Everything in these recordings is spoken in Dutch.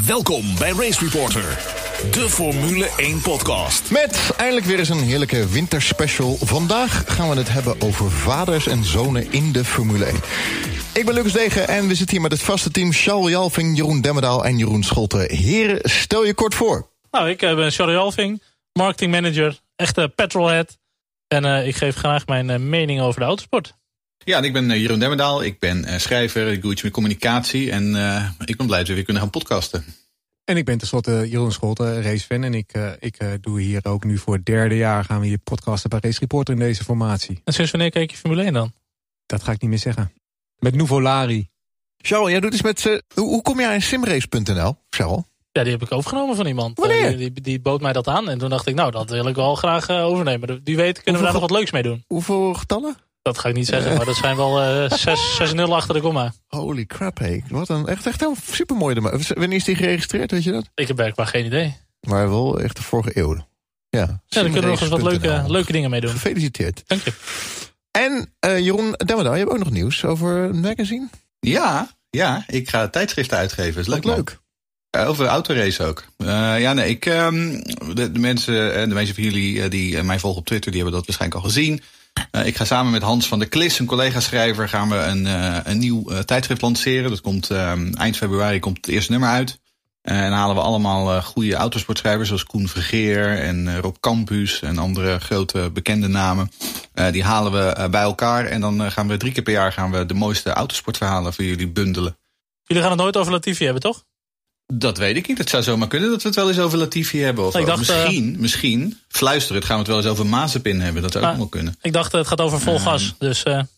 Welkom bij Race Reporter, de Formule 1 podcast. Met eindelijk weer eens een heerlijke winterspecial. Vandaag gaan we het hebben over vaders en zonen in de Formule 1. Ik ben Lucas Degen en we zitten hier met het vaste team Charles Jalving, Jeroen Demmendaal en Jeroen Scholte. Heren, stel je kort voor. Nou, ik ben Charles Jalving, marketing manager, echte petrolhead. En ik geef graag mijn mening over de autosport. Ja, en ik ben Jeroen Demmendaal. Ik ben schrijver, ik doe iets met communicatie. En ik ben blij dat we weer kunnen gaan podcasten. En ik ben tenslotte Jeroen Scholte, racefan. En ik doe hier ook nu voor het derde jaar gaan we hier podcasten bij Race Reporter in deze formatie. En sinds wanneer kijk je Formule 1 dan? Dat ga ik niet meer zeggen. Met Nuvolari. Charles, jij doet eens met... hoe kom jij aan simrace.nl, Charles? Ja, die heb ik overgenomen van iemand. Die bood mij dat aan. En toen dacht ik, nou, dat wil ik wel graag overnemen. Wie weet kunnen we daar nog wat leuks mee doen. Hoeveel getallen? Dat ga ik niet zeggen, maar dat zijn wel 6-0 achter de komma. Holy crap, hé. Wat een echt een supermooie. Wanneer is die geregistreerd, weet je dat? Ik heb werkelijk geen idee. Maar wel echt de vorige eeuw. Ja, daar kunnen we nog eens wat leuke dingen mee doen. Gefeliciteerd. Dank je. En Jeroen Demmendaal, je hebt ook nog nieuws over een magazine? Ja, ik ga tijdschriften uitgeven. Is leuk. Over autorace ook. De mensen van jullie die mij volgen op Twitter, die hebben dat waarschijnlijk al gezien. Ik ga samen met Hans van der Klis, een collega-schrijver, gaan we een nieuw tijdschrift lanceren. Dat komt eind februari komt het eerste nummer uit. En dan halen we allemaal goede autosportschrijvers zoals Koen Vergeer en Rob Campus en andere grote bekende namen. Die halen we bij elkaar en dan gaan we 3 keer per jaar de mooiste autosportverhalen voor jullie bundelen. Jullie gaan het nooit over Latifi hebben, toch? Dat weet ik niet. Het zou zomaar kunnen dat we het wel eens over Latifi hebben. Of misschien, fluisterend, gaan we het wel eens over Mazepin hebben. Dat zou ook wel kunnen. Ik dacht, het gaat over vol gas. Dus, Maar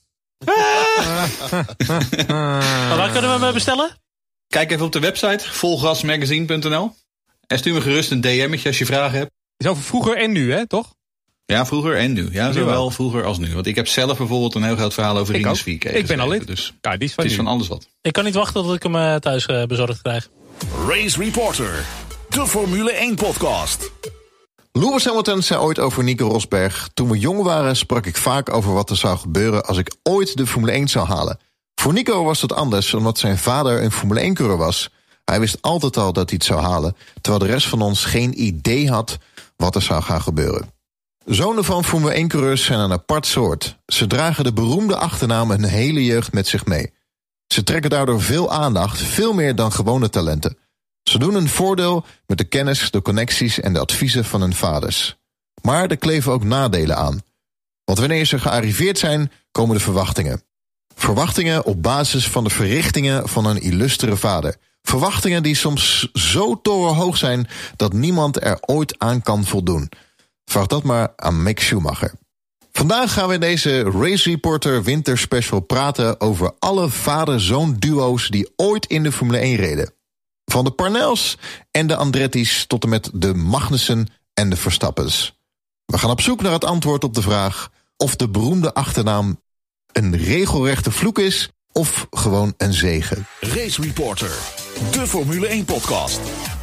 waar kunnen we hem bestellen? Kijk even op de website, volgasmagazine.nl. En stuur me gerust een DM'tje als je vragen hebt. Het is over vroeger en nu, hè, toch? Ja, vroeger en nu. Ja, zowel vroeger als nu. Want ik heb zelf bijvoorbeeld een heel groot verhaal over Rinus VK. Ik ben al lid. Dus ja, die is het is van alles wat. Ik kan niet wachten tot ik hem thuis bezorgd krijg. Race Reporter, de Formule 1 podcast. Lewis Hamilton zei ooit over Nico Rosberg: toen we jong waren sprak ik vaak over wat er zou gebeuren als ik ooit de Formule 1 zou halen. Voor Nico was dat anders, omdat zijn vader een Formule 1-coureur was. Hij wist altijd al dat hij het zou halen, terwijl de rest van ons geen idee had wat er zou gaan gebeuren. Zonen van Formule 1-coureurs zijn een apart soort. Ze dragen de beroemde achternaam hun hele jeugd met zich mee. Ze trekken daardoor veel aandacht, veel meer dan gewone talenten. Ze doen een voordeel met de kennis, de connecties en de adviezen van hun vaders. Maar er kleven ook nadelen aan. Want wanneer ze gearriveerd zijn, komen de verwachtingen. Verwachtingen op basis van de verrichtingen van een illustere vader. Verwachtingen die soms zo torenhoog zijn dat niemand er ooit aan kan voldoen. Vraag dat maar aan Mick Schumacher. Vandaag gaan we in deze Race Reporter Winterspecial praten over alle vader-zoon duo's die ooit in de Formule 1 reden. Van de Parnells en de Andretti's tot en met de Magnussen en de Verstappens. We gaan op zoek naar het antwoord op de vraag of de beroemde achternaam een regelrechte vloek is of gewoon een zegen. Race Reporter, de Formule 1 podcast.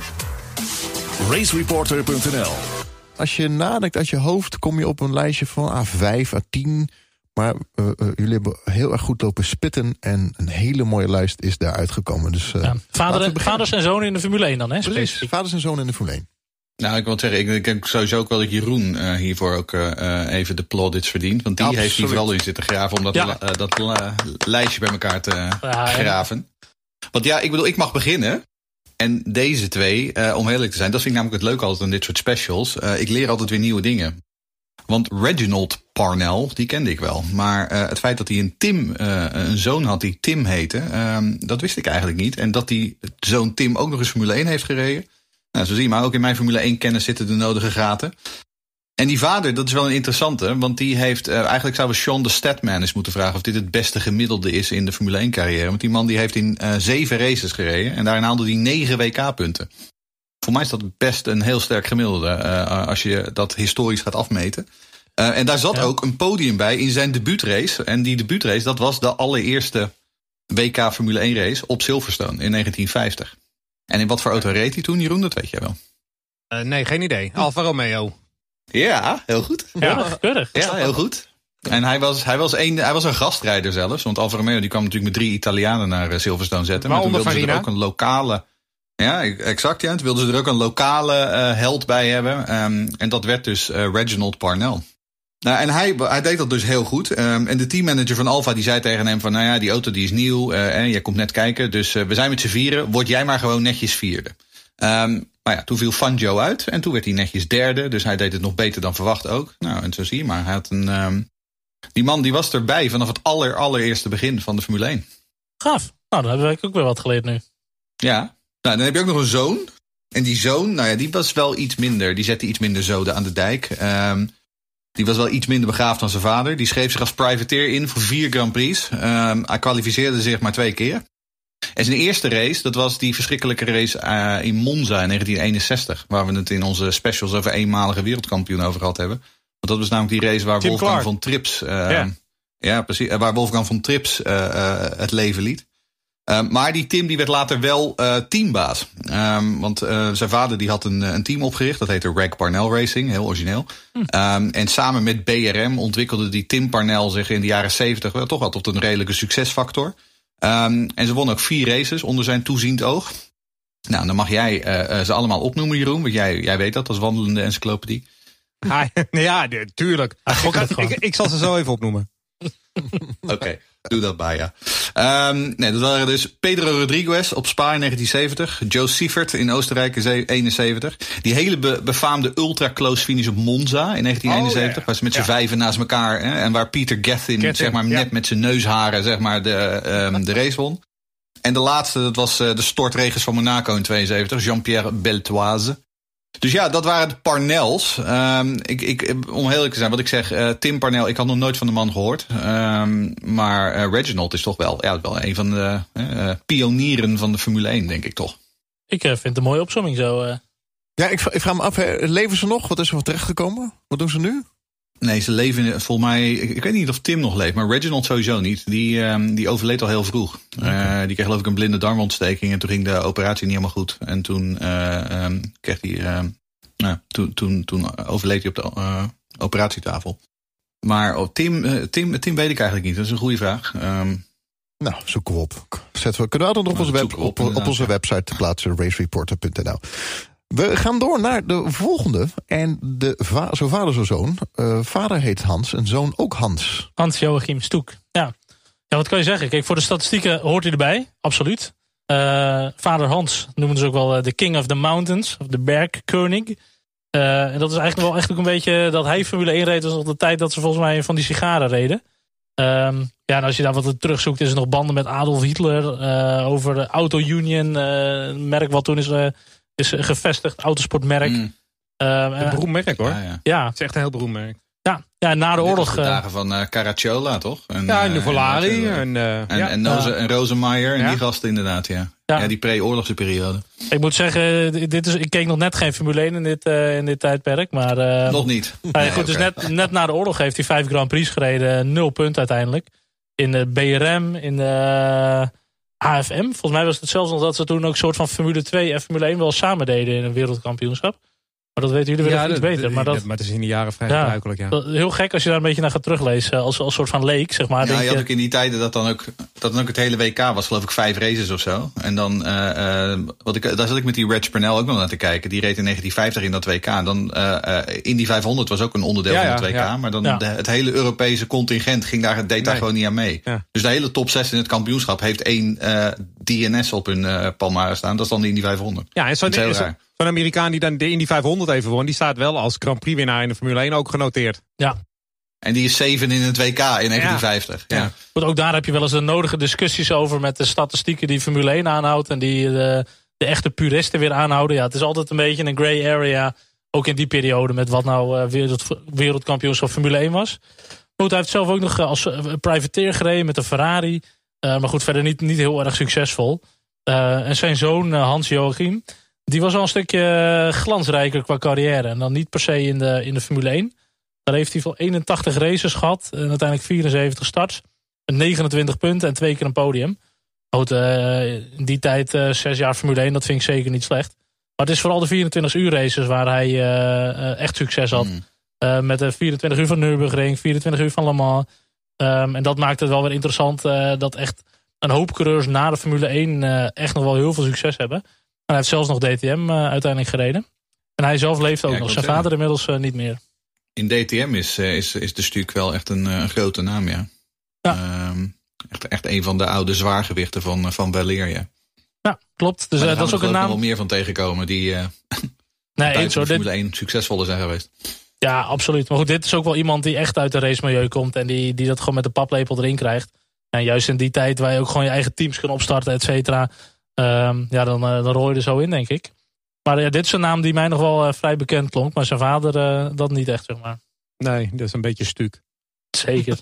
RaceReporter.nl. Als je nadenkt uit je hoofd, kom je op een lijstje van 5 à 10. Maar jullie hebben heel erg goed lopen spitten en een hele mooie lijst is daar uitgekomen. Dus, vaders en zonen in de Formule 1 dan, hè? Precies, vaders en zonen in de Formule 1. Nou, ik wil zeggen, ik denk sowieso ook wel dat Jeroen hiervoor ook even de plaudits verdient. Want die heeft hier vooral in zitten graven om dat lijstje bij elkaar te graven. Want ja, ik bedoel, ik mag beginnen. En deze twee, om eerlijk te zijn, dat vind ik namelijk het leuke altijd aan dit soort specials. Ik leer altijd weer nieuwe dingen. Want Reginald Parnell, die kende ik wel. Maar het feit dat hij een zoon had die Tim heette, dat wist ik eigenlijk niet. En dat die zoon Tim ook nog eens Formule 1 heeft gereden. Nou, zo zie je maar, ook in mijn Formule 1 kennis zitten de nodige gaten. En die vader, dat is wel een interessante, want die heeft, eigenlijk zouden we Sean de Statman eens moeten vragen of dit het beste gemiddelde is in de Formule 1 carrière. Want die man die heeft in 7 races gereden en daarin haalde hij 9 WK-punten. Voor mij is dat best een heel sterk gemiddelde als je dat historisch gaat afmeten. En daar zat ook een podium bij in zijn debuutrace. En die debuutrace, dat was de allereerste WK Formule 1 race op Silverstone in 1950. En in wat voor auto reed hij toen, Jeroen? Dat weet jij wel. Nee, geen idee. Alfa Romeo. Ja, heel goed. Keurig. Ja, heel goed. En hij was een gastrijder zelfs. Want Alfa Romeo die kwam natuurlijk met 3 Italianen naar Silverstone zetten. Maar toen wilden ze er ook een lokale Ja, exact. Ja. Toen wilden ze er ook een lokale held bij hebben. En dat werd dus Reginald Parnell. Nou, en hij deed dat dus heel goed. En de teammanager van Alfa die zei tegen hem van... nou ja, die auto die is nieuw. Jij komt net kijken. Dus we zijn met z'n vieren. Word jij maar gewoon netjes vierde. Maar ja, toen viel Fangio uit. En toen werd hij netjes derde. Dus hij deed het nog beter dan verwacht ook. Nou, en zo zie je maar. Hij had die man die was erbij vanaf het allereerste begin van de Formule 1. Gaaf. Nou, dan hebben we ook weer wat geleerd nu. Ja. Nou, dan heb je ook nog een zoon. En die zoon, nou ja, die was wel iets minder. Die zette iets minder zoden aan de dijk. Die was wel iets minder begaafd dan zijn vader. Die schreef zich als privateer in voor 4 Grand Prix. Hij kwalificeerde zich maar 2 keer. En zijn eerste race, dat was die verschrikkelijke race in Monza in 1961. Waar we het in onze specials over eenmalige wereldkampioen over gehad hebben. Want dat was namelijk die race waar Tim Wolfgang Clark. von Trips... Ja, precies. Waar Wolfgang von Trips het leven liet. Maar die Tim die werd later wel teambaas. Want zijn vader die had een team opgericht. Dat heette Reg Parnell Racing. Heel origineel. En samen met BRM ontwikkelde die Tim Parnell zich in de jaren 70... toch wel tot een redelijke succesfactor. En ze won ook 4 races onder zijn toeziend oog. Nou, dan mag jij ze allemaal opnoemen, Jeroen. Want jij weet dat als wandelende encyclopedie. Ja, tuurlijk. Ik zal ze zo even opnoemen. Oké, doe dat bij, ja. Dat waren dus Pedro Rodriguez op Spa in 1970. Joe Sievert in Oostenrijk in 1971. Die hele befaamde ultra-close finish op Monza in 1971. Waar ze met z'n 5 naast elkaar... en waar Peter Gethin zeg maar, net met zijn neusharen zeg maar, de race won. En de laatste, dat was de stortregens van Monaco in 72. Jean-Pierre Beltoise. Dus ja, dat waren de Parnells. Om heel eerlijk te zijn, wat ik zeg, Tim Parnell, ik had nog nooit van de man gehoord. Maar Reginald is toch wel een van de pionieren van de Formule 1, denk ik toch. Ik vind het een mooie opsomming zo. Ja, ik vraag me af, leven ze nog? Wat is er van terechtgekomen? Wat doen ze nu? Nee, ze leven volgens mij... Ik weet niet of Tim nog leeft, maar Reginald sowieso niet. Die overleed al heel vroeg. Die kreeg geloof ik een blinde darmontsteking en toen ging de operatie niet helemaal goed. En toen kreeg hij... Toen overleed hij op de operatietafel. Maar Tim weet ik eigenlijk niet. Dat is een goede vraag. Nou, zoeken we op. Kunnen we altijd nog op onze website plaatsen, racereporter.nl. We gaan door naar de volgende. En zo vader, zo zoon. Vader heet Hans en zoon ook Hans. Hans-Joachim Stoek. Ja, wat kan je zeggen? Kijk, voor de statistieken hoort hij erbij. Absoluut. Vader Hans noemen ze ook wel de King of the Mountains. Of de Bergkönig. En dat is eigenlijk wel echt ook een beetje... dat hij Formule 1 reed was op de tijd dat ze volgens mij van die sigaren reden. En als je daar wat terugzoekt... is er nog banden met Adolf Hitler. Over de Auto Union. Merk wat toen is gevestigd, autosportmerk. Een beroemd merk hoor. Ja. Het is echt een heel beroemd merk. Ja, na de oorlog. De dagen van Caracciola, toch? En Nuvolari. En Rosemeyer. En die gasten inderdaad, ja, die pre-oorlogse periode. Ik moet zeggen, ik keek nog net geen Formule 1 in dit tijdperk. Maar, nog niet. Goed, dus net na de oorlog heeft hij 5 Grand Prix gereden. 0 punten uiteindelijk. In de BRM, in de... AFM. Volgens mij was het zelfs nog dat ze toen ook een soort van Formule 2 en Formule 1 wel samen deden in een wereldkampioenschap. Maar dat weten jullie weer iets beter. Maar het is in de jaren vrij gebruikelijk. Ja. Heel gek als je daar een beetje naar gaat teruglezen. Als soort van leek, zeg maar. Ja, je had ook in die tijden dat dan ook het hele WK was, geloof ik, 5 races of zo. En dan, daar zat ik met die Reg Parnell ook nog naar te kijken. Die reed in 1950 in dat WK. En dan Indy 500 was ook een onderdeel van het WK. Ja. Maar dan het hele Europese contingent deed daar gewoon niet aan mee. Ja. Dus de hele top 6 in het kampioenschap heeft 1 DNS op hun palmarès staan. Dat is dan de Indy 500. Ja, en zo'n Amerikaan die dan de Indy 500 even won, die staat wel als Grand Prix winnaar in de Formule 1 ook genoteerd. Ja. En die is 7 in het WK in 1950. Ja. Goed, ook daar heb je wel eens de nodige discussies over met de statistieken die Formule 1 aanhoudt en die de echte puristen weer aanhouden. Ja, het is altijd een beetje een gray area, ook in die periode, met wat nou wereldkampioenschap Formule 1 was. Goed, hij heeft zelf ook nog als privateer gereden met een Ferrari. Maar goed, verder niet heel erg succesvol. En zijn zoon Hans-Joachim, die was al een stukje glansrijker qua carrière. En dan niet per se in de Formule 1. Daar heeft hij voor 81 races gehad. En uiteindelijk 74 starts. 29 punten en 2 keer een podium. Goed, in die tijd 6 jaar Formule 1, dat vind ik zeker niet slecht. Maar het is vooral de 24 uur races waar hij echt succes had. Met de 24 uur van Nürburgring, 24 uur van Le Mans. En dat maakt het wel weer interessant dat echt een hoop coureurs na de Formule 1 echt nog wel heel veel succes hebben. hij heeft zelfs nog DTM uiteindelijk gereden. En hij zelf leeft ook nog. Zijn vader inmiddels niet meer. In DTM is de Stuuk wel echt een grote naam, ja. Echt een van de oude zwaargewichten van Weleer. Ja, klopt. Dus dat is ook een naam. Er wel meer van tegenkomen die tijdens de Formule 1 succesvoller zijn geweest. Ja, absoluut. Maar goed, dit is ook wel iemand die echt uit de racemilieu komt. En die dat gewoon met de paplepel erin krijgt. En juist in die tijd waar je ook gewoon je eigen teams kan opstarten, et cetera. Dan rol je er zo in, denk ik. Maar dit is een naam die mij nog wel vrij bekend klonk. Maar zijn vader, dat niet echt, zeg maar. Nee, dat is een beetje Stuuk. Zeker.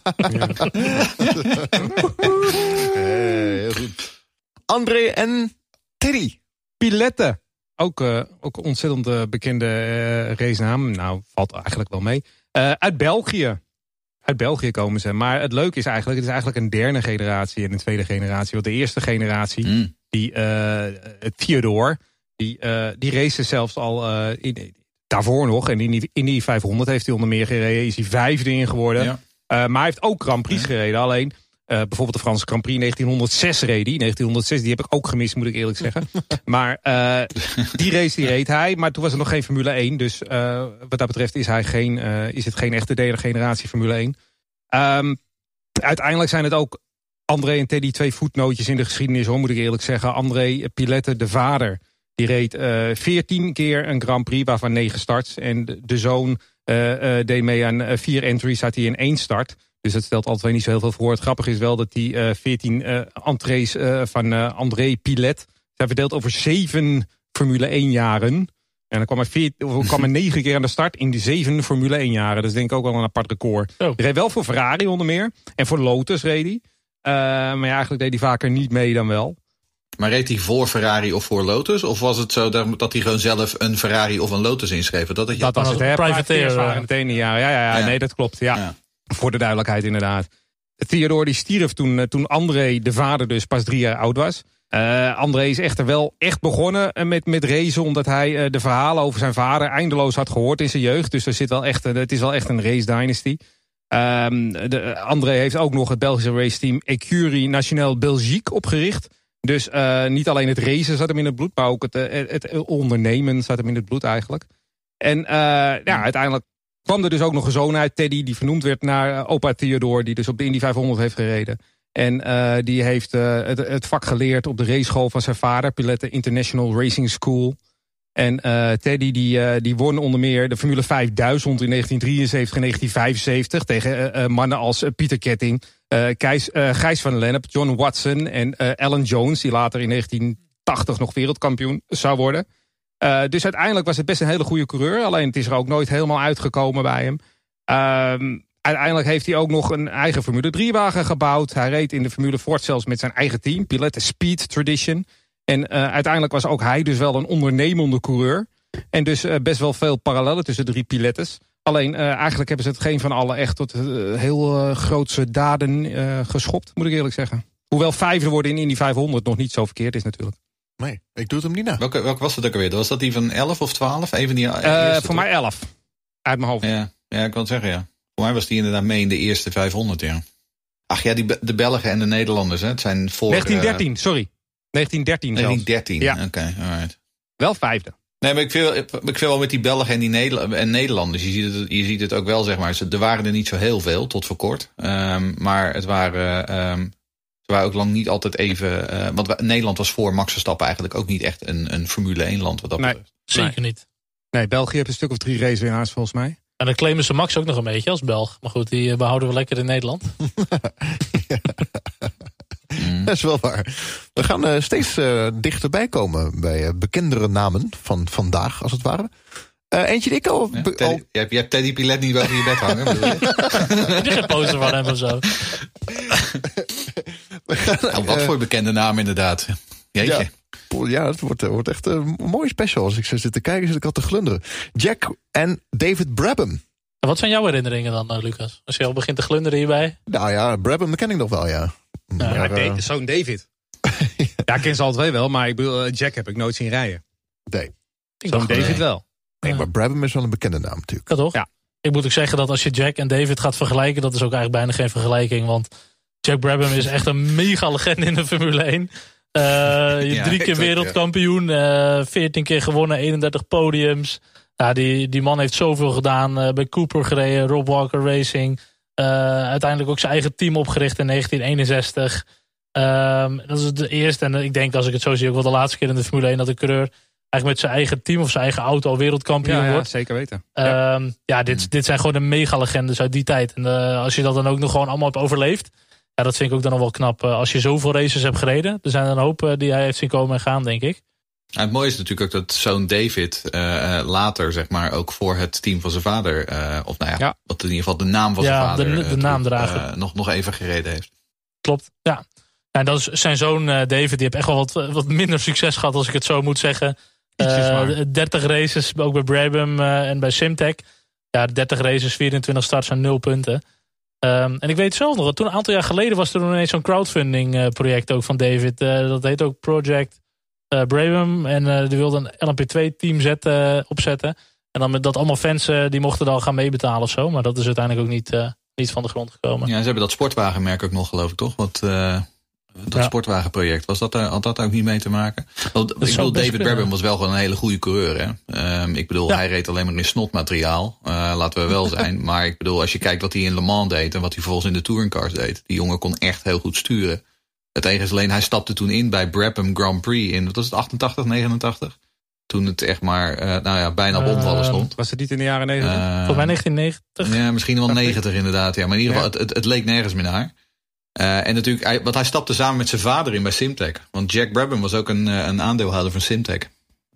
Heel goed. André en Teddy. Pilette. Ook ontzettend bekende racenaam. Nou, valt eigenlijk wel mee. Uit België. Uit België komen ze. Maar het leuke is eigenlijk, het is eigenlijk een derde generatie en een tweede generatie. Want de eerste generatie, Theodore, die race zelfs al daarvoor nog. En in die 500 heeft hij onder meer gereden. Is hij 5e in geworden. Ja. Maar hij heeft ook Grand Prix gereden. Alleen bijvoorbeeld de Franse Grand Prix 1906 reed hij. 1906, die heb ik ook gemist, moet ik eerlijk zeggen. Maar die race die reed hij. Maar toen was er nog geen Formule 1. Dus wat dat betreft is het geen echte derde generatie Formule 1. Uiteindelijk zijn het ook André en Teddy 2 voetnootjes in de geschiedenis, hoor, moet ik eerlijk zeggen. André Pilette, de vader, die reed 14 keer een Grand Prix, waarvan 9 starts. En de zoon deed mee aan 4 entries, had hij in 1 start. Dus dat stelt altijd niet zo heel veel voor. Het grappige is wel dat die 14 entrees van André Pilette zijn verdeeld over 7 Formule 1 jaren. En dan kwam hij 9 keer aan de start in die 7 Formule 1 jaren. Dat is denk ik ook wel een apart record. Hij reed wel voor Ferrari onder meer. En voor Lotus reed hij. Maar ja, eigenlijk deed hij vaker niet mee dan wel. Maar reed hij voor Ferrari of voor Lotus? Of was het zo dat hij gewoon zelf een Ferrari of een Lotus inschreef? Dat was het, hè? Privateer waren het ene jaar. Ja, nee, dat klopt. Ja. Voor de duidelijkheid inderdaad. Theodore die stierf toen André, de vader, dus pas 3 jaar oud was. André is echter wel echt begonnen met racen, omdat hij de verhalen over zijn vader eindeloos had gehoord in zijn jeugd. Dus het is wel echt een race dynasty. André heeft ook nog het Belgische raceteam Écurie Nationale Belgique opgericht. Dus niet alleen het racen zat hem in het bloed, maar ook het ondernemen zat hem in het bloed eigenlijk. En uiteindelijk kwam er dus ook nog een zoon uit, Teddy, die vernoemd werd naar opa Theodore, die dus op de Indy 500 heeft gereden. En die heeft het vak geleerd op de raceschool van zijn vader, Pilette International Racing School. En Teddy die won onder meer de Formule 5000 in 1973 en 1975 tegen mannen als Pieter Ketting, Gijs van Lennep, John Watson en Alan Jones, die later in 1980 nog wereldkampioen zou worden. Dus uiteindelijk was het best een hele goede coureur. Alleen het is er ook nooit helemaal uitgekomen bij hem. Uiteindelijk heeft hij ook nog een eigen Formule 3 wagen gebouwd. Hij reed in de Formule Ford zelfs met zijn eigen team, Pilette Speed Tradition. En uiteindelijk was ook hij dus wel een ondernemende coureur. En dus best wel veel parallellen tussen de 3 Pilettes. Alleen eigenlijk hebben ze het geen van allen echt tot heel grootse daden geschopt, moet ik eerlijk zeggen. Hoewel 5e worden in Indy 500 nog niet zo verkeerd is natuurlijk. Nee, ik doe het hem niet na. Welke was het ook alweer? Was dat die van 11 of 12? Even die voor mij 11. Uit mijn hoofd. Ja, ik wil het zeggen, ja. Voor mij was die inderdaad mee in de eerste 500, ja. Ach ja, de Belgen en de Nederlanders, hè. Het zijn voor 1913, sorry. 1913 zelfs. 1913, ja. Oké, alright. Wel 5e. Nee, maar ik vind wel met die Belgen en die Nederlanders. Je ziet het ook wel, zeg maar. Er waren er niet zo heel veel, tot voor kort. Maar het waren ook lang niet altijd even. Want Nederland was voor Max Verstappen eigenlijk ook niet echt een Formule 1 land. Wat dat betreft. Zeker niet. Nee, België heeft een stuk of 3 racewinnaars volgens mij. En dan claimen ze Max ook nog een beetje als Belg. Maar goed, die behouden we lekker in Nederland. Dat is wel waar. We gaan steeds dichterbij komen bij bekendere namen van vandaag, als het ware. Eentje die ik al... Je hebt Teddy Pilette niet boven je bed hangen, bedoel je? Heb je geen poster van hem of zo? Wat voor bekende naam inderdaad. Jeetje. Ja, het wordt echt een mooie special. Als ik zo zit te kijken, zit ik al te glunderen. Jack en David Brabham. En wat zijn jouw herinneringen dan, Lucas? Als je al begint te glunderen hierbij. Nou ja, Brabham ken ik nog wel, ja. Maar zo'n David. Ja, ik ken ze al 2 wel, maar ik bedoel, Jack heb ik nooit zien rijden. Nee. Zo'n David wel. Nee, maar Brabham is wel een bekende naam natuurlijk. Ja, toch? Ja. Ik moet ook zeggen dat als je Jack en David gaat vergelijken, dat is ook eigenlijk bijna geen vergelijking. Want Jack Brabham is echt een mega legende in de Formule 1. 3 keer wereldkampioen, 14 keer gewonnen, 31 podiums. Die man heeft zoveel gedaan. Bij Cooper gereden, Rob Walker Racing. Uiteindelijk ook zijn eigen team opgericht in 1961. Dat is de eerste. En ik denk, als ik het zo zie, ook wel de laatste keer in de Formule 1... dat de coureur eigenlijk met zijn eigen team of zijn eigen auto wereldkampioen wordt. Ja, zeker weten. Dit zijn gewoon de megalegendes uit die tijd. En als je dat dan ook nog gewoon allemaal hebt overleefd... Ja, dat vind ik ook dan nog wel knap. Als je zoveel races hebt gereden. Er zijn er een hoop die hij heeft zien komen en gaan, denk ik. Ja, het mooie is natuurlijk ook dat zoon David later, zeg maar, ook voor het team van zijn vader, wat in ieder geval de naam van zijn vader, de naamdrager, nog even gereden heeft. Klopt, ja. En dat is zijn zoon David, die heeft echt wel wat minder succes gehad, als ik het zo moet zeggen. 30 races, ook bij Brabham en bij Simtek. Ja, 30 races, 24 starts en 0 punten. En ik weet zelf nog, toen een aantal jaar geleden was er ineens zo'n crowdfunding project ook van David. Dat heet ook Project Brabham. En die wilde een LMP2 team opzetten. En dan met dat allemaal fans die mochten dan gaan meebetalen of zo. Maar dat is uiteindelijk ook niet van de grond gekomen. Ja, ze hebben dat sportwagenmerk ook nog, geloof ik, toch? Dat sportwagenproject, had dat ook niet mee te maken? Want, ik bedoel, David Brabham was wel gewoon een hele goede coureur. Hè? Ik bedoel, hij reed alleen maar in snotmateriaal. Laten we wel zijn. Maar ik bedoel, als je kijkt wat hij in Le Mans deed en wat hij vervolgens in de touringcars deed. Die jongen kon echt heel goed sturen. Het enige is alleen, hij stapte toen in bij Brabham Grand Prix in, wat was het, 88, 89? Toen het echt maar, bijna op omvallen stond. Was het niet in de jaren 90? Volgens mij 1990. Ja, misschien wel 90 inderdaad. Ja. Maar in ieder geval, het leek nergens meer naar. En natuurlijk, want hij stapte samen met zijn vader in bij Simtek. Want Jack Brabham was ook een aandeelhouder van Simtek.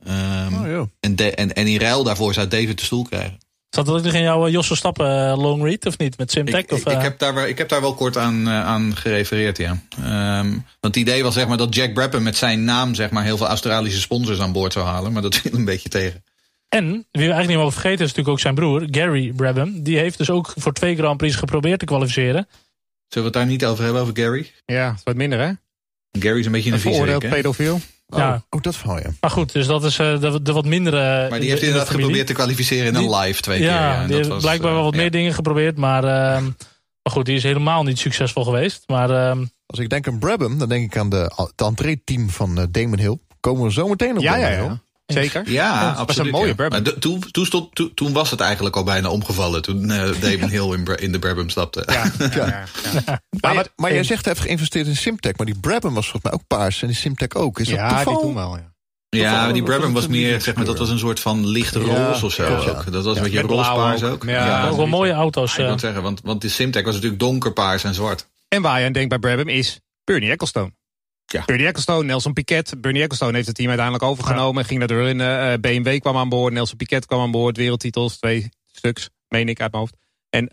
En in ruil daarvoor zou David de stoel krijgen. Zat dat ook nog in jouw Jos Verstappen long read of niet? Met Simtek? Ik heb daar wel kort aan gerefereerd, ja. Want het idee was, zeg maar, dat Jack Brabham met zijn naam, zeg maar, heel veel Australische sponsors aan boord zou halen. Maar dat viel een beetje tegen. En wie we eigenlijk niet mogen vergeten is natuurlijk ook zijn broer, Gary Brabham. Die heeft dus ook voor 2 Grand Prix geprobeerd te kwalificeren. Zullen we het daar niet over hebben, over Gary? Ja, is wat minder, hè? Gary is een beetje een veroordeeld pedofiel. Ja. Ook dat verhaal, ja. Maar goed, dus dat is de wat mindere. Maar die heeft inderdaad geprobeerd te kwalificeren in een live 2 keer. Ja, die heeft blijkbaar wel wat meer dingen geprobeerd. Maar goed, die is helemaal niet succesvol geweest. Maar als ik denk aan Brabham, dan denk ik aan het entree-team van Damon Hill. Komen we zo meteen op Damon Hill. Zeker. Ja, absoluut. Dat was een mooie Brabham. Maar toen was het eigenlijk al bijna omgevallen. Toen Damon Hill in de Brabham stapte. Ja. Maar jij zegt hij heeft geïnvesteerd in Simtek. Maar die Brabham was volgens mij ook paars. En die Simtek ook. Is dat toeval? Die toen wel, ja. Ja, die Brabham was meer, zeg maar, dat was een soort van lichte roze of zo. Ja. Dat was een beetje roospaars ook. Ook wel mooie auto's. Ik wil zeggen, want die Simtek was natuurlijk donkerpaars en zwart. En waar je aan denkt bij Brabham is Bernie Ecclestone. Ja. Bernie Ecclestone, Nelson Piquet. Bernie Ecclestone heeft het team uiteindelijk overgenomen. Ging naar de run. BMW kwam aan boord. Nelson Piquet kwam aan boord. Wereldtitels, 2 stuks. Meen ik uit mijn hoofd. En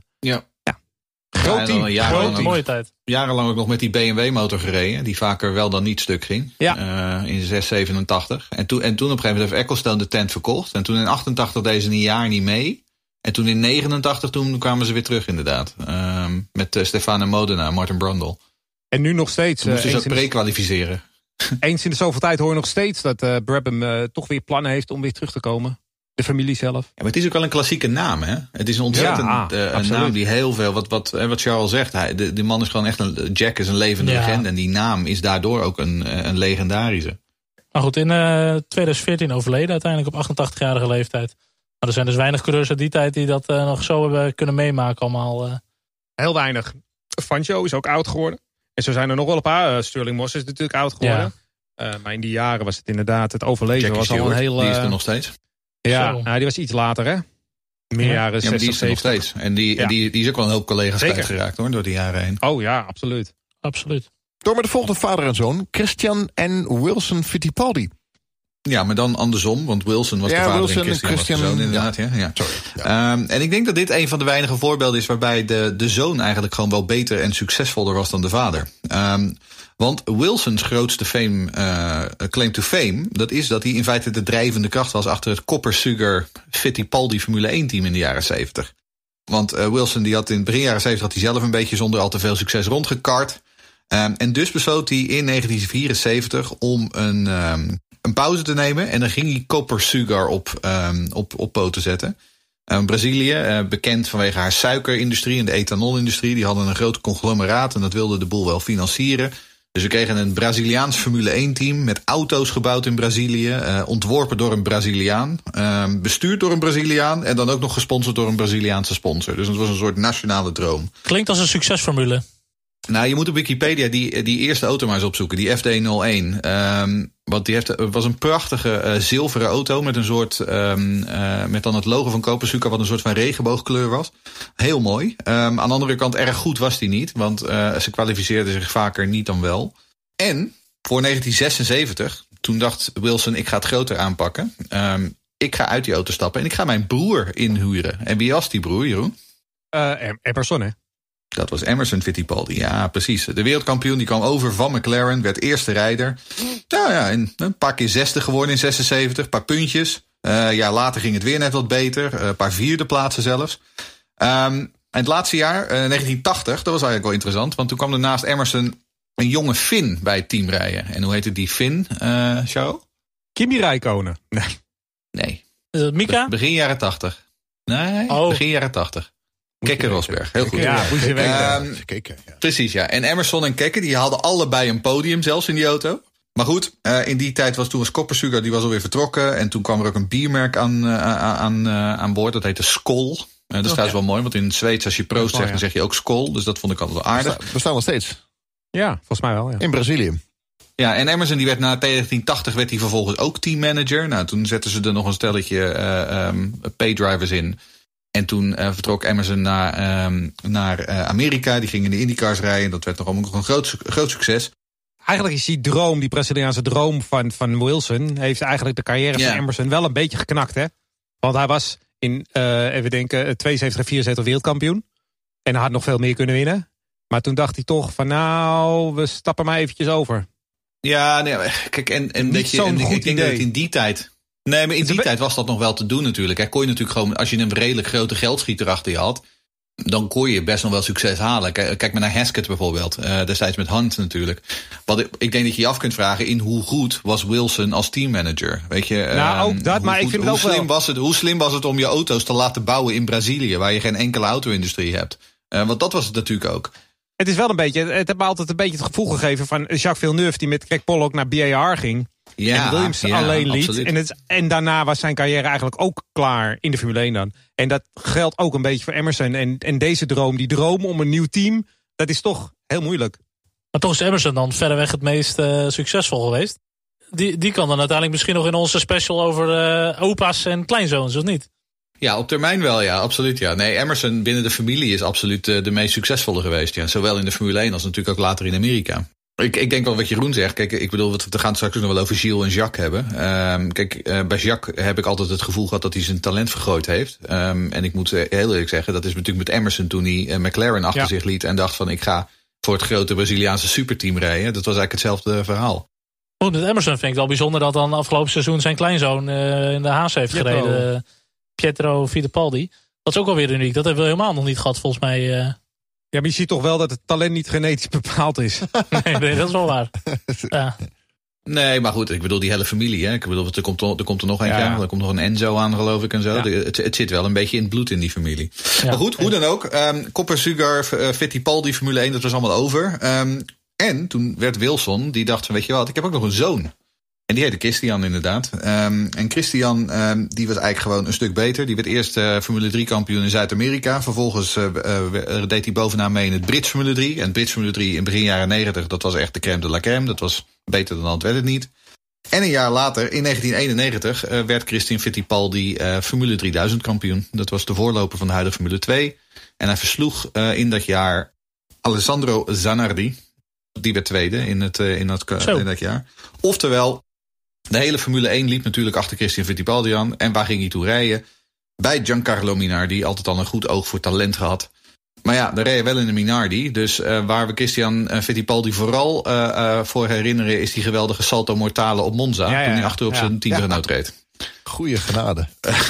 groot team. Mooie tijd. Jarenlang ook nog met die BMW-motor gereden. Die vaker wel dan niet stuk ging. Ja. In 687. En toen op een gegeven moment heeft Ecclestone de tent verkocht. En toen in 88 deed ze een jaar niet mee. En toen in 89 toen kwamen ze weer terug inderdaad. Met Stefano Modena en Martin Brundle. En nu nog steeds. Moesten ze pre-kwalificeren. Eens in de zoveel tijd hoor je nog steeds dat Brabham toch weer plannen heeft om weer terug te komen. De familie zelf. Ja, maar het is ook wel een klassieke naam, hè? Het is een ontzettend een naam die heel veel... Wat Charles zegt, de man is gewoon echt Jack is een levende legende. En die naam is daardoor ook een legendarische. Maar goed, in 2014 overleden uiteindelijk op 88-jarige leeftijd. Maar er zijn dus weinig coureurs uit die tijd die dat nog zo hebben kunnen meemaken allemaal. Heel weinig. Fangio is ook oud geworden. En zo zijn er nog wel een paar. Sterling Moss is natuurlijk oud geworden. Ja. Maar in die jaren was het inderdaad het overleven. Jackie was Stewart, al een heel. Die is er nog steeds. Ja, die was iets later, hè? Meer jaren 60, maar die is er nog steeds. En die is ook wel een hoop collega's kwijtgeraakt, hoor, door die jaren heen. Oh ja, absoluut. Door met de volgende vader en zoon. Christian en Wilson Fittipaldi. Ja, maar dan andersom, want Wilson was de vader Wilson en Christian was de zoon, inderdaad. Ja. Sorry. Ja. En ik denk dat dit een van de weinige voorbeelden is waarbij de zoon eigenlijk gewoon wel beter en succesvoller was dan de vader. Want Wilsons grootste claim to fame, dat is dat hij in feite de drijvende kracht was achter het Copper Sugar Fittipaldi Formule 1 team in de jaren 70. Want Wilson die had in het begin jaren 70 had hij zelf een beetje zonder al te veel succes rondgekart. En dus besloot hij in 1974 om een pauze te nemen. En dan ging hij Copper Sugar op poten zetten. Brazilië, bekend vanwege haar suikerindustrie en de ethanolindustrie. Die hadden een groot conglomeraat en dat wilde de boel wel financieren. Dus we kregen een Braziliaans Formule 1 team met auto's gebouwd in Brazilië. Ontworpen door een Braziliaan. Bestuurd door een Braziliaan. En dan ook nog gesponsord door een Braziliaanse sponsor. Dus het was een soort nationale droom. Klinkt als een succesformule. Nou, je moet op Wikipedia die eerste auto maar eens opzoeken. Die FD01. Want was een prachtige zilveren auto met een soort met dan het logo van Copersucar wat een soort van regenboogkleur was. Heel mooi. Aan de andere kant erg goed was die niet, want ze kwalificeerden zich vaker niet dan wel. En voor 1976, toen dacht Wilson, ik ga het groter aanpakken. Ik ga uit die auto stappen en ik ga mijn broer inhuren. En wie was die broer, Jeroen? Emerson, hè? Dat was Emerson Fittipaldi, ja precies. De wereldkampioen die kwam over van McLaren, werd eerste rijder. Nou ja, een paar keer 60 geworden in 76, een paar puntjes. Jaar later ging het weer net wat beter, een paar vierde plaatsen zelfs. En het laatste jaar, 1980, dat was eigenlijk wel interessant. Want toen kwam er naast Emerson een jonge Fin bij het team rijden. En hoe heette die Fin, Sjouw? Kimi Räikkönen. Nee. Is dat Mika? Begin jaren 80. Nee, begin jaren 80. Keke Rosberg, heel goed. Ja, goed je weten. Precies, ja. En Emerson en Keke, die hadden allebei een podium zelfs in die auto. Maar goed, in die tijd was Copersucar, die was alweer vertrokken. En toen kwam er ook een biermerk aan boord. Dat heette Skol. Dat is trouwens wel mooi, want in het Zweeds als je proost zegt, dan zeg je ook Skol. Dus dat vond ik altijd wel aardig. Bestaan nog steeds. Ja, volgens mij wel. Ja. In Brazilië. Ja, en Emerson die werd na 1980 werd hij vervolgens ook teammanager. Nou, toen zetten ze er nog een stelletje paydrivers in. En toen vertrok Emerson naar Amerika. Die ging in de IndyCars rijden. Dat werd nog een groot succes. Eigenlijk is die droom, die Braziliaanse droom van Wilson, heeft eigenlijk de carrière van Emerson wel een beetje geknakt, hè? Want hij was in, even denken, 72 en 74 wereldkampioen. En hij had nog veel meer kunnen winnen. Maar toen dacht hij toch van nou, we stappen maar eventjes over. Ja, nee, kijk, en niet zo'n goed ik denk idee. dat in die tijd... Nee, maar in die tijd was dat nog wel te doen natuurlijk. Hè. Kon je natuurlijk gewoon, als je een redelijk grote geldschieter achter je had, dan kon je best nog wel succes halen. Kijk maar naar Hesketh bijvoorbeeld. Destijds met Hunt natuurlijk. Wat ik denk dat je je af kunt vragen, in hoe goed was Wilson als teammanager? Weet je, nou, ook dat, maar ik vind het ook wel... Hoe slim was het om je auto's te laten bouwen in Brazilië, waar je geen enkele auto-industrie hebt? Want dat was het natuurlijk ook. Het is wel een beetje, het heeft me altijd een beetje het gevoel gegeven van Jacques Villeneuve, die met Greg Pollock naar BAR ging. Ja, en Williams alleen liet. Absoluut. En daarna was zijn carrière eigenlijk ook klaar in de Formule 1 dan. En dat geldt ook een beetje voor Emerson. En deze droom, die droom om een nieuw team, dat is toch heel moeilijk. Maar toch is Emerson dan verreweg het meest succesvol geweest. Die kan dan uiteindelijk misschien nog in onze special over opa's en kleinzoons, of niet? Ja, op termijn wel, ja, absoluut. Ja. Nee, Emerson binnen de familie is absoluut de meest succesvolle geweest. Ja. Zowel in de Formule 1 als natuurlijk ook later in Amerika. Ik denk wel wat Jeroen zegt. Kijk, ik bedoel, we gaan het straks ook nog wel over Gilles en Jacques hebben. Bij Jacques heb ik altijd het gevoel gehad dat hij zijn talent vergroot heeft. En ik moet heel eerlijk zeggen, dat is natuurlijk met Emerson toen hij McLaren achter zich liet en dacht van ik ga voor het grote Braziliaanse superteam rijden. Dat was eigenlijk hetzelfde verhaal. Goed, met Emerson vind ik het wel bijzonder dat dan afgelopen seizoen zijn kleinzoon in de Haas heeft gereden. Pietro Fittipaldi. Dat is ook alweer uniek. Dat hebben we helemaal nog niet gehad volgens mij. Ja, maar je ziet toch wel dat het talent niet genetisch bepaald is. Nee, dat is wel waar. Ja. Nee, maar goed, ik bedoel die hele familie. Hè. Ik bedoel, er komt er nog eentje aan. Er komt nog een Enzo aan, geloof ik, en zo. Ja. Het zit wel een beetje in het bloed in die familie. Ja. Maar goed, hoe dan ook. Copersucar, Fittipaldi, Formule 1, dat was allemaal over. En toen werd Wilson, die dacht van, weet je wat, ik heb ook nog een zoon. En die heette Christian inderdaad. En Christian die was eigenlijk gewoon een stuk beter. Die werd eerst Formule 3 kampioen in Zuid-Amerika. Vervolgens deed hij bovenaan mee in het Brits Formule 3. En het Brits Formule 3 in begin jaren 90, dat was echt de crème de la crème. Dat was beter dan het werd het niet. En een jaar later, in 1991, werd Christian Fittipaldi Formule 3000 kampioen. Dat was de voorloper van de huidige Formule 2. En hij versloeg in dat jaar Alessandro Zanardi. Die werd tweede in dat jaar. Oftewel, de hele Formule 1 liep natuurlijk achter Christian Fittipaldi aan. En waar ging hij toe rijden? Bij Giancarlo Minardi, altijd al een goed oog voor talent gehad. Maar ja, daar reed hij wel in de Minardi. Dus waar we Christian Fittipaldi vooral voor herinneren, is die geweldige salto mortale op Monza. Toen hij achterop zijn teamgenoot reed. Goeie genade.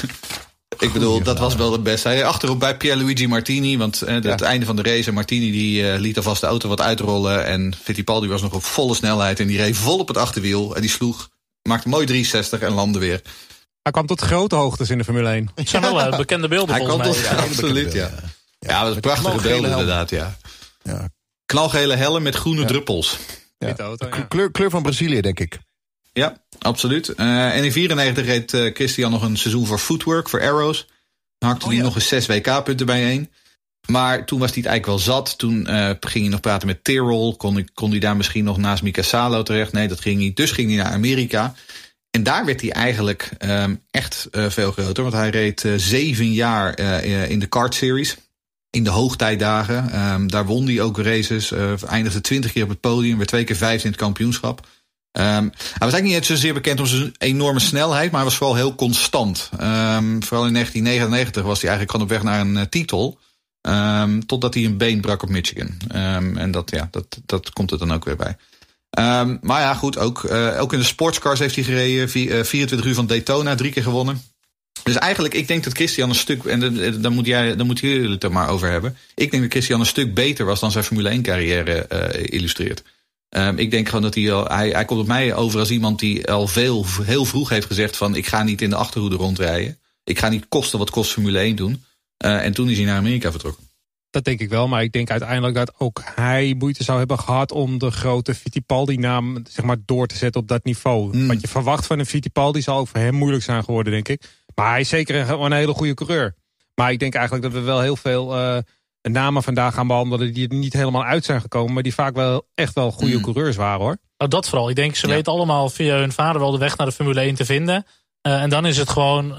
Ik bedoel, dat was wel het beste. Hij reed achterop bij Pierluigi Martini. Want het einde van de race, Martini die liet alvast de auto wat uitrollen. En Fittipaldi was nog op volle snelheid. En die reed vol op het achterwiel. En die sloeg, maakte mooi 360 en landde weer. Hij kwam tot grote hoogtes in de Formule 1. Het zijn wel bekende beelden volgens mij. Absoluut, ja. Ja, dat was prachtige beelden inderdaad, ja. Knalgele helm met groene druppels. Witte auto, kleur van Brazilië, denk ik. Ja, absoluut. En in 94 reed Christian nog een seizoen voor Footwork, voor Arrows. Hakte hij nog eens 6 WK-punten bijeen. Maar toen was hij het eigenlijk wel zat. Toen ging hij nog praten met Tyrrell. Kon hij daar misschien nog naast Mika Salo terecht? Nee, dat ging niet. Dus ging hij naar Amerika. En daar werd hij eigenlijk echt veel groter. Want hij reed 7 jaar in de kart series. In de hoogtijdagen. Daar won hij ook races. Eindigde 20 keer op het podium. Werd 2 keer 5 in het kampioenschap. Hij was eigenlijk niet zozeer bekend om zijn enorme snelheid. Maar hij was vooral heel constant. Vooral in 1999 was hij eigenlijk gewoon op weg naar een titel. Totdat hij een been brak op Michigan. En dat komt er dan ook weer bij. Maar ja, goed. Ook in de sportscars heeft hij gereden. 24 uur van Daytona, 3 keer gewonnen. Dus eigenlijk, ik denk dat Christian een stuk... En dan moeten jullie het er maar over hebben. Ik denk dat Christian een stuk beter was dan zijn Formule 1 carrière illustreert. Ik denk gewoon dat hij komt op mij over als iemand die al heel vroeg heeft gezegd van... ik ga niet in de achterhoede rondrijden. Ik ga niet kosten wat kost Formule 1 doen. En toen is hij naar Amerika vertrokken. Dat denk ik wel, maar ik denk uiteindelijk dat ook hij moeite zou hebben gehad om de grote Fittipaldi-naam zeg maar door te zetten op dat niveau. Wat je verwacht van een Fittipaldi zal ook voor hem moeilijk zijn geworden, denk ik. Maar hij is zeker een hele goede coureur. Maar ik denk eigenlijk dat we wel heel veel namen vandaag gaan behandelen die er niet helemaal uit zijn gekomen, maar die vaak wel echt wel goede coureurs waren, hoor. Nou, dat vooral. Ik denk, ze weten allemaal via hun vader wel de weg naar de Formule 1 te vinden. En dan is het gewoon...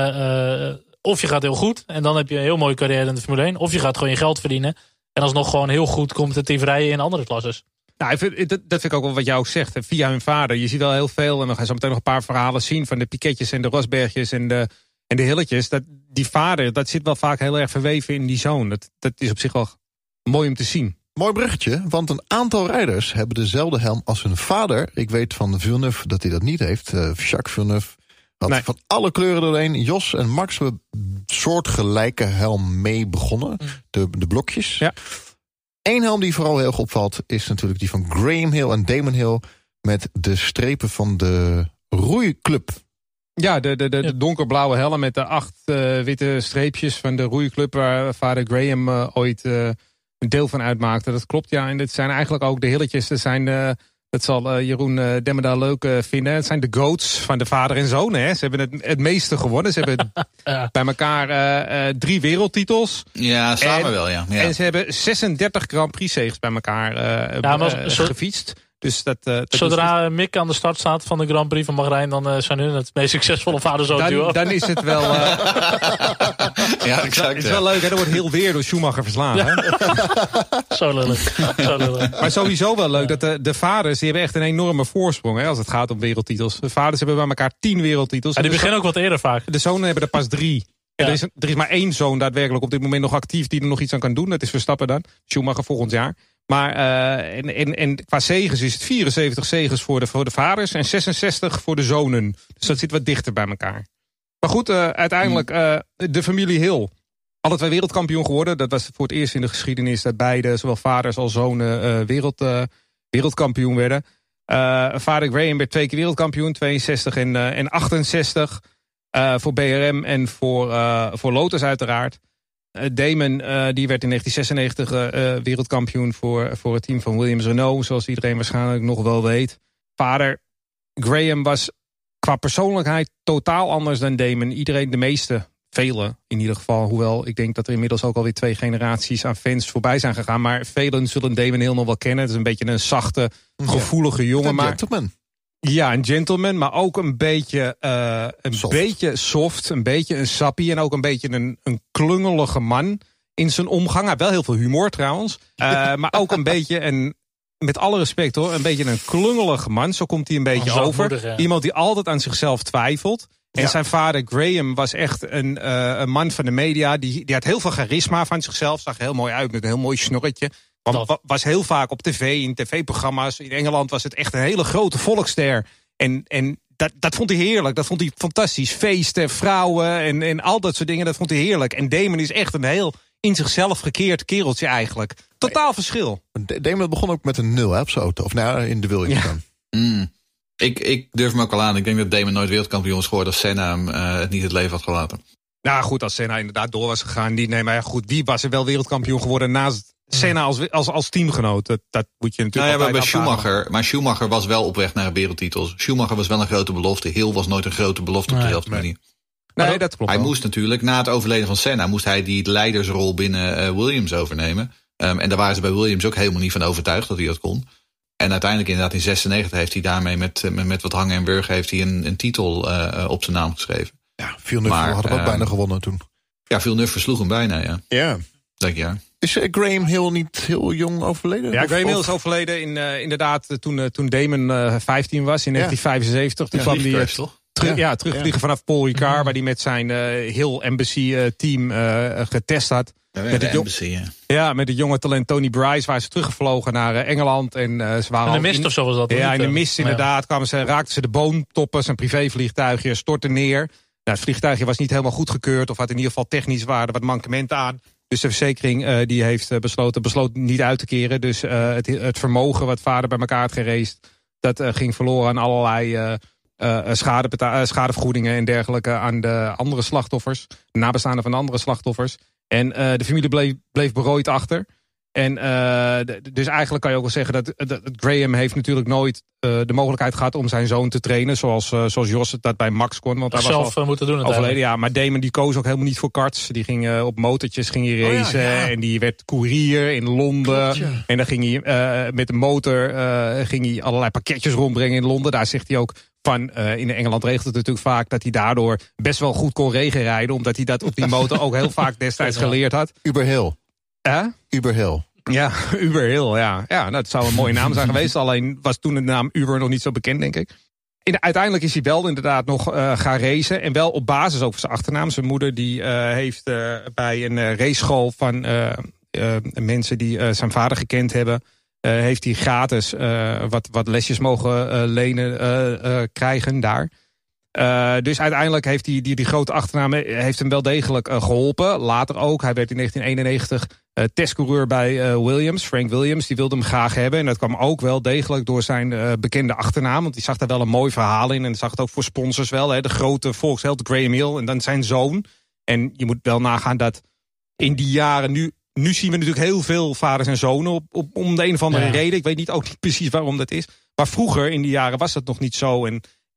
of je gaat heel goed en dan heb je een heel mooie carrière in de Formule 1. Of je gaat gewoon je geld verdienen. En alsnog gewoon heel goed competitief rijden in andere klasses. Nou, dat vind ik ook wel wat jij ook zegt. Via hun vader. Je ziet wel heel veel. En we gaan zo meteen nog een paar verhalen zien van de Piquetjes en de Rosbergjes en de Hilletjes. Die vader, dat zit wel vaak heel erg verweven in die zoon. Dat is op zich wel mooi om te zien. Mooi bruggetje, want een aantal rijders hebben dezelfde helm als hun vader. Ik weet van Villeneuve dat hij dat niet heeft. Jacques Villeneuve had van alle kleuren doorheen. Jos en Max hebben soortgelijke helm mee begonnen. De blokjes. Ja. Eén helm die vooral heel goed opvalt is natuurlijk die van Graham Hill en Damon Hill met de strepen van de roeiclub. Ja, de donkerblauwe helm met de 8 witte streepjes van de roeiclub waar vader Graham ooit een deel van uitmaakte. Dat klopt, ja. En dit zijn eigenlijk ook de Hilletjes. Dat zal Jeroen Demmerdaal leuk vinden. Het zijn de GOATs van de vader en zoon. Hè. Ze hebben het meeste gewonnen. Ze hebben bij elkaar 3 wereldtitels. Ja, samen wel, ja. En ze hebben 36 Grand Prix zegens bij elkaar gefietst. Dus zodra Mick aan de start staat van de Grand Prix van Bahrein, dan zijn hun het meest succesvolle vader-zoon duo. Dan is het wel... ja, exact. Het is wel leuk, hè? Er wordt heel weer door Schumacher verslagen. Hè? Zo lullig. Maar sowieso wel leuk dat de vaders, die hebben echt een enorme voorsprong, hè, als het gaat om wereldtitels. De vaders hebben bij elkaar 10 wereldtitels. Ja, die beginnen ook wat eerder vaak. De zonen hebben er pas 3. Ja. Er is maar 1 zoon daadwerkelijk op dit moment nog actief die er nog iets aan kan doen. Dat is Verstappen dan. Schumacher volgend jaar. Maar en qua zegens is het 74 zegens voor de vaders en 66 voor de zonen. Dus dat zit wat dichter bij elkaar. Maar goed, uiteindelijk de familie Hill. Alle 2 wereldkampioen geworden. Dat was voor het eerst in de geschiedenis dat beide, zowel vaders als zonen, wereldkampioen werden. Vader Graham werd 2 keer wereldkampioen, 62 en 68. Voor BRM en voor Lotus uiteraard. Damon die werd in 1996 wereldkampioen voor het team van Williams-Renault. Zoals iedereen waarschijnlijk nog wel weet. Vader Graham was qua persoonlijkheid totaal anders dan Damon. Iedereen, de meeste, velen in ieder geval. Hoewel ik denk dat er inmiddels ook alweer 2 generaties aan fans voorbij zijn gegaan. Maar velen zullen Damon heel nog wel kennen. Het is een beetje een zachte, gevoelige jongen. Een gentleman. Ja, een gentleman, maar ook een beetje soft, een beetje een sappie en ook een beetje een klungelige man in zijn omgang. Hij heeft wel heel veel humor trouwens, maar ook een beetje met alle respect hoor, een beetje een klungelige man. Zo komt hij een beetje over. Ja. Iemand die altijd aan zichzelf twijfelt. En zijn vader Graham was echt een man van de media. Die had heel veel charisma van zichzelf, zag er heel mooi uit met een heel mooi snorretje. Want was heel vaak op tv, in tv-programma's. In Engeland was het echt een hele grote volksster. En dat vond hij heerlijk. Dat vond hij fantastisch. Feesten, vrouwen en al dat soort dingen. Dat vond hij heerlijk. En Damon is echt een heel in zichzelf gekeerd kereltje eigenlijk. Totaal verschil. Damon begon ook met een 0 op zijn auto. Of nou, in de Williams dan. Ik durf hem ook al aan. Ik denk dat Damon nooit wereldkampioen is geworden als Senna hem het niet het leven had gelaten. Nou goed, als Senna inderdaad door was gegaan. Maar goed, wie was er wel wereldkampioen geworden naast Senna als teamgenoot, dat moet je natuurlijk bij Schumacher. Maar Schumacher was wel op weg naar wereldtitels. Schumacher was wel een grote belofte. Hill was nooit een grote belofte op dezelfde manier. Nee, dat klopt. Hij moest natuurlijk, na het overlijden van Senna, moest hij die leidersrol binnen Williams overnemen. En daar waren ze bij Williams ook helemaal niet van overtuigd dat hij dat kon. En uiteindelijk inderdaad in 96 heeft hij daarmee met wat hangen en wurgen heeft hij een titel op zijn naam geschreven. Ja, Villeneuve had hem ook bijna gewonnen toen. Ja, Villeneuve versloeg hem bijna, ja. Dat jaar. Is Graham Hill niet heel jong overleden? Ja, Graham Hill is overleden inderdaad toen Damon 15 was in 1975. Toen kwam hij terugvliegen vanaf Paul Ricard, waar hij met zijn Hill Embassy team getest had. Met het jonge talent Tony Bryce waren ze teruggevlogen naar Engeland. En ze waren in de mist of zo was dat? Ja, in de mist inderdaad. Raakten ze de boomtoppen, zijn privévliegtuigje stortte neer. Nou, het vliegtuigje was niet helemaal goedgekeurd, of had in ieder geval technisch wat mankementen aan. Dus de verzekering die heeft besloot niet uit te keren. Dus het vermogen wat vader bij elkaar had gereisd, dat ging verloren aan allerlei schadevergoedingen en dergelijke aan de andere slachtoffers. De nabestaanden van de andere slachtoffers. En de familie bleef berooid achter. En dus eigenlijk kan je ook wel zeggen dat Graham heeft natuurlijk nooit de mogelijkheid gehad om zijn zoon te trainen. Zoals Jos het dat bij Max kon. Want hij was zelf moeten doen overleden. Ja, maar Damon die koos ook helemaal niet voor karts. Die ging op motortjes racen. En die werd koerier in Londen. Klopt. En dan ging hij met de motor ging hij allerlei pakketjes rondbrengen in Londen. Daar zegt hij ook van, in Engeland regelt het natuurlijk vaak dat hij daardoor best wel goed kon regenrijden. Omdat hij dat op die motor ook heel vaak destijds geleerd had. Uberhill. Uberhill. Ja, Uberhill, ja. Ja, dat zou een mooie naam zijn geweest. Alleen was toen de naam Uber nog niet zo bekend, denk ik. Uiteindelijk is hij wel inderdaad nog gaan racen. En wel op basis ook van zijn achternaam. Zijn moeder die heeft bij een raceschool van mensen die zijn vader gekend hebben, heeft hij gratis wat lesjes mogen lenen krijgen daar. Dus uiteindelijk heeft die grote achternaam heeft hem wel degelijk geholpen. Later ook. Hij werd in 1991 testcoureur bij Williams. Frank Williams, die wilde hem graag hebben. En dat kwam ook wel degelijk door zijn bekende achternaam. Want die zag daar wel een mooi verhaal in. En zag het ook voor sponsors wel. Hè. De grote volksheld Graham Hill. En dan zijn zoon. En je moet wel nagaan dat in die jaren nu zien we natuurlijk heel veel vaders en zonen om de een of andere reden. Ik weet niet ook niet precies waarom dat is. Maar vroeger in die jaren was dat nog niet zo.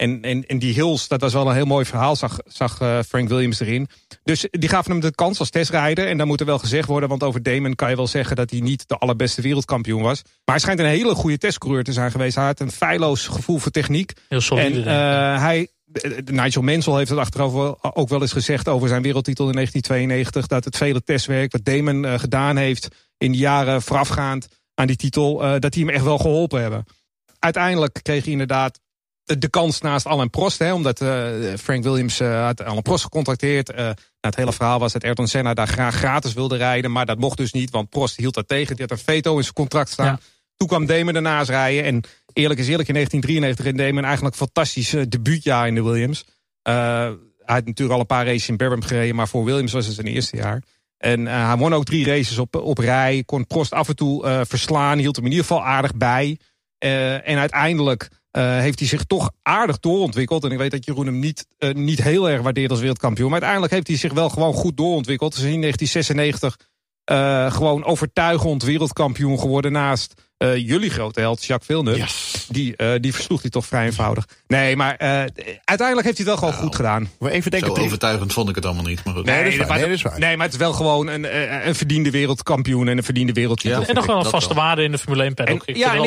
En die Hills, dat was wel een heel mooi verhaal, zag Frank Williams erin. Dus die gaven hem de kans als testrijder. En dat moet er wel gezegd worden, want over Damon kan je wel zeggen dat hij niet de allerbeste wereldkampioen was. Maar hij schijnt een hele goede testcoureur te zijn geweest. Hij had een feilloos gevoel voor techniek. Heel solide. En Nigel Mansell heeft het achterover ook wel eens gezegd over zijn wereldtitel in 1992. Dat het vele testwerk wat Damon gedaan heeft in de jaren voorafgaand aan die titel, dat die hem echt wel geholpen hebben. Uiteindelijk kreeg hij inderdaad de kans naast Alain Prost, hè, omdat Frank Williams had Alain Prost gecontracteerd. Het hele verhaal was dat Ayrton Senna daar graag gratis wilde rijden, maar dat mocht dus niet, want Prost hield dat tegen. Die had een veto in zijn contract staan. Ja. Toen kwam Damon ernaast rijden en eerlijk is eerlijk, in 1993 in Damon eigenlijk een fantastisch debuutjaar in de Williams. Hij had natuurlijk al een paar races in Birmingham gereden, maar voor Williams was het zijn eerste jaar. En hij won ook 3 races op rij, kon Prost af en toe verslaan, hield hem in ieder geval aardig bij. En uiteindelijk heeft hij zich toch aardig doorontwikkeld. En ik weet dat Jeroen hem niet heel erg waardeert als wereldkampioen. Maar uiteindelijk heeft hij zich wel gewoon goed doorontwikkeld. Dus in 1996 gewoon overtuigend wereldkampioen geworden naast jullie grote held Jacques Villeneuve. Yes. Die versloeg hij toch vrij eenvoudig. Nee, maar uiteindelijk heeft hij het wel gewoon goed gedaan. Maar even denken, zo overtuigend vond ik het allemaal niet. Maar goed. Nee, dat is waar. Nee, maar het is wel gewoon een verdiende wereldkampioen en een verdiende wereldtitel. Ja, en nog wel een vaste waarde in de Formule 1 paddock.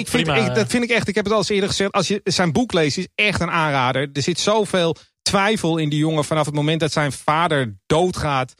Dat vind ik echt, ik heb het al eens eerder gezegd, als je zijn boek leest, is echt een aanrader. Er zit zoveel twijfel in die jongen vanaf het moment dat zijn vader doodgaat.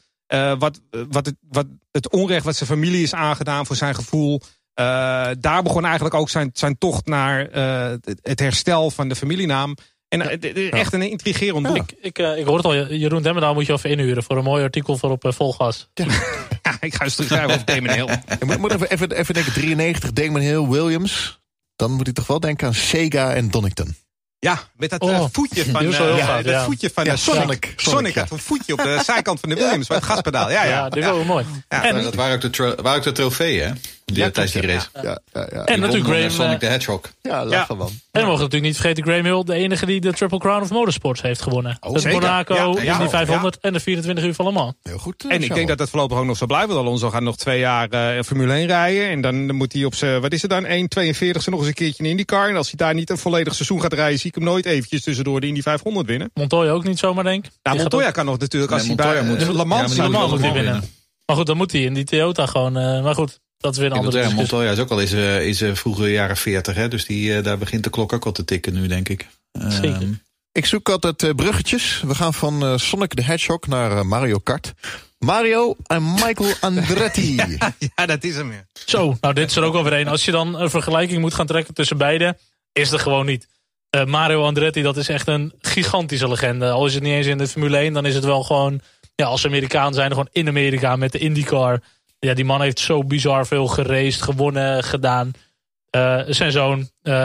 Wat het onrecht wat zijn familie is aangedaan voor zijn gevoel. Daar begon eigenlijk ook zijn tocht naar het herstel van de familienaam. En echt een intrigerend boek. Ik hoor het al, Jeroen Demmendaal moet je even inhuren voor een mooi artikel voor op Volgas. Ja. Ik ga eens terugschrijven over Damon Hill. Ik moet even denken, 93, Damon Hill, Williams. Dan moet ik toch wel denken aan Sega en Donington. Ja, met dat voetje van voetje van Sonic. Sonic had een voetje op de zijkant van de Williams, bij het gaspedaal. Ja, dit is wel mooi. Ja, en dat waren ook de trofeeën, hè? tijdens die race. Ja. En natuurlijk Graham Sonic the Hedgehog. Ja, lachen man. En we mogen natuurlijk niet vergeten Graham Hill, de enige die de Triple Crown of Motorsports heeft gewonnen. Dus Monaco, Indy 500 en de 24 uur van Le Mans. Heel goed. En ik denk dat het voorlopig ook nog zo blijft. Want Alonso gaat nog 2 jaar Formule 1 rijden. En dan moet hij op zijn, wat is het dan, 1,42 nog eens een keertje in IndyCar. En als hij daar niet een volledig seizoen gaat rijden, zie ik hem nooit eventjes tussendoor de Indy 500 winnen. Montoya ook niet zomaar, denk ik. Nou, Montoya kan nog natuurlijk, als hij bij Le Mans moet hij winnen. Maar goed, dan moet hij in die Toyota gewoon. Maar goed, dat is weer een andere discussie. Montoya is ook al in zijn vroege jaren 40, hè? Dus daar begint de klok ook al te tikken nu, denk ik. Zeker. Ik zoek altijd bruggetjes. We gaan van Sonic the Hedgehog naar Mario Kart. Mario en Michael Andretti. Ja, dat is hem. Ja. Zo, nou dit is er ook alweer een. Als je dan een vergelijking moet gaan trekken tussen beide, is er gewoon niet. Mario Andretti, dat is echt een gigantische legende. Al is het niet eens in de Formule 1, dan is het wel gewoon, ja, als Amerikaan zijn, gewoon in Amerika met de IndyCar. Ja, die man heeft zo bizar veel geraced, gewonnen, gedaan. Zijn zoon,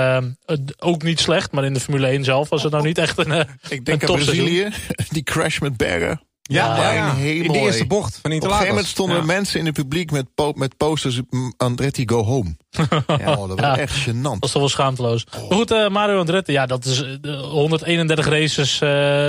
ook niet slecht, maar in de Formule 1 zelf was het nou niet echt een ik denk aan Brazilië, die crash met Berger. Ja. In de eerste bocht van Interlagos. Op een gegeven moment stonden mensen in het publiek met posters Andretti go home. Oh, dat was echt gênant. Dat was toch wel schaamteloos. Maar goed, Mario Andretti, ja, dat is 131 races,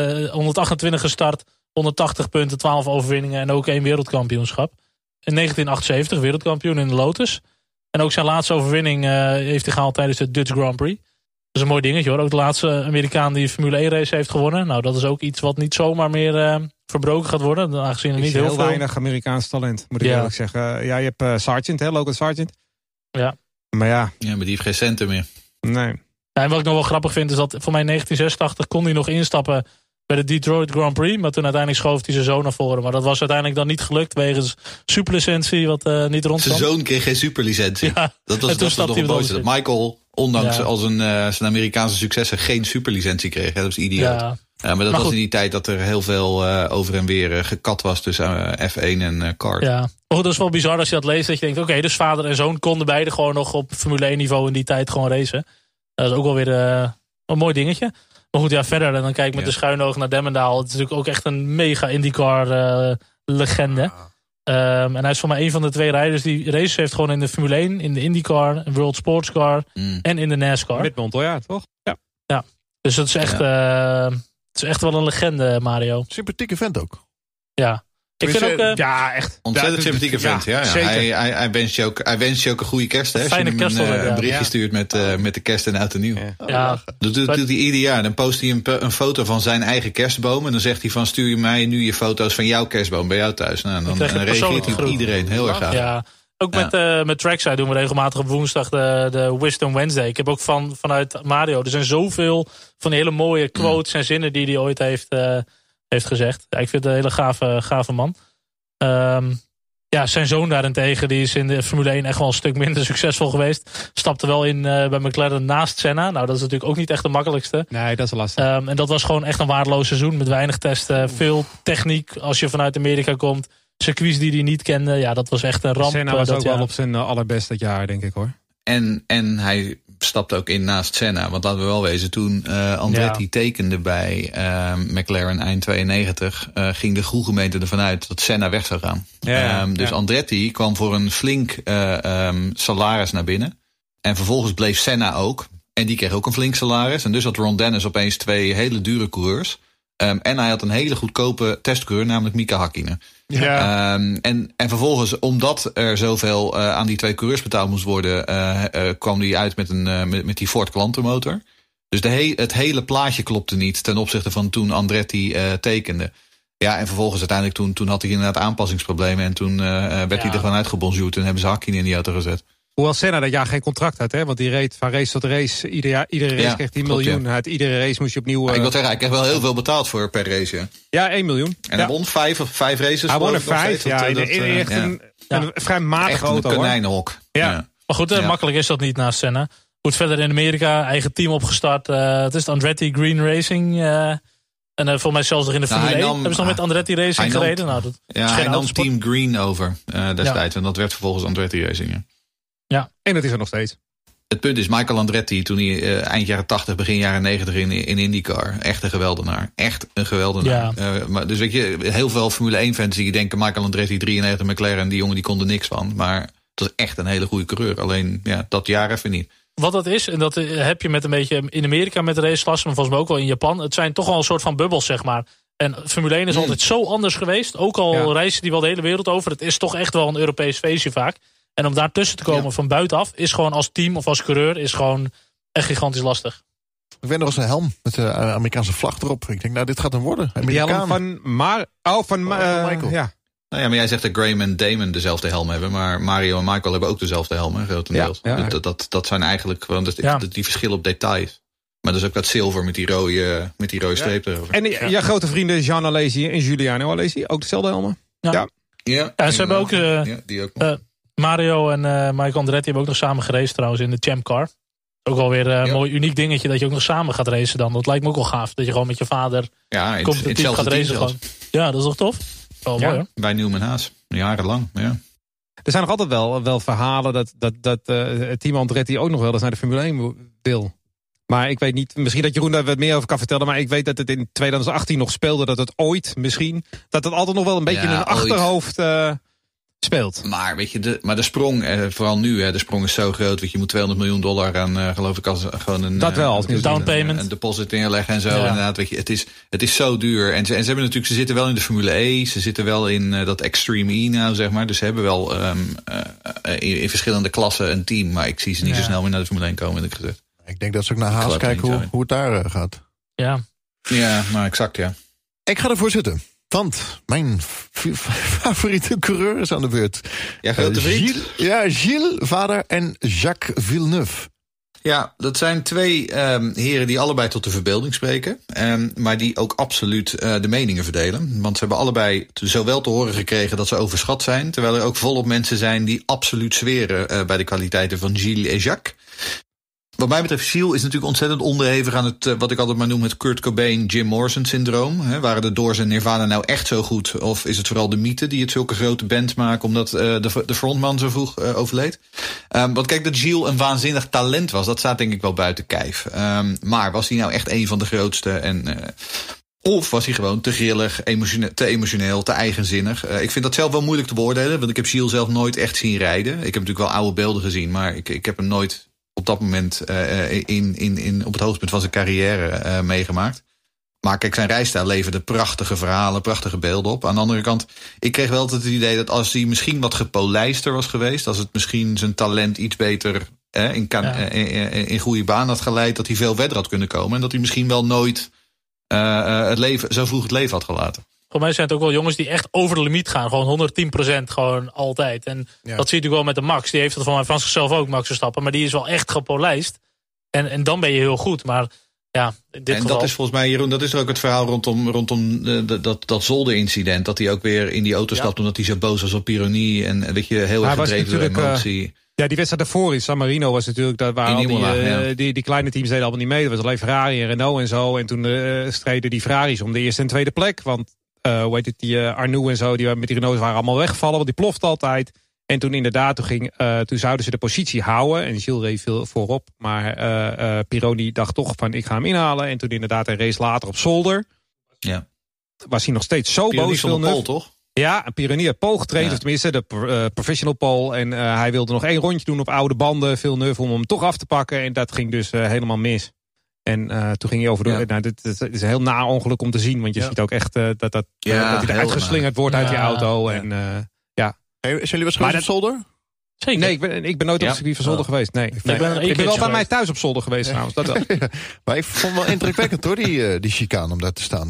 128 gestart, 180 punten, 12 overwinningen en ook 1 wereldkampioenschap. In 1978 wereldkampioen in de Lotus. En ook zijn laatste overwinning heeft hij gehaald tijdens de Dutch Grand Prix. Dat is een mooi dingetje hoor. Ook de laatste Amerikaan die Formule 1 race heeft gewonnen. Nou, dat is ook iets wat niet zomaar meer verbroken gaat worden. Aangezien er niet heel veel weinig Amerikaans talent, moet ik eerlijk zeggen. Ja, je hebt Sargent, hè, Logan Sargent. Ja. Maar ja. Ja, maar die heeft geen centen meer. Nee. Ja, en wat ik nog wel grappig vind is dat voor mij in 1986 kon hij nog instappen bij de Detroit Grand Prix. Maar toen uiteindelijk schoof hij zijn zoon naar voren. Maar dat was uiteindelijk dan niet gelukt wegens superlicentie wat niet rond. Zijn zoon kreeg geen superlicentie. Ja. Dat was nog een mooiste. Dat Michael, ondanks als zijn Amerikaanse successen, geen superlicentie kreeg. Dat was idioot. Ja. Maar dat was in die tijd dat er heel veel over en weer gekat was tussen F1 en kart. Ja, maar goed, dat is wel bizar als je dat leest. Dat je denkt, oké, dus vader en zoon konden beide gewoon nog op Formule 1 niveau in die tijd gewoon racen. Dat is ook wel weer een mooi dingetje. Maar goed, ja, verder. En dan kijk ik met de schuine oog naar Demmendaal. Het is natuurlijk ook echt een mega IndyCar legende. En hij is voor mij een van de 2 rijders die races heeft gewoon in de Formule 1, in de IndyCar, World Sports Car en in de NASCAR. Met Montoya, toch? Ja. Dus dat is echt, het is echt wel een legende, Mario. Sympathieke vent ook. Ja. Ik vind ook, echt. Ontzettend sympathieke vent. Ja. Hij wens je ook een goede kerst. Hè, als je hem een berichtje stuurt met de kerst en oud en nieuw. Ja. Dat doet hij ieder jaar. Dan post hij een foto van zijn eigen kerstboom. En dan zegt hij van, stuur je mij nu je foto's van jouw kerstboom bij jou thuis. Nou, dan reageert hij op iedereen heel erg graag. Ja. Ook met Trackside doen we regelmatig op woensdag de Wisdom Wednesday. Ik heb ook vanuit Mario. Er zijn zoveel van die hele mooie quotes en zinnen die hij ooit heeft gezegd. Ja, ik vind het een hele gave man. Zijn zoon daarentegen, die is in de Formule 1 echt wel een stuk minder succesvol geweest. Stapte wel in bij McLaren naast Senna. Nou, dat is natuurlijk ook niet echt de makkelijkste. Nee, dat is lastig. En dat was gewoon echt een waardeloos seizoen met weinig testen. Veel techniek als je vanuit Amerika komt. Circuits die hij niet kende. Ja, dat was echt een ramp. Senna was ook wel op zijn allerbest dat jaar, denk ik hoor. En hij stapte ook in naast Senna. Want laten we wel wezen, toen Andretti tekende bij McLaren eind 92... ging de groegemeente ervan uit dat Senna weg zou gaan. Dus Andretti kwam voor een flink salaris naar binnen. En vervolgens bleef Senna ook. En die kreeg ook een flink salaris. En dus had Ron Dennis opeens 2 hele dure coureurs. En hij had een hele goedkope testcoureur, namelijk Mika Hakkinen. Ja. En vervolgens, omdat er zoveel aan die 2 coureurs betaald moest worden, kwam hij uit met die Ford Quantum-motor. Dus het hele plaatje klopte niet ten opzichte van toen Andretti tekende. Ja, en vervolgens uiteindelijk toen had hij inderdaad aanpassingsproblemen. En toen werd hij er gewoon uitgebonjourd en hebben ze Hakkinen in die auto gezet. Hoewel Senna dat jaar geen contract had, hè? Want die reed van race tot race. Iedere race kreeg hij $1 miljoen. Uit iedere race moest je opnieuw. Ik wil zeggen, hij kreeg wel heel veel betaald voor per race. Ja, $1 miljoen. En hij won 5 races. Hij won er 5. Ja, echt een vrij matige auto. Een konijnenhok. Ja. Maar goed, makkelijk is dat niet naast Senna. Goed, verder in Amerika, eigen team opgestart. Het is de Andretti Green Racing. En volgens mij zelfs nog in de Formule 1 hebben ze nog met Andretti Racing gereden. Hij nam Team Green over destijds. En dat werd vervolgens Andretti Racing. Ja, en dat is er nog steeds. Het punt is, Michael Andretti, toen hij eind jaren 80, begin jaren 90 in IndyCar. Echt een geweldenaar. Echt een geweldenaar. Maar dus weet je, heel veel Formule 1 fans die denken Michael Andretti, 93 McLaren, die jongen die kon er niks van. Maar Dat is echt een hele goede coureur. Alleen dat jaar even niet. Wat dat is, en dat heb je met een beetje in Amerika met de raceklas, maar volgens mij ook wel in Japan. Het zijn toch wel een soort van bubbels, zeg maar. En Formule 1 is altijd zo anders geweest. Ook al reizen die wel de hele wereld over. Het is toch echt wel een Europees feestje vaak. En om daartussen te komen van buitenaf is gewoon als team of als coureur is gewoon echt gigantisch lastig. Ik weet nog eens een helm met de Amerikaanse vlag erop. Ik denk, dit gaat hem worden. Die helm van Michael. Ja. Nou ja, maar jij zegt dat Graham en Damon dezelfde helm hebben. Maar Mario en Michael hebben ook dezelfde helm, grotendeels. Ja. Dat zijn eigenlijk gewoon die verschillen op details. Maar dus ook dat zilver met die rode streep erover. En jouw grote vrienden Jean Alesi en Giuliano Alesi, ook dezelfde helmen? Ja, en ze hebben ook... die ook Mario en Michael Andretti hebben ook nog samen geraced trouwens in de Champ Car. Ook alweer een mooi uniek dingetje dat je ook nog samen gaat racen dan. Dat lijkt me ook wel gaaf. Dat je gewoon met je vader competitief gaat racen. Gewoon. Ja, dat is toch tof? Mooi, hoor. Bij Newman Haas. Jarenlang, ja. Er zijn nog altijd wel verhalen dat team Andretti ook nog wel eens naar de Formule 1 wil. Maar ik weet niet, misschien dat Jeroen daar wat meer over kan vertellen. Maar ik weet dat het in 2018 nog speelde. Dat het ooit misschien, dat het altijd nog wel een beetje in een achterhoofd speelt. Maar weet je, de sprong, vooral nu, de sprong is zo groot. Want je moet $200 miljoen aan, geloof ik, als gewoon een down payment, een deposit inleggen en zo. Ja. Inderdaad, weet je, het is zo duur. En ze hebben natuurlijk, ze zitten wel in de Formule E, ze zitten wel in dat Extreme E nou, zeg maar. Dus ze hebben wel in verschillende klassen een team. Maar ik zie ze niet zo snel meer naar de Formule 1 komen, heb ik gezegd. Ik denk dat ze ook naar Haas kijken hoe het daar gaat. Ja, nou exact, ja. Ik ga ervoor zitten. Want mijn favoriete coureur is aan de beurt. Ja, grote vriend. Gilles, vader en Jacques Villeneuve. Ja, dat zijn twee heren die allebei tot de verbeelding spreken. Maar die ook absoluut de meningen verdelen. Want ze hebben allebei zowel te horen gekregen dat ze overschat zijn. Terwijl er ook volop mensen zijn die absoluut zweren bij de kwaliteiten van Gilles en Jacques. Wat mij betreft, Gilles is natuurlijk ontzettend onderhevig aan het, wat ik altijd maar noem, het Kurt Cobain, Jim Morrison syndroom. Waren de Doors en Nirvana nou echt zo goed? Of is het vooral de mythe die het zulke grote band maken, omdat de frontman zo vroeg overleed? Want kijk, dat Gilles een waanzinnig talent was, dat staat denk ik wel buiten kijf. Maar was hij nou echt een van de grootste? Of was hij gewoon te grillig, te emotioneel, te eigenzinnig? Ik vind dat zelf wel moeilijk te beoordelen, want ik heb Gilles zelf nooit echt zien rijden. Ik heb natuurlijk wel oude beelden gezien, maar ik heb hem nooit op dat moment op het hoogtepunt van zijn carrière meegemaakt. Maar kijk, zijn rijstijl leverde prachtige verhalen, prachtige beelden op. Aan de andere kant, ik kreeg wel altijd het idee dat als hij misschien wat gepolijster was geweest, als het misschien zijn talent iets beter in goede baan had geleid, dat hij veel verder had kunnen komen. En dat hij misschien wel nooit zo vroeg het leven had gelaten. Voor mij zijn het ook wel jongens die echt over de limiet gaan. Gewoon 110% gewoon altijd. En dat zie je natuurlijk wel met de Max. Die heeft het van zichzelf ook, Max Verstappen. Maar die is wel echt gepolijst. En dan ben je heel goed. Maar ja, in dit geval... dat is volgens mij, Jeroen, dat is er ook het verhaal rondom dat Zolder-incident. Dat hij ook weer in die auto stapt omdat hij zo boos was op Pironi. En weet je, heel erg gedreven door emotie. Ja, die wedstrijd daarvoor in San Marino was natuurlijk, dat waren die kleine teams deden allemaal niet mee. Dat was alleen Ferrari en Renault en zo. En toen streden die Ferraris om de eerste en tweede plek. Want die Arnoux en zo, die met die Renaults waren allemaal weggevallen, want die ploft altijd. En toen inderdaad, toen zouden ze de positie houden. En Gilles reed veel voorop. Maar Pironi dacht toch van, ik ga hem inhalen. En toen inderdaad een race later op Zolder. Ja. Was hij nog steeds zo Pironi boos. Pironi van de pole, toch? Ja, Pironi had pole getraind, of tenminste de professional pole. En hij wilde nog 1 rondje doen op oude banden, Villeneuve, om hem toch af te pakken. En dat ging dus helemaal mis. En toen ging hij over de... Nou, dit is een heel na ongeluk om te zien. Want je ziet ook echt dat hij eruit geslingerd wordt uit die auto. En Zijn jullie wel eens op Zolder? Zeker. Nee, ik ben nooit op het circuit van Zolder geweest. Nee. Ik ben wel bij mij thuis op Zolder geweest trouwens. Dat wel. Maar ik vond het wel indrukwekkend hoor, die chicane om daar te staan.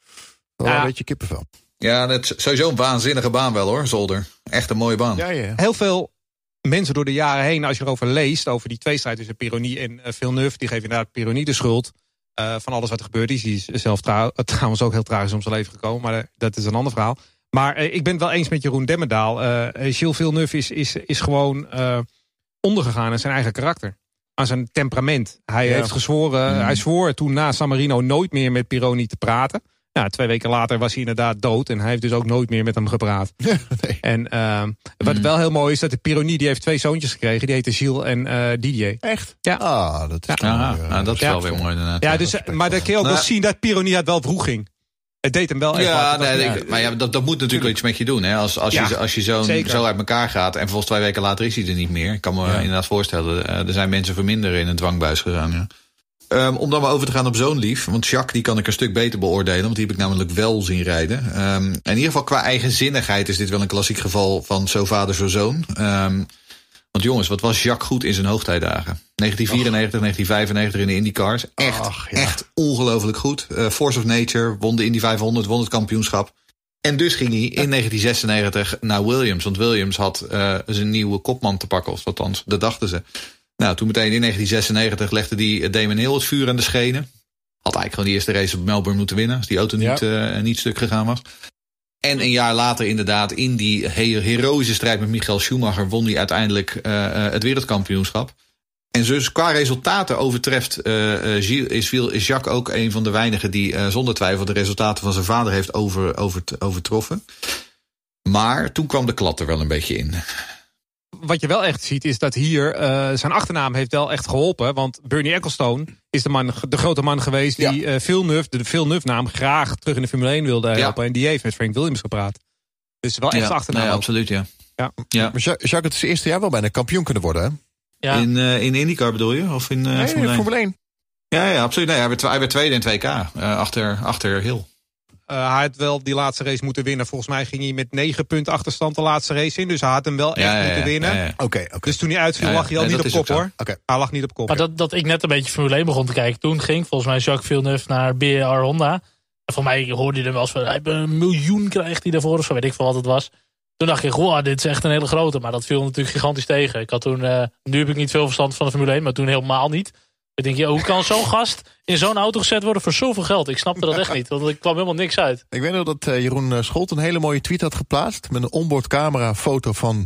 Wel een beetje kippenvel. Ja, dat is sowieso een waanzinnige baan wel hoor, Zolder. Echt een mooie baan. Ja. Heel veel mensen door de jaren heen, als je erover leest, over die tweestrijd tussen Pironi en Villeneuve, die geven inderdaad Pironi de schuld van alles wat er gebeurd is. Die is zelf trouwens ook heel tragisch om zijn leven gekomen, maar dat is een ander verhaal. Maar ik ben het wel eens met Jeroen Demmendaal. Gilles Villeneuve is gewoon ondergegaan aan zijn eigen karakter. Aan zijn temperament. Hij heeft gezworen, hij zwoer toen na San Marino nooit meer met Pironi te praten. Nou, 2 weken later was hij inderdaad dood. En hij heeft dus ook nooit meer met hem gepraat. Nee. En wat wel heel mooi is, dat de Pironi, die heeft 2 zoontjes gekregen. Die heten Gilles en Didier. Echt? Ja. Dat is dat is wel weer mooi inderdaad. Ja, dus, maar dan kun je ook wel zien dat Pironi het wel vroeg ging. Het deed hem wel echt maar dat moet natuurlijk wel iets met je doen. Hè? Als je zo uit elkaar gaat en vervolgens 2 weken later is hij er niet meer. Ik kan me inderdaad voorstellen, er zijn mensen verminderen in een dwangbuis gegaan. Ja. Om dan maar over te gaan op zo'n lief. Want Jacques die kan ik een stuk beter beoordelen. Want die heb ik namelijk wel zien rijden. In ieder geval qua eigenzinnigheid is dit wel een klassiek geval van zo vader zo zoon. Want jongens, wat was Jacques goed in zijn hoogtijdagen? 1994, 1995 in de IndyCars. Echt ongelooflijk goed. Force of Nature, won de Indy 500, won het kampioenschap. En dus ging hij in 1996 naar Williams. Want Williams had zijn nieuwe kopman te pakken. Of althans, dat dachten ze. Nou, toen meteen in 1996 legde die Damon Hill het vuur aan de schenen. Had eigenlijk gewoon die eerste race op Melbourne moeten winnen. Als die auto niet stuk gegaan was. En een jaar later inderdaad in die heroïsche strijd met Michael Schumacher won hij uiteindelijk het wereldkampioenschap. En dus qua resultaten overtreft is Jacques ook een van de weinigen die zonder twijfel de resultaten van zijn vader heeft overtroffen. Maar toen kwam de klad er wel een beetje in. Wat je wel echt ziet is dat hier zijn achternaam heeft wel echt geholpen. Want Bernie Ecclestone is de grote man geweest die de Villeneuve-naam graag terug in de Formule 1 wilde helpen. En die heeft met Frank Williams gepraat. Dus wel echt achternaam. Ja, absoluut, ja. Maar Jacques, het is het eerste jaar wel bijna kampioen kunnen worden, hè? Ja. In IndyCar bedoel je? Of in Formule 1? Ja, absoluut. Nee, hij werd tweede in 2K achter Hill. Hij had wel die laatste race moeten winnen. Volgens mij ging hij met 9 punten achterstand de laatste race in. Dus hij had hem wel echt moeten winnen. Ja. Okay. Dus toen hij uitviel lag hij al niet op kop, hoor. Okay. Hij lag niet op kop. Maar dat ik net een beetje Formule 1 begon te kijken. Toen ging volgens mij Jacques Villeneuve naar BAR Honda. En voor mij hoorde hij er wel eens van, hij heeft $1 miljoen krijgt hij daarvoor. Of zo weet ik veel wat het was. Toen dacht ik, wow, dit is echt een hele grote. Maar dat viel natuurlijk gigantisch tegen. Ik had toen, nu heb ik niet veel verstand van de Formule 1. Maar toen helemaal niet. Ik denk, hoe kan zo'n gast in zo'n auto gezet worden voor zoveel geld? Ik snapte dat echt niet, want er kwam helemaal niks uit. Ik weet nog dat Jeroen Scholt een hele mooie tweet had geplaatst met een onboardcamera foto van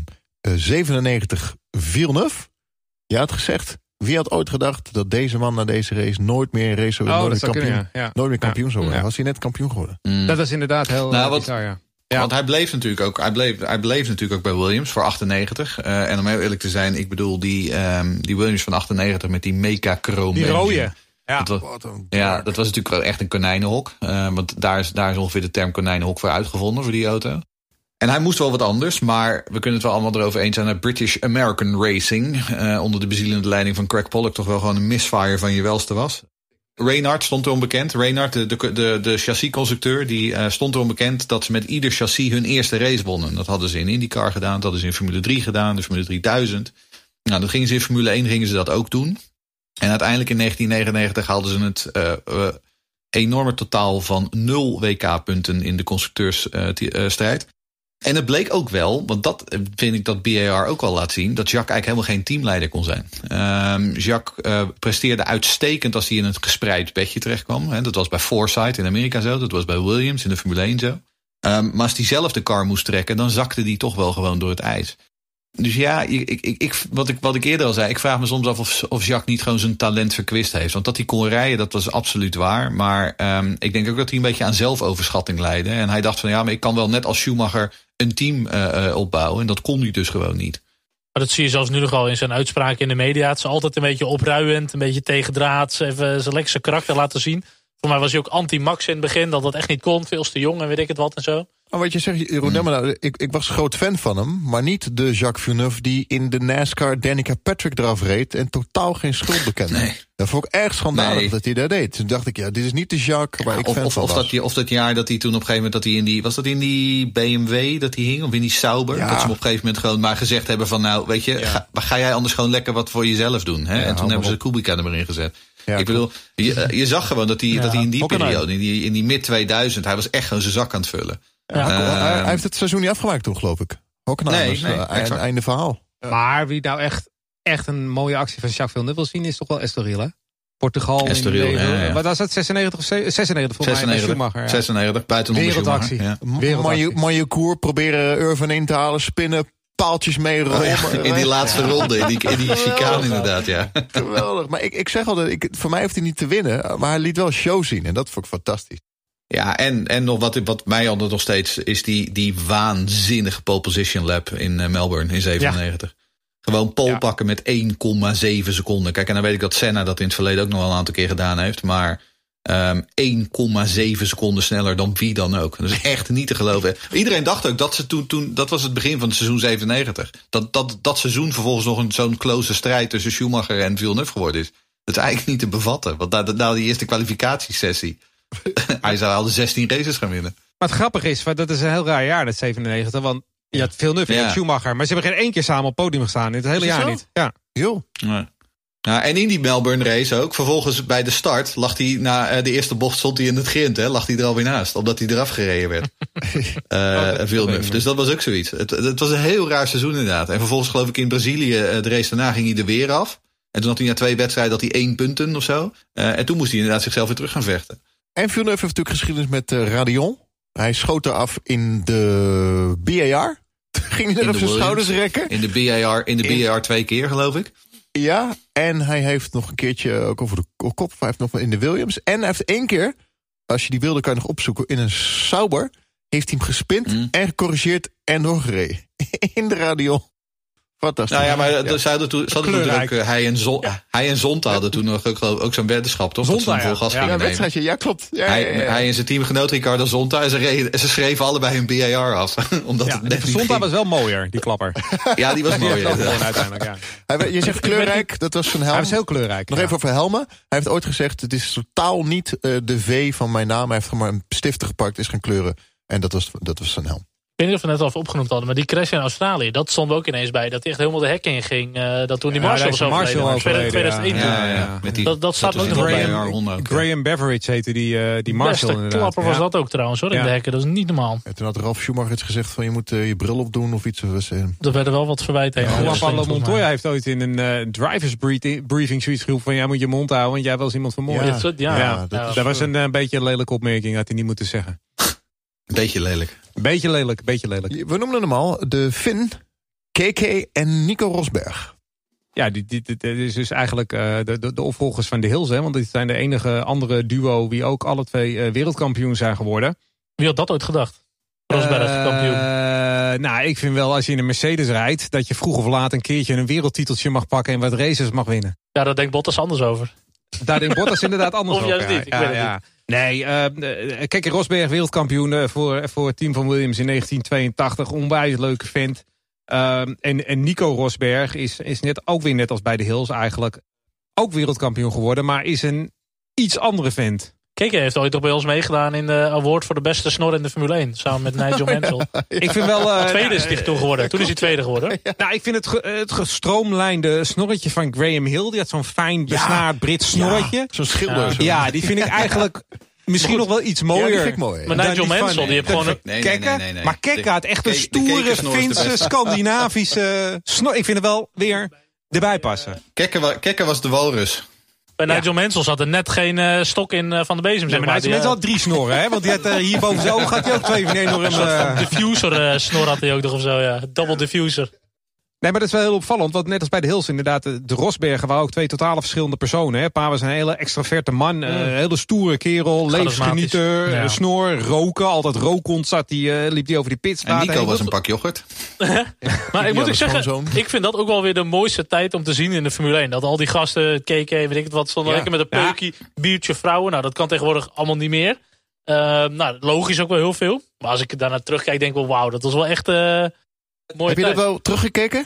97 Villeneuve. Je had gezegd, wie had ooit gedacht dat deze man na deze race nooit meer nooit meer kampioen zou worden? Was hij net kampioen geworden? Dat is inderdaad heel bizar, ja. Ja. Want hij bleef natuurlijk ook bij Williams voor 98. En om heel eerlijk te zijn, ik bedoel die Williams van 98 met die Mecha Chrome. Die rode. Dat was natuurlijk wel echt een konijnenhok. Want daar is ongeveer de term konijnenhok voor uitgevonden, voor die auto. En hij moest wel wat anders, maar we kunnen het wel allemaal erover eens zijn dat British American Racing onder de bezielende leiding van Craig Pollock toch wel gewoon een misfire van je welste was. Reynard stond erom bekend. Reynard, de chassisconstructeur, die stond erom bekend dat ze met ieder chassis hun eerste race wonnen. Dat hadden ze in IndyCar gedaan, dat hadden ze in Formule 3 gedaan, de Formule 3000. Nou, dan gingen ze in Formule 1 gingen ze dat ook doen. En uiteindelijk in 1999 haalden ze het enorme totaal van 0 WK-punten in de constructeursstrijd. En het bleek ook wel, want dat vind ik dat BAR ook al laat zien, dat Jacques eigenlijk helemaal geen teamleider kon zijn. Jacques presteerde uitstekend als hij in een gespreid bedje terechtkwam. Dat was bij Forsythe in Amerika zo, dat was bij Williams in de Formule 1 zo. Maar als hij zelf de car moest trekken, dan zakte hij toch wel gewoon door het ijs. Dus ja, wat ik eerder al zei, ik vraag me soms af of Jacques niet gewoon zijn talent verkwist heeft. Want dat hij kon rijden, dat was absoluut waar. Maar ik denk ook dat hij een beetje aan zelfoverschatting leidde. En hij dacht van maar ik kan wel net als Schumacher een team opbouwen. En dat kon hij dus gewoon niet. Maar dat zie je zelfs nu nog al in zijn uitspraken in de media. Het is altijd een beetje opruiend, een beetje tegendraads. Even zijn lekkere karakter laten zien. Voor mij was hij ook anti-Max in het begin, dat echt niet kon. Veel te jong en weet ik het wat en zo. Maar wat je zegt, Jeroen, ik was groot fan van hem, maar niet de Jacques Villeneuve die in de NASCAR Danica Patrick eraf reed en totaal geen schuld bekende. Nee. Dat vond ik erg schandalig dat hij dat deed. Toen dacht ik, dit is niet de Jacques waar ik fan van was. Of dat jaar dat hij toen op een gegeven moment dat hij in die, was dat in die BMW dat hij hing of in die Sauber? Ja. Dat ze hem op een gegeven moment gewoon maar gezegd hebben van nou, weet je, ga jij anders gewoon lekker wat voor jezelf doen? Hè? En toen hebben ze Kubica er maar in gezet. Ja, ik bedoel, je zag gewoon dat hij in die periode, in die mid-2000, hij was echt gewoon zijn zak aan het vullen. Ja, hij heeft het seizoen niet afgemaakt toen, geloof ik. Einde verhaal. Maar wie nou echt een mooie actie van Jacques Villeneuve wil zien, is toch wel Estoril, hè? Portugal. Estoril, Wat was dat? 96 of 96 voor mij? Schumacher. Ja. 96, buitenom Wereldactie. Maillecourt proberen Irvine in te halen, spinnen, paaltjes mee rollen. In die laatste ronde, in die chicane inderdaad, ja. Geweldig. Maar ik zeg altijd, voor mij hoeft hij niet te winnen, maar hij liet wel show zien en dat vond ik fantastisch. Ja, en nog wat mij altijd nog steeds is die waanzinnige pole position lap in Melbourne in 97. Ja. Gewoon pole pakken met 1,7 seconden. Kijk, en dan weet ik dat Senna dat in het verleden ook nog wel een aantal keer gedaan heeft. Maar 1,7 seconden sneller dan wie dan ook. Dat is echt niet te geloven. Iedereen dacht ook dat ze toen dat was het begin van het seizoen 97. Dat seizoen vervolgens nog zo'n close strijd tussen Schumacher en Villeneuve geworden is. Dat is eigenlijk niet te bevatten. Want na die eerste kwalificatiesessie hij zou al de 16 races gaan winnen. Maar het grappige is, dat is een heel raar jaar, dat 97. Want je had Villeneuve en Schumacher. Maar ze hebben geen één keer samen op het podium gestaan. In het hele jaar niet. Ja. Jo. Nee. Nou, en in die Melbourne race ook. Vervolgens bij de start lag hij na de eerste bocht stond hij in het grind. Lag hij er alweer naast. Omdat hij eraf gereden werd. Villeneuve. Dus dat was ook zoiets. Het was een heel raar seizoen inderdaad. En vervolgens geloof ik in Brazilië, de race daarna ging hij er weer af. En toen had hij na 2 wedstrijden 1 punten of zo. En toen moest hij inderdaad zichzelf weer terug gaan vechten. En Villeneuve heeft natuurlijk geschiedenis met Radion. Hij schoot eraf in de BAR. Ging hij er op zijn schouders rekken. In de BAR 2 keer geloof ik. Ja, en hij heeft nog een keertje ook over de kop. Hij heeft nog in de Williams. En hij heeft 1 keer, als je die wilde kan je nog opzoeken, in een Sauber heeft hij hem gespind en gecorrigeerd en doorgereden. In de Radion. Fantastisch. Nou ja, maar ze hadden toen ook, hij en Zonta hadden toen nog ook zo'n weddenschap, toch? Zonta, dat ze vol gas gingen nemen. Wedstrijdje, ja klopt. Ja, hij en zijn teamgenoot Ricardo Zonta en ze schreven allebei hun BAR af. Omdat het net Zonta was wel mooier, die klapper. Ja, die was mooier. Uiteindelijk, ja. Je zegt kleurrijk, dat was zijn helm. Hij was heel kleurrijk. Nog even over helmen. Hij heeft ooit gezegd, het is totaal niet de V van mijn naam. Hij heeft gewoon maar een stifter gepakt, is gaan kleuren. En dat was zijn helm. Ik weet niet of we net al even opgenoemd hadden, maar die crash in Australië, dat stond ook ineens bij. Dat hij echt helemaal de hek in ging. Dat toen die Marshall was overleden. 2001. Dat staat ook nog bij. Graham Beveridge heette die Marshall inderdaad. Beste klapper was dat ook trouwens hoor, in de hekken. Dat is niet normaal. En toen had Ralf Schumacher iets gezegd van je moet je bril opdoen of iets. Er werden wel wat verwijten. Juan Pablo Montoya heeft ooit in een drivers briefing zoiets geroepen van jij moet je mond houden, want jij was iemand vermoord. Dat was een beetje een lelijke opmerking, had hij niet moeten zeggen. Beetje lelijk. Beetje lelijk. We noemden hem al de Finn, KK en Nico Rosberg. Ja, dit is dus eigenlijk de opvolgers van de Hills. Hè, want dit zijn de enige andere duo wie ook alle 2 wereldkampioen zijn geworden. Wie had dat ooit gedacht? Rosberg kampioen. Nou, ik vind wel als je in een Mercedes rijdt, dat je vroeg of laat een keertje een wereldtiteltje mag pakken en wat races mag winnen. Ja, daar denkt Bottas anders over. Daar denkt Bottas inderdaad anders over. Of juist niet, ik weet het niet. Nee, kijk, Rosberg wereldkampioen voor het team van Williams in 1982. Onwijs leuke vent. En Nico Rosberg is net als bij de Hills eigenlijk ook wereldkampioen geworden. Maar is een iets andere vent. Keke heeft ooit nog bij ons meegedaan in de award voor de beste snor in de Formule 1. Samen met Nigel Mansell. Ik vind wel... tweede is hij toen geworden. Toen is hij tweede geworden. Ja. Nou, ik vind het gestroomlijnde snorretje van Graham Hill. Die had zo'n fijn besnaard Brits snorretje. Ja, zo'n schilder. Ja, die vind ik eigenlijk misschien nog wel iets mooier. Ja, die vind ik mooi. Maar Nigel Mansell, die heeft gewoon een... Nee. Maar Keke had echt een stoere, Finse, Scandinavische snor. Ik vind het wel weer erbij passen. Keke was de walrus. Bij Nigel Mansell zat er net geen stok in van de bezem. Nee, maar Nigel Mansell had 3 snorren, hè? Want die had hier boven zijn oog had hij ook 2 van die enorme... diffuser snor had hij ook nog of zo, ja. Double diffuser. Nee, maar dat is wel heel opvallend. Want net als bij de Hills inderdaad, de Rosbergen waren ook 2 totaal verschillende personen. Hè? Pa was een hele extraverte man, een hele stoere kerel, levensgenieter, snor, roken. Altijd rokend liep hij over die pitstraat. En Nico was een pak yoghurt. Maar ik moet ook zeggen, ik vind dat ook wel weer de mooiste tijd om te zien in de Formule 1. Dat al die gasten, KK, weet ik het wat, stonden lekker met een peukie, biertje, vrouwen. Nou, dat kan tegenwoordig allemaal niet meer. Nou, logisch ook wel heel veel. Maar als ik daarnaar terugkijk, denk ik wel, wauw, dat was wel echt... Heb je dat wel teruggekeken?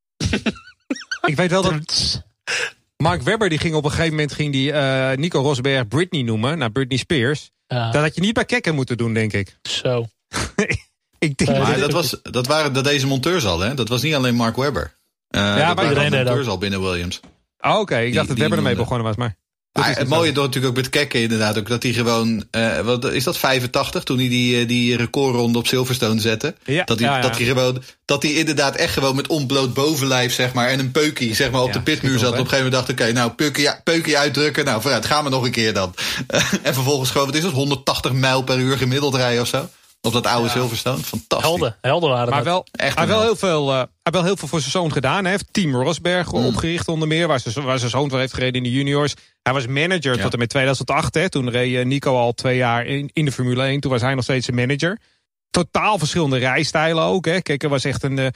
Ik weet wel dat Mark Webber die ging op een gegeven moment Nico Rosberg Britney noemen, naar Britney Spears. Dat had je niet bij Kekker moeten doen, denk ik. Zo. Ik denk dat deze monteurs al, hè? Dat was niet alleen Mark Webber. Maar iedereen deed monteurs al binnen Williams. Oké, ik dacht dat Webber ermee begonnen was, maar... Het mooie door natuurlijk ook met Kekke inderdaad ook dat hij gewoon wat is dat 85 toen hij die recordronde op Silverstone zette. Ja, dat hij inderdaad echt gewoon met ontbloot bovenlijf zeg maar en een peukie zeg maar op de pitmuur zat. En op een gegeven moment dacht oké, nou peukie uitdrukken. Nou vooruit, gaan we nog een keer dan. En vervolgens gewoon wat is het 180 mijl per uur gemiddeld rijden of zo. Op dat oude Silverstone. Fantastisch. Helder waren maar wel, echt hij wel heel veel voor zijn zoon gedaan. Hij heeft Team Rosberg opgericht onder meer. Waar zijn zoon voor heeft gereden in de juniors. Hij was manager tot en met 2008. Hè. Toen reed Nico al 2 jaar in de Formule 1. Toen was hij nog steeds een manager. Totaal verschillende rijstijlen ook. Hè. Kijk, hij was echt een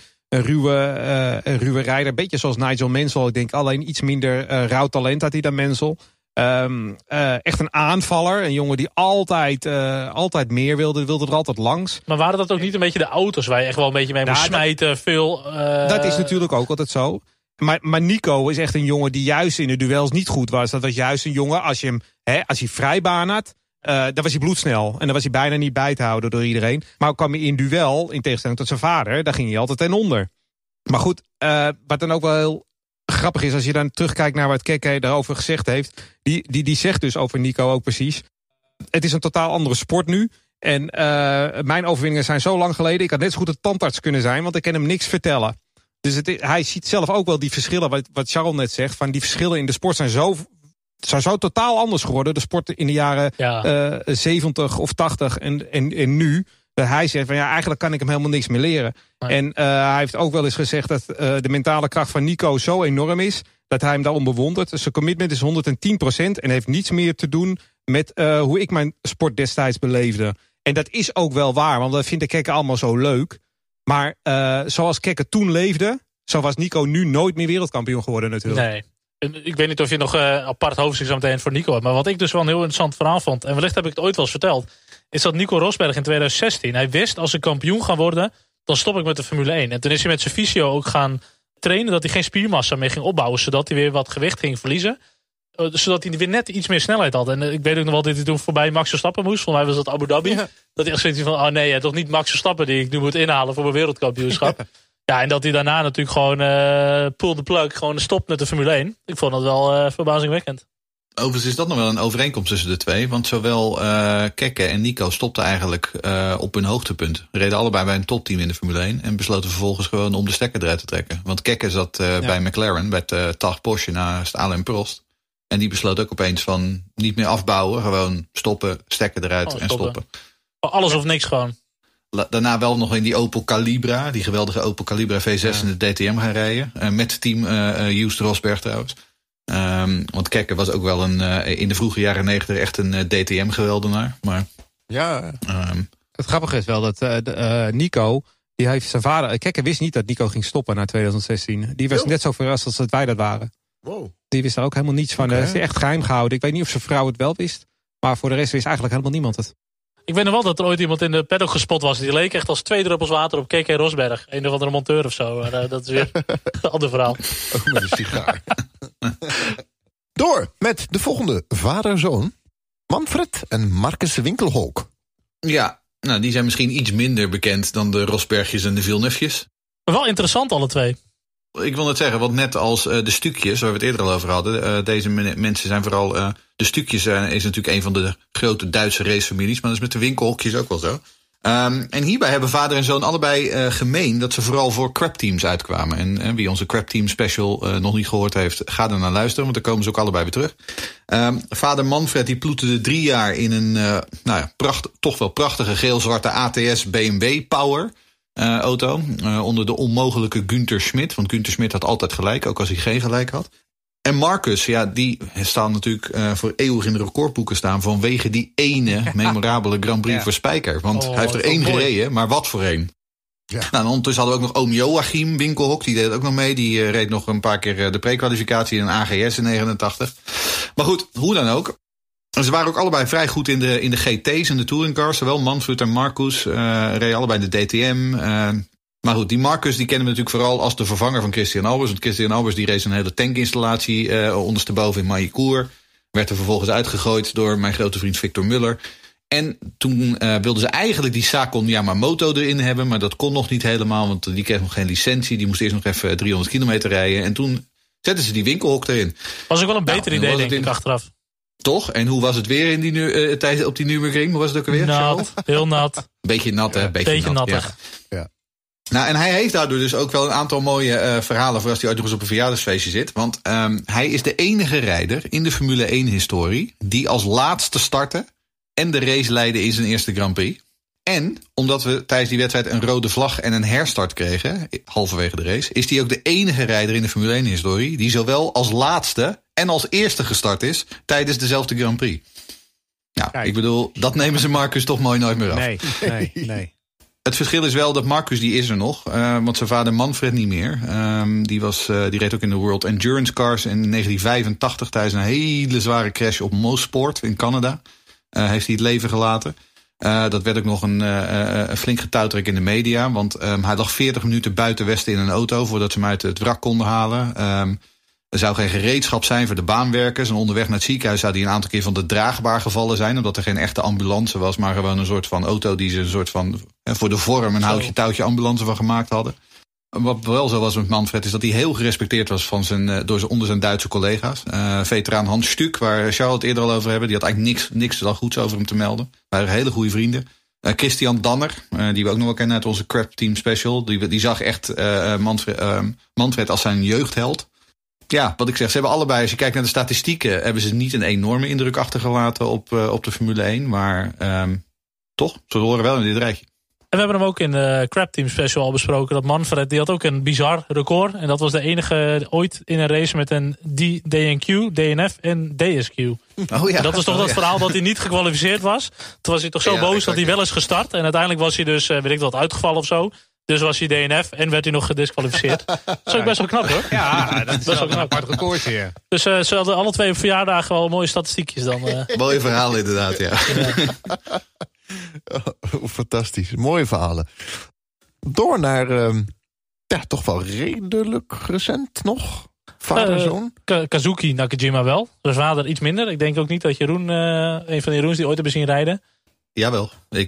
ruwe rijder. Beetje zoals Nigel Mansell. Ik denk alleen iets minder rauw talent had hij dan Mansell. Echt een aanvaller. Een jongen die altijd meer wilde er altijd langs. Maar waren dat ook niet een beetje de auto's waar je echt wel een beetje mee moest smijten? Dat is natuurlijk ook altijd zo. Maar Nico is echt een jongen die juist in de duels niet goed was. Dat was juist een jongen, als hij vrijbaan had, dan was hij bloedsnel. En dan was hij bijna niet bij te houden door iedereen. Maar ook kwam hij in duel, in tegenstelling tot zijn vader, daar ging hij altijd ten onder. Maar goed, wat dan ook wel heel grappig is, als je dan terugkijkt naar wat Keke daarover gezegd heeft. Die zegt dus over Nico ook precies. Het is een totaal andere sport nu. En mijn overwinningen zijn zo lang geleden. Ik had net zo goed een tandarts kunnen zijn, want ik kan hem niks vertellen. Dus hij ziet zelf ook wel die verschillen, wat Charles net zegt. Van die verschillen in de sport zijn zo totaal anders geworden. De sport in de jaren 70 of 80 en nu. Dat hij zegt van eigenlijk kan ik hem helemaal niks meer leren. Nee. En hij heeft ook wel eens gezegd dat de mentale kracht van Nico zo enorm is, dat hij hem daarom bewondert. Zijn commitment is 110% en heeft niets meer te doen met hoe ik mijn sport destijds beleefde. En dat is ook wel waar, want dat vindt Kekke allemaal zo leuk. Maar zoals Kekke toen leefde, zo was Nico nu nooit meer wereldkampioen geworden natuurlijk. Nee. Ik weet niet of je nog apart hoofdstuk zo meteen voor Nico hebt. Maar wat ik dus wel een heel interessant verhaal vond, en wellicht heb ik het ooit wel eens verteld, is dat Nico Rosberg in 2016, hij wist, als ik kampioen ga worden, dan stop ik met de Formule 1. En toen is hij met zijn fysio ook gaan trainen, dat hij geen spiermassa meer ging opbouwen, zodat hij weer wat gewicht ging verliezen. Zodat hij weer net iets meer snelheid had. En ik weet ook nog wel dat hij toen voorbij Max Verstappen moest. Volgens mij was dat Abu Dhabi. Ja. Dat hij echt zoiets van, toch niet Max Verstappen die ik nu moet inhalen voor mijn wereldkampioenschap. Ja, en dat hij daarna natuurlijk gewoon pull the plug, gewoon stopt met de Formule 1. Ik vond dat wel verbazingwekkend. Overigens is dat nog wel een overeenkomst tussen de twee. Want zowel Kekke en Nico stopten eigenlijk op hun hoogtepunt. Reden allebei bij een topteam in de Formule 1. En besloten vervolgens gewoon om de stekker eruit te trekken. Want Kekke zat bij McLaren, bij Tag Porsche naast Alain Prost. En die besloot ook opeens van niet meer afbouwen. Gewoon stoppen, stekker eruit en stoppen. Alles of niks gewoon. Daarna wel nog in die Opel Calibra. Die geweldige Opel Calibra V6 in de DTM gaan rijden. Met team Joost Rosberg trouwens. Want Kekke was ook wel in de vroege jaren 90 echt een DTM-geweldenaar. Maar het grappige is wel dat Nico, die heeft zijn vader. Kekke wist niet dat Nico ging stoppen na 2016. Die was net zo verrast als dat wij dat waren. Wow. Die wist daar ook helemaal niets van. Dat is echt geheim gehouden. Ik weet niet of zijn vrouw het wel wist. Maar voor de rest wist eigenlijk helemaal niemand het. Ik weet nog wel dat er ooit iemand in de paddock gespot was. Die leek echt als 2 druppels water op Keke Rosberg. Een of andere monteur of zo. Maar, dat is weer een ander verhaal. Ook met een sigaar. Door met de volgende vader-zoon. Manfred en Marcus Winkelhoek. Ja, nou die zijn misschien iets minder bekend dan de Rosbergjes en de Villeneuvejes. Maar wel interessant alle twee. Ik wil net zeggen, want net als de Stukjes, waar we het eerder al over hadden. Deze mensen zijn vooral. De Stukjes is natuurlijk een van de grote Duitse racefamilies. Maar dat is met de Winkelhokjes ook wel zo. En hierbij hebben vader en zoon allebei gemeen dat ze vooral voor crapteams uitkwamen. En wie onze crapteam special nog niet gehoord heeft, ga er naar luisteren. Want daar komen ze ook allebei weer terug. Vader Manfred die ploeterde 3 jaar in een toch wel prachtige geel-zwarte ATS BMW Power auto. Onder de onmogelijke Günther Schmidt. Want Günther Schmidt had altijd gelijk, ook als hij geen gelijk had. En Marcus, die staan natuurlijk voor eeuwig in de recordboeken staan vanwege die ene memorabele Grand Prix voor Spijker. Want hij heeft er 1 gereden, maar wat voor 1. Ja. Nou, en ondertussen hadden we ook nog oom Joachim Winkelhoek, die deed ook nog mee. Die reed nog een paar keer de prekwalificatie in een AGS in 89. Maar goed, hoe dan ook. Ze waren ook allebei vrij goed in de GT's en de touringcars. Zowel Manfred en Marcus reden allebei in de DTM. Maar goed, die Marcus die kennen we natuurlijk vooral als de vervanger van Christian Albers. Want Christian Albers die race een hele tankinstallatie ondersteboven in Maillicourt. Werd er vervolgens uitgegooid door mijn grote vriend Victor Muller. En toen wilden ze eigenlijk die Sakon Yamamoto erin hebben. Maar dat kon nog niet helemaal, want die kreeg nog geen licentie. Die moest eerst nog even 300 kilometer rijden. En toen zetten ze die Winkelhoek erin. Was ook wel een beter idee, denk ik, achteraf. Toch? En hoe was het weer in op die Nürburgring? Hoe was het ook alweer? Nat, heel nat. Beetje nat, hè? Beetje nattig. Ja. Nou, en hij heeft daardoor dus ook wel een aantal mooie verhalen voor als hij ooit nog eens op een verjaardagsfeestje zit. Want hij is de enige rijder in de Formule 1-historie die als laatste startte en de race leidde in zijn eerste Grand Prix. En omdat we tijdens die wedstrijd een rode vlag en een herstart kregen, halverwege de race, is hij ook de enige rijder in de Formule 1-historie die zowel als laatste en als eerste gestart is tijdens dezelfde Grand Prix. Nou, kijk. Ik bedoel, dat nemen ze Marcus toch mooi nooit meer af. Nee. Het verschil is wel dat Marcus, die is er nog. Want zijn vader Manfred niet meer. Die reed ook in de World Endurance Cars. En in 1985 tijdens een hele zware crash op Mosport in Canada heeft hij het leven gelaten. Dat werd ook nog een flink getouwtrek in de media. Want hij lag 40 minuten buiten Westen in een auto voordat ze hem uit het wrak konden halen. Er zou geen gereedschap zijn voor de baanwerkers. En onderweg naar het ziekenhuis zou hij een aantal keer van de draagbaar gevallen zijn. Omdat er geen echte ambulance was, maar gewoon een soort van auto die ze een soort van voor de vorm een houtje touwtje ambulance van gemaakt hadden. Wat wel zo was met Manfred is dat hij heel gerespecteerd was onder zijn Duitse collega's. Veteraan Hans Stuck, waar Charles het eerder al over hebben, die had eigenlijk niks dan goeds over hem te melden. Waren hele goede vrienden. Christian Danner, die we ook nog wel kennen uit onze Crap Team Special. Die zag echt Manfred als zijn jeugdheld. Ja, wat ik zeg, ze hebben allebei, als je kijkt naar de statistieken, hebben ze niet een enorme indruk achtergelaten op de Formule 1. Maar toch, ze horen wel in dit rijtje. En we hebben hem ook in de Crap Team Special al besproken. Dat Manfred, die had ook een bizar record. En dat was de enige ooit in een race met een DNQ, DNF en DSQ. Oh ja. En dat was toch dat verhaal dat hij niet gekwalificeerd was. Toen was hij toch zo boos dat hij wel is gestart. En uiteindelijk was hij dus, weet ik wat, uitgevallen of zo. Dus was hij DNF en werd hij nog gedisqualificeerd. Dat is ook best wel knap, hoor. Ja, dat is wel een apart recordje. Ja. Dus ze hadden alle twee op verjaardagen wel mooie statistiekjes dan. Mooie verhalen inderdaad, ja. Fantastisch. Mooie verhalen. Door naar toch wel redelijk recent nog. Vader-zoon. Kazuki Nakajima wel. Zijn vader iets minder. Ik denk ook niet dat Jeroen, een van de Jeroens die ooit hebben zien rijden. Jawel. Ik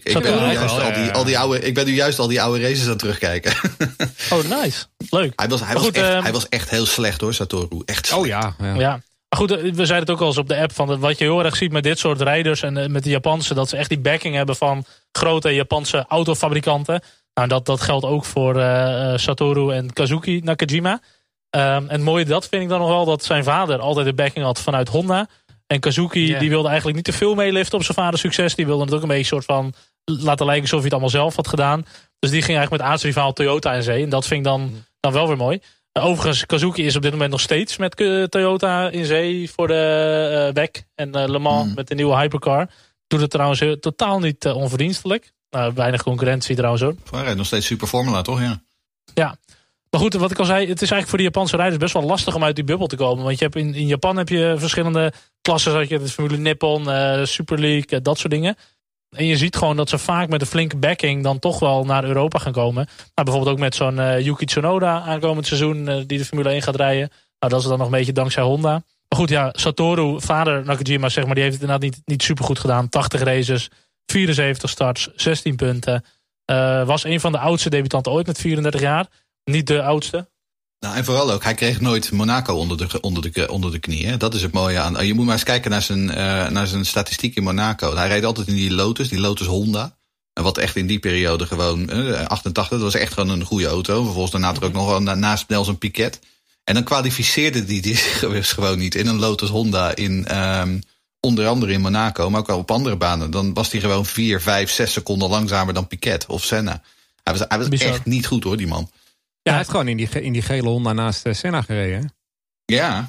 ben nu juist al die oude races aan het terugkijken. Oh, nice. Leuk. Hij was echt heel slecht hoor, Satoru. Echt slecht. Oh ja. Maar goed, we zeiden het ook al eens op de app. Van wat je heel erg ziet met dit soort rijders en met de Japanse, dat ze echt die backing hebben van grote Japanse autofabrikanten. Nou, dat geldt ook voor Satoru en Kazuki Nakajima. En het mooie dat vind ik dan nog wel, dat zijn vader altijd de backing had vanuit Honda. En Kazuki die wilde eigenlijk niet te veel meeliften op zijn vaders succes. Die wilde het ook een beetje soort van laten lijken alsof hij het allemaal zelf had gedaan. Dus die ging eigenlijk met aartsrivaal Toyota in zee. En dat vind ik dan wel weer mooi. Overigens, Kazuki is op dit moment nog steeds met Toyota in zee voor de WEC en Le Mans met de nieuwe Hypercar. Doet het trouwens totaal niet onverdienstelijk. Weinig concurrentie trouwens hoor. Hij rijdt nog steeds Super Formula, toch? Ja. Maar goed, wat ik al zei, het is eigenlijk voor de Japanse rijders best wel lastig om uit die bubbel te komen. Want je hebt in Japan heb je verschillende klassen, zoals je de Formule Nippon, Super League, dat soort dingen. En je ziet gewoon dat ze vaak met een flinke backing dan toch wel naar Europa gaan komen. Nou, bijvoorbeeld ook met zo'n Yuki Tsunoda aankomend seizoen die de Formule 1 gaat rijden. Nou, dat is dan nog een beetje dankzij Honda. Maar goed, ja, Satoru, vader Nakajima, zeg maar, die heeft het inderdaad niet super goed gedaan. 80 races, 74 starts, 16 punten. Was een van de oudste debutanten ooit met 34 jaar. Niet de oudste. Nou, en vooral ook, hij kreeg nooit Monaco onder de knie. Hè? Dat is het mooie aan. Je moet maar eens kijken naar zijn statistiek in Monaco. Hij reed altijd in die Lotus Honda. En wat echt in die periode gewoon, 88, dat was echt gewoon een goede auto. Vervolgens daarna er ook nog wel naast Nelson Piquet. En dan kwalificeerde hij zich gewoon niet in een Lotus Honda in onder andere in Monaco, maar ook wel op andere banen. Dan was hij gewoon 4, 5, 6 seconden langzamer dan Piquet of Senna. Hij was echt niet goed hoor, die man. Ja, hij heeft gewoon in die gele Honda naast Senna gereden. Ja.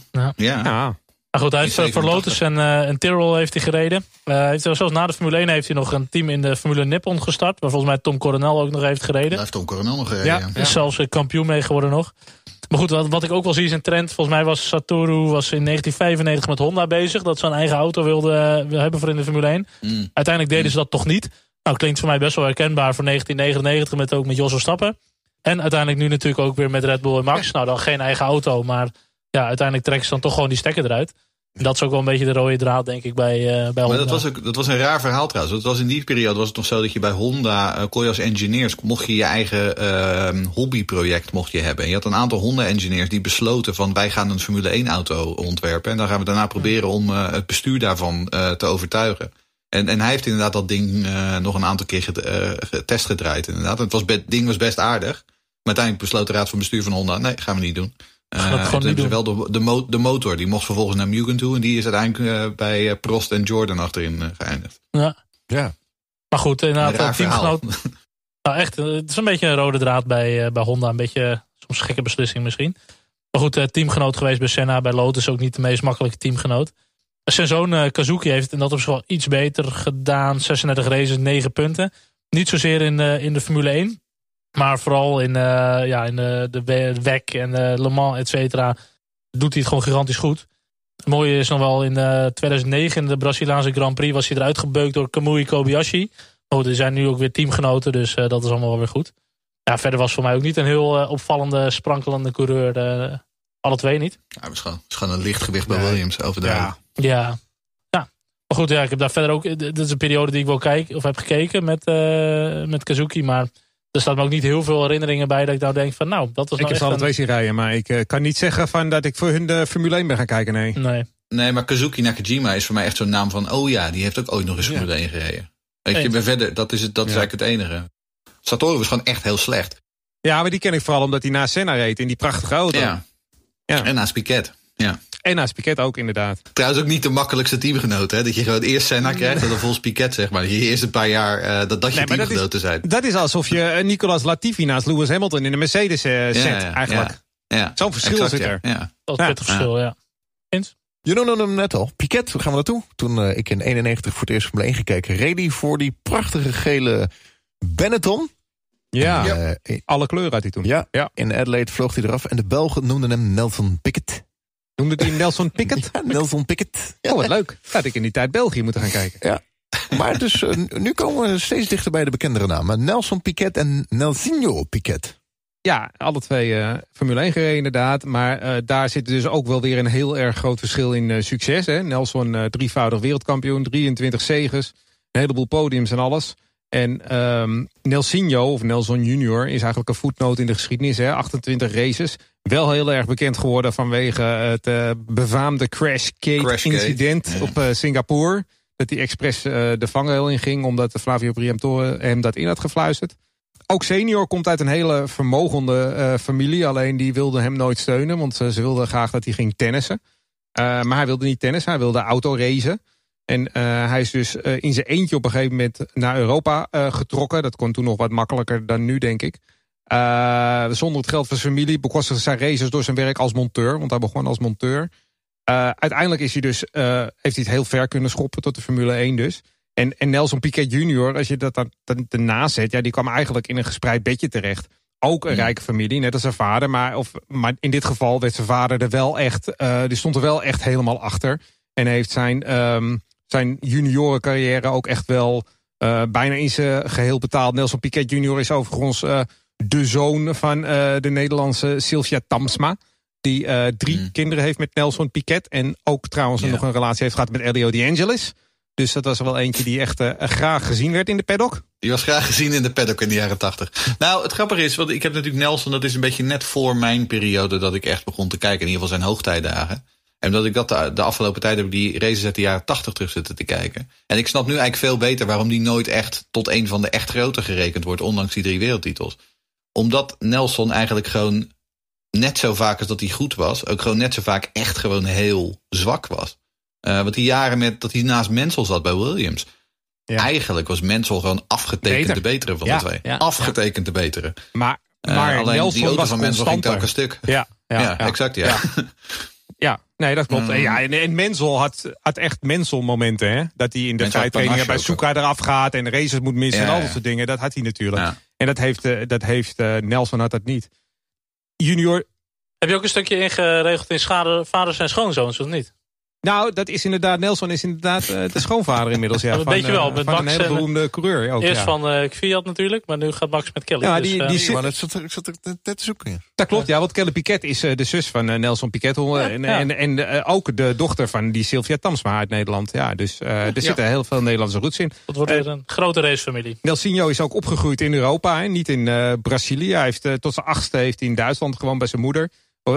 Maar goed, hij heeft voor Lotus en Tyrrell heeft hij gereden. Zelfs na de Formule 1 heeft hij nog een team in de Formule Nippon gestart. Waar volgens mij Tom Coronel ook nog heeft gereden. Daar heeft Tom Coronel nog gereden. Ja. Is zelfs kampioen mee geworden nog. Maar goed, wat ik ook wel zie is een trend. Volgens mij was Satoru in 1995 met Honda bezig. Dat ze een eigen auto wilde hebben voor in de Formule 1. Uiteindelijk deden ze dat toch niet. Nou, klinkt voor mij best wel herkenbaar voor 1999 met Jos Verstappen. En uiteindelijk nu natuurlijk ook weer met Red Bull en Max. Nou, dan geen eigen auto, maar ja, uiteindelijk trekken ze dan toch gewoon die stekker eruit. En dat is ook wel een beetje de rode draad, denk ik, bij Honda. Maar dat was een raar verhaal trouwens. Het was in die periode was het nog zo dat je bij Honda, kon je als engineers, mocht je je eigen hobbyproject mocht je hebben. En je had een aantal Honda-engineers die besloten van wij gaan een Formule 1 auto ontwerpen. En dan gaan we daarna proberen om het bestuur daarvan te overtuigen. En hij heeft inderdaad dat ding nog een aantal keer getest gedraaid. Inderdaad. Het ding was best aardig. Maar uiteindelijk besloot de raad van bestuur van Honda, nee, gaan we niet doen. Toen hebben ze wel de motor, die mocht vervolgens naar Mugen toe. En die is uiteindelijk bij Prost en Jordan achterin geëindigd. Ja. Maar goed, inderdaad, teamgenoot. Nou echt, het is een beetje een rode draad bij Honda. Een beetje, soms gekke beslissing misschien. Maar goed, teamgenoot geweest bij Senna. Bij Lotus ook niet de meest makkelijke teamgenoot. Zijn zoon Kazuki heeft het in dat opzicht wel iets beter gedaan. 36 races, 9 punten. Niet zozeer in de Formule 1. Maar vooral in de WEC en Le Mans, et cetera, doet hij het gewoon gigantisch goed. Het mooie is nog wel in 2009 in de Braziliaanse Grand Prix was hij eruit gebeukt door Kamui Kobayashi. Die zijn nu ook weer teamgenoten, dus dat is allemaal wel weer goed. Ja, verder was voor mij ook niet een heel opvallende, sprankelende coureur. Alle twee niet. Ja, het is gewoon een lichtgewicht bij Williams overduidelijk. Ja. Maar goed, ik heb daar verder ook... Dit is een periode die ik wel heb gekeken met Kazuki, maar er staat me ook niet heel veel herinneringen bij dat ik nou denk van dat was nou. Ik heb ze alle twee zien rijden, maar ik kan niet zeggen van dat ik voor hun de Formule 1 ben gaan kijken, Nee, maar Kazuki Nakajima is voor mij echt zo'n naam van, die heeft ook ooit nog eens Formule 1 gereden. Weet je, maar verder, dat is eigenlijk het enige. Satoru was gewoon echt heel slecht. Ja, maar die ken ik vooral omdat hij naast Senna reed in die prachtige auto. Ja. En naast Piquet. Ja. En naast Piquet ook, inderdaad. Trouwens ook niet de makkelijkste teamgenoot. Hè? Dat je gewoon eerst Senna krijgt en dan volgens Piquet, zeg maar. Je eerst een paar jaar dat je teamgenoten zijn. Dat is alsof je Nicolas Latifi naast Lewis Hamilton in de Mercedes zet, eigenlijk. Ja. Zo'n verschil zit er. Ja. Dat is een verschil, ja. Je noemde hem net al. Piquet, hoe gaan we naartoe? Toen ik in 91 voor het eerst Formule 1 gekeken, reed hij voor die prachtige gele Benetton. Ja, alle kleuren had hij toen. Ja. In Adelaide vloog hij eraf en de Belgen noemden hem Nelson Piquet. Noemde hij Nelson Piquet? Ja, Nelson Piquet. Ja. Oh, wat leuk. Had ik in die tijd België moeten gaan kijken. Ja. Maar dus nu komen we steeds dichter bij de bekendere namen. Nelson Piquet en Nelsinho Piquet. Ja, alle twee Formule 1 gereden inderdaad. Maar daar zit dus ook wel weer een heel erg groot verschil in succes. Hè? Nelson, 3-voudig wereldkampioen, 23 zeges, een heleboel podiums en alles. En Nelsinho, of Nelson Junior, is eigenlijk een voetnoot in de geschiedenis. Hè? 28 races. Wel heel erg bekend geworden vanwege het befaamde Crashgate-incident op Singapore. Dat hij expres de vangrail in ging, omdat de Flavio Briatore hem dat in had gefluisterd. Ook senior komt uit een hele vermogende familie. Alleen die wilde hem nooit steunen, want ze wilden graag dat hij ging tennissen. Maar hij wilde niet tennissen, hij wilde autoracen. En hij is dus in zijn eentje op een gegeven moment naar Europa getrokken. Dat kon toen nog wat makkelijker dan nu, denk ik. Zonder het geld van zijn familie bekostigde zijn races door zijn werk als monteur. Want hij begon als monteur. Uiteindelijk is hij dus, heeft hij het heel ver kunnen schoppen tot de Formule 1 dus. En Nelson Piquet Jr., als je dat dan ernaast zet, die kwam eigenlijk in een gespreid bedje terecht. Ook een rijke familie, net als zijn vader. Maar in dit geval werd zijn vader er wel echt, die stond er wel echt helemaal achter. En heeft zijn juniorencarrière ook echt wel bijna in zijn geheel betaald. Nelson Piquet Jr. is overigens de zoon van de Nederlandse Sylvia Tamsma. Die 3 kinderen heeft met Nelson Piquet. En ook trouwens nog een relatie heeft gehad met Elio De Angelis. Dus dat was er wel eentje die echt graag gezien werd in de paddock. Die was graag gezien in de paddock in de jaren 80. Nou, het grappige is, want ik heb natuurlijk Nelson, dat is een beetje net voor mijn periode dat ik echt begon te kijken. In ieder geval zijn hoogtijdagen. En dat ik dat de afgelopen tijd heb die races uit de jaren 80 terug zitten te kijken. En ik snap nu eigenlijk veel beter waarom die nooit echt tot een van de echt grote gerekend wordt, ondanks die 3 wereldtitels. Omdat Nelson eigenlijk gewoon net zo vaak als dat hij goed was, ook gewoon net zo vaak echt gewoon heel zwak was. Want die jaren dat hij naast Mansell zat bij Williams. Ja. Eigenlijk was Mansell gewoon afgetekend de betere van de twee. Ja. Afgetekend de betere. Maar alleen Nelson die auto was van Mansell ging telkens stuk. Ja, exact. Ja, nee, dat klopt. En Mansell had echt Mansell-momenten, hè? Dat hij in de vrijtrainingen bij Suzuka eraf gaat en races moet missen en al dat soort dingen. Dat had hij natuurlijk. Ja. En dat heeft Nelson had dat niet. Junior. Heb je ook een stukje ingeregeld in vaders en schoonzoons, of niet? Nou, dat is inderdaad, Nelson is inderdaad de schoonvader inmiddels. Ja, dat weet je wel, met van Max een hele beroemde coureur. Ook, eerst van Kvyat natuurlijk, maar nu gaat Max met Kelly. Ja, ik zat er net te zoeken. Dat klopt, want Kelly Piquet is de zus van Nelson Piquet. En ook de dochter van die Sylvia Tamsma uit Nederland. Ja, dus er zitten heel veel Nederlandse roots in. Dat wordt weer een grote racefamilie. Nelsinho is ook opgegroeid in Europa, hè, niet in Brazilië. Hij heeft tot zijn 8e heeft hij in Duitsland gewoond bij zijn moeder.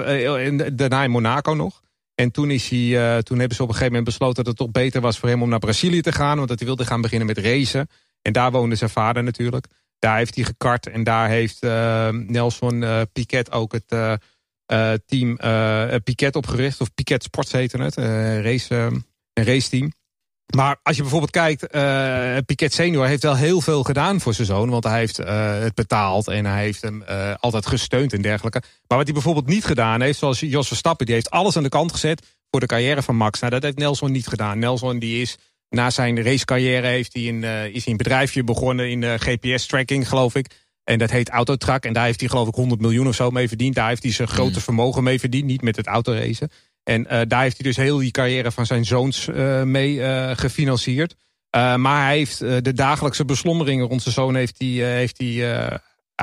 Daarna in Monaco nog. En toen hebben ze op een gegeven moment besloten dat het toch beter was voor hem om naar Brazilië te gaan. Want dat hij wilde gaan beginnen met racen. En daar woonde zijn vader natuurlijk. Daar heeft hij gekart. En daar heeft Nelson Piquet ook het team Piquet opgericht. Of Piquet Sports heette het. Een raceteam. Maar als je bijvoorbeeld kijkt, Piquet senior heeft wel heel veel gedaan voor zijn zoon. Want hij heeft het betaald en hij heeft hem altijd gesteund en dergelijke. Maar wat hij bijvoorbeeld niet gedaan heeft, zoals Jos Verstappen, die heeft alles aan de kant gezet voor de carrière van Max. Nou, dat heeft Nelson niet gedaan. Nelson die is Na zijn racecarrière is hij een bedrijfje begonnen in GPS-tracking, geloof ik. En dat heet Autotrack. En daar heeft hij geloof ik 100 miljoen of zo mee verdiend. Daar heeft hij zijn grote vermogen mee verdiend. Niet met het autoracen. En daar heeft hij dus heel die carrière van zijn zoons mee gefinancierd. Maar hij heeft de dagelijkse beslommeringen rond zijn zoon heeft hij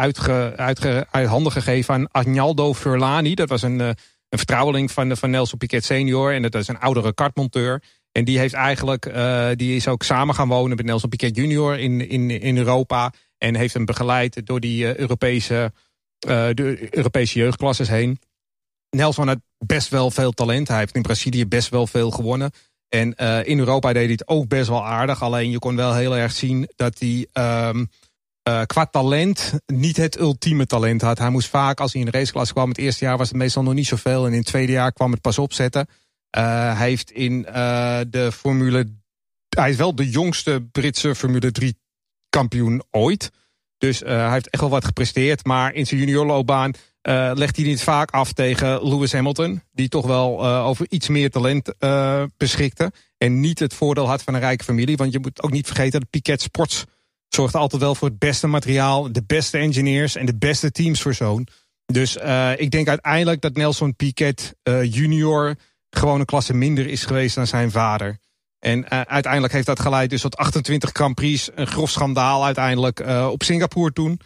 uit handen gegeven aan Agnaldo Furlani. Dat was een vertrouweling van Nelson Piquet senior. En dat is een oudere kartmonteur. En die heeft eigenlijk, die is ook samen gaan wonen met Nelson Piquet junior in Europa. En heeft hem begeleid door die Europese jeugdklasses heen. Nelson had best wel veel talent. Hij heeft in Brazilië best wel veel gewonnen. En in Europa deed hij het ook best wel aardig. Alleen je kon wel heel erg zien dat hij qua talent niet het ultieme talent had. Hij moest vaak, als hij in de raceklasse kwam, het eerste jaar was het meestal nog niet zoveel. En in het tweede jaar kwam het pas opzetten. Hij heeft in de Formule... Hij is wel de jongste Britse Formule 3 kampioen ooit. Dus hij heeft echt wel wat gepresteerd. Maar in zijn juniorloopbaan legt hij niet vaak af tegen Lewis Hamilton. Die toch wel over iets meer talent beschikte. En niet het voordeel had van een rijke familie. Want je moet ook niet vergeten dat Piquet Sports zorgt altijd wel voor het beste materiaal. De beste engineers en de beste teams voor zo'n. Dus ik denk uiteindelijk dat Nelson Piquet junior gewoon een klasse minder is geweest dan zijn vader. En uiteindelijk heeft dat geleid dus tot 28 Grand Prix. Een grof schandaal uiteindelijk op Singapore toen.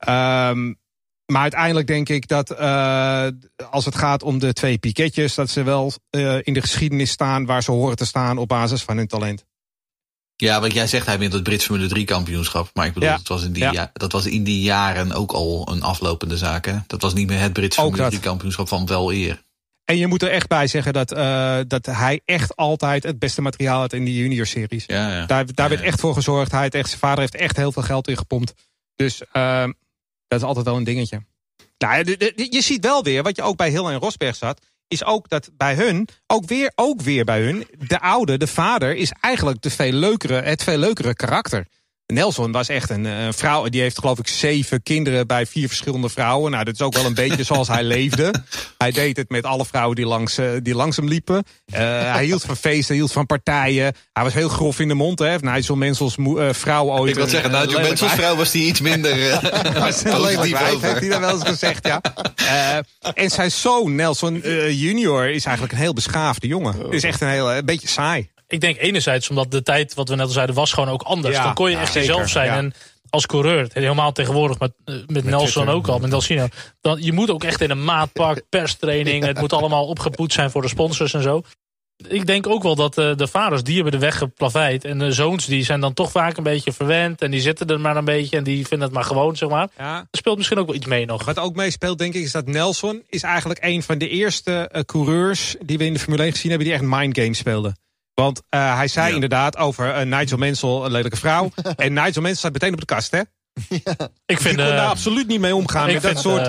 Maar uiteindelijk denk ik dat als het gaat om de twee Piquetjes, dat ze wel in de geschiedenis staan waar ze horen te staan op basis van hun talent. Ja, wat jij zegt, hij wint het Brits Formule 3 kampioenschap. Maar ik bedoel, dat was in die jaren ook al een aflopende zaak. Hè? Dat was niet meer het Brits Formule 3 kampioenschap van wel eer. En je moet er echt bij zeggen dat hij echt altijd het beste materiaal had in die junior-series. Ja. Daar werd echt voor gezorgd. Zijn vader heeft echt heel veel geld in gepompt. Dus dat is altijd wel een dingetje. Nou, je ziet wel weer, wat je ook bij Hill en Rosberg zat, is ook dat bij hun, ook weer bij hun, de vader is eigenlijk het veel leukere karakter. Nelson was echt een vrouw, die heeft geloof ik 7 kinderen bij 4 verschillende vrouwen. Nou, dat is ook wel een beetje zoals hij leefde. Hij deed het met alle vrouwen die langs hem liepen. Hij hield van feesten, hij hield van partijen. Hij was heel grof in de mond, hè. Nigel Mansell's vrouw ooit. Ik wil zeggen, Nigel Mansell's vrouw was die iets minder positief over. Heeft hij dat wel eens gezegd, ja. En zijn zoon, Nelson junior, is eigenlijk een heel beschaafde jongen. Het is echt een beetje saai. Ik denk enerzijds, omdat de tijd, wat we net al zeiden, was gewoon ook anders. Dan kon je echt jezelf zijn. Ja. En als coureur, helemaal tegenwoordig met Nelson ook al, met Nelsino. Je moet ook echt in een maatpak, perstraining. Het moet allemaal opgepoetst zijn voor de sponsors en zo. Ik denk ook wel dat de vaders, die hebben de weg geplaveid. En de zoons, die zijn dan toch vaak een beetje verwend. En die zitten er maar een beetje en die vinden het maar gewoon, zeg maar. Ja. Er speelt misschien ook wel iets mee nog. Wat ook meespeelt, denk ik, is dat Nelson is eigenlijk een van de eerste coureurs die we in de Formule 1 gezien hebben die echt mindgames speelden. Want hij zei inderdaad over Nigel Mansell, een lelijke vrouw. En Nigel Mansell staat meteen op de kast, hè? Ja. Ik kon daar absoluut niet mee omgaan met dat soort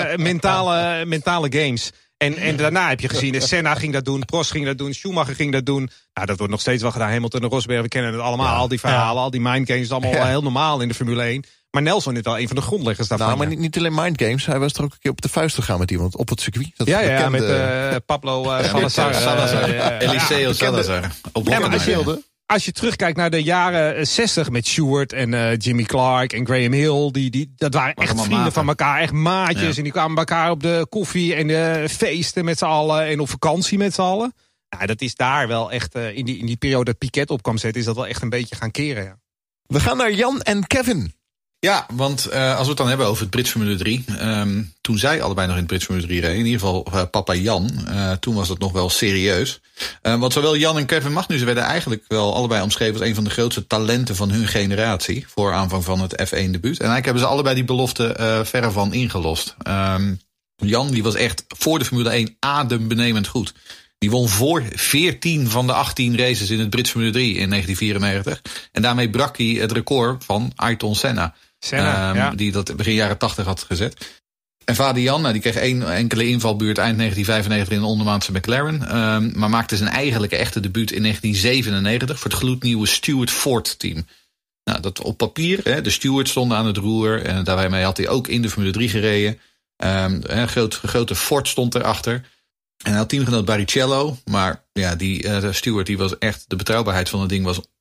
mentale games. En daarna heb je gezien, Senna ging dat doen, Prost ging dat doen, Schumacher ging dat doen. Nou, dat wordt nog steeds wel gedaan. Hamilton en Rosberg, we kennen het allemaal. Al die verhalen, al die mindgames, allemaal heel normaal in de Formule 1. Maar Nelson is wel een van de grondleggers daarvan. Nou, maar niet alleen mindgames. Hij was er ook een keer op de vuist gegaan met iemand op het circuit. Dat met Pablo Salazar. Eliseo Salazar. Als je terugkijkt naar de jaren 60 met Stewart en Jimmy Clark en Graham Hill. Dat waren echt vrienden van elkaar. Echt maatjes. Ja. En die kwamen bij elkaar op de koffie en de feesten met z'n allen. En op vakantie met z'n allen. Nou, dat is daar wel echt, in die periode dat Piquet op kwam zetten, is dat wel echt een beetje gaan keren. Ja. We gaan naar Jan en Kevin. Ja, want als we het dan hebben over het Brits Formule 3. Toen zij allebei nog in het Brits Formule 3 reden. In ieder geval papa Jan. Toen was het nog wel serieus. Want zowel Jan en Kevin Magnussen werden eigenlijk wel allebei omschreven als een van de grootste talenten van hun generatie. Voor aanvang van het F1 debuut. En eigenlijk hebben ze allebei die belofte verre van ingelost. Jan die was echt voor de Formule 1 adembenemend goed. Die won voor 14 van de 18 races in het Brits Formule 3 in 1994. En daarmee brak hij het record van Ayrton Senna. Die dat begin jaren 80 had gezet. En vader Jan, die kreeg 1 enkele invalbeurt eind 1995 in een ondermaatse McLaren. Maar maakte zijn eigenlijke echte debuut in 1997 voor het gloednieuwe Stewart Ford team. Nou, dat op papier, de Stewart stonden aan het roer. En daarmee had hij ook in de Formule 3 gereden. Een grote Ford stond erachter. En hij had teamgenoot Barrichello. Maar ja, die Stewart, die was echt, de betrouwbaarheid van het ding was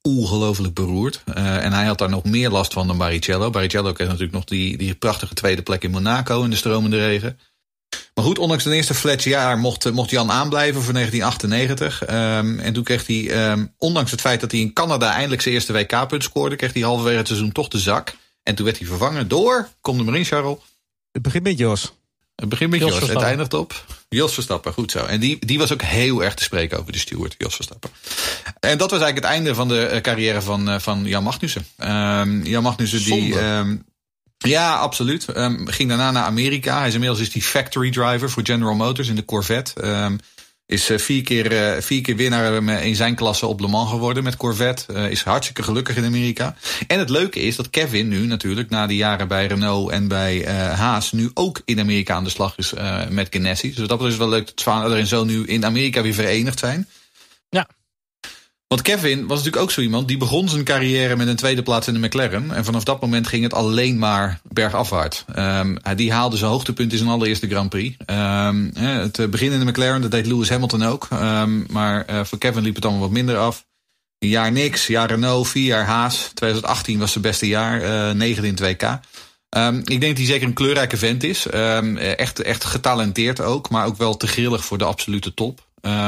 ongelooflijk beroerd. En hij had daar nog meer last van dan Barrichello. Barrichello kreeg natuurlijk nog die prachtige tweede plek in Monaco in de stromende regen. Maar goed, ondanks de eerste flats jaar mocht Jan aanblijven voor 1998. En toen kreeg hij, ondanks het feit dat hij in Canada eindelijk zijn eerste WK-punt scoorde, kreeg hij halverwege het seizoen toch de zak. En toen werd hij vervangen door, kom er maar in, Charles. Het begint met Jos. Het begint met Jos. Het eindigt op Jos Verstappen. Goed zo. En die was ook heel erg te spreken over de steward, Jos Verstappen. En dat was eigenlijk het einde van de carrière van Jan Magnussen. Jan Magnussen die... ja, absoluut. Ging daarna naar Amerika. Hij is inmiddels die factory driver voor General Motors in de Corvette. Is vier keer winnaar in zijn klasse op Le Mans geworden met Corvette. Is hartstikke gelukkig in Amerika. En het leuke is dat Kevin nu natuurlijk na die jaren bij Renault en bij Haas nu ook in Amerika aan de slag is met Ganassi. Dus dat is wel leuk dat vader en zoon nu in Amerika weer verenigd zijn. Ja. Want Kevin was natuurlijk ook zo iemand die begon zijn carrière met een tweede plaats in de McLaren. En vanaf dat moment ging het alleen maar bergafwaarts. Die haalde zijn hoogtepunt in zijn allereerste Grand Prix. Het begin in de McLaren, dat deed Lewis Hamilton ook. Maar voor Kevin liep het allemaal wat minder af. Een jaar niks, jaar Renault, 4 jaar Haas. 2018 was zijn beste jaar, 9 in 2K. Ik denk dat hij zeker een kleurrijke vent is. Echt getalenteerd ook, maar ook wel te grillig voor de absolute top.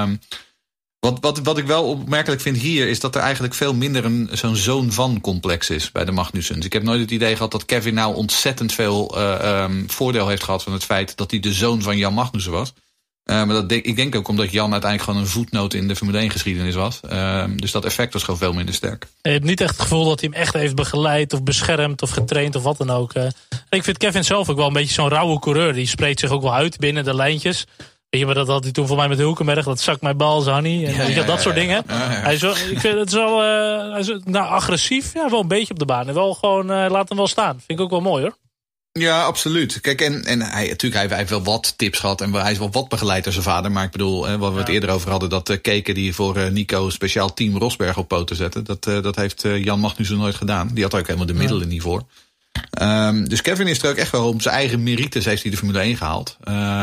Wat ik wel opmerkelijk vind hier is dat er eigenlijk veel minder zo'n zoon van complex is bij de Magnussens. Ik heb nooit het idee gehad dat Kevin nou ontzettend veel voordeel heeft gehad van het feit dat hij de zoon van Jan Magnussen was. Maar ik denk ook omdat Jan uiteindelijk gewoon een voetnoot in de Formule 1 geschiedenis was. Dus dat effect was gewoon veel minder sterk. Je hebt niet echt het gevoel dat hij hem echt heeft begeleid of beschermd of getraind of wat dan ook. Ik vind Kevin zelf ook wel een beetje zo'n rauwe coureur. Die spreekt zich ook wel uit binnen de lijntjes. Weet je, maar dat had hij toen voor mij met Hulkenberg. Dat zak mijn bal, Zanny. En dat soort dingen. Ja. Hij is wel, ik vind het wel hij is, agressief. Ja, wel een beetje op de baan. En wel gewoon laat hem wel staan. Vind ik ook wel mooi hoor. Ja, absoluut. Kijk, en hij heeft wel wat tips gehad. En hij is wel wat begeleid door zijn vader. Maar ik bedoel, wat we het eerder over hadden. Dat Keke die voor Nico speciaal team Rosberg op poten zette. Dat heeft Jan Magnussen nooit gedaan. Die had ook helemaal de middelen niet voor. Dus Kevin is er ook echt wel om zijn eigen merites heeft hij de Formule 1 gehaald.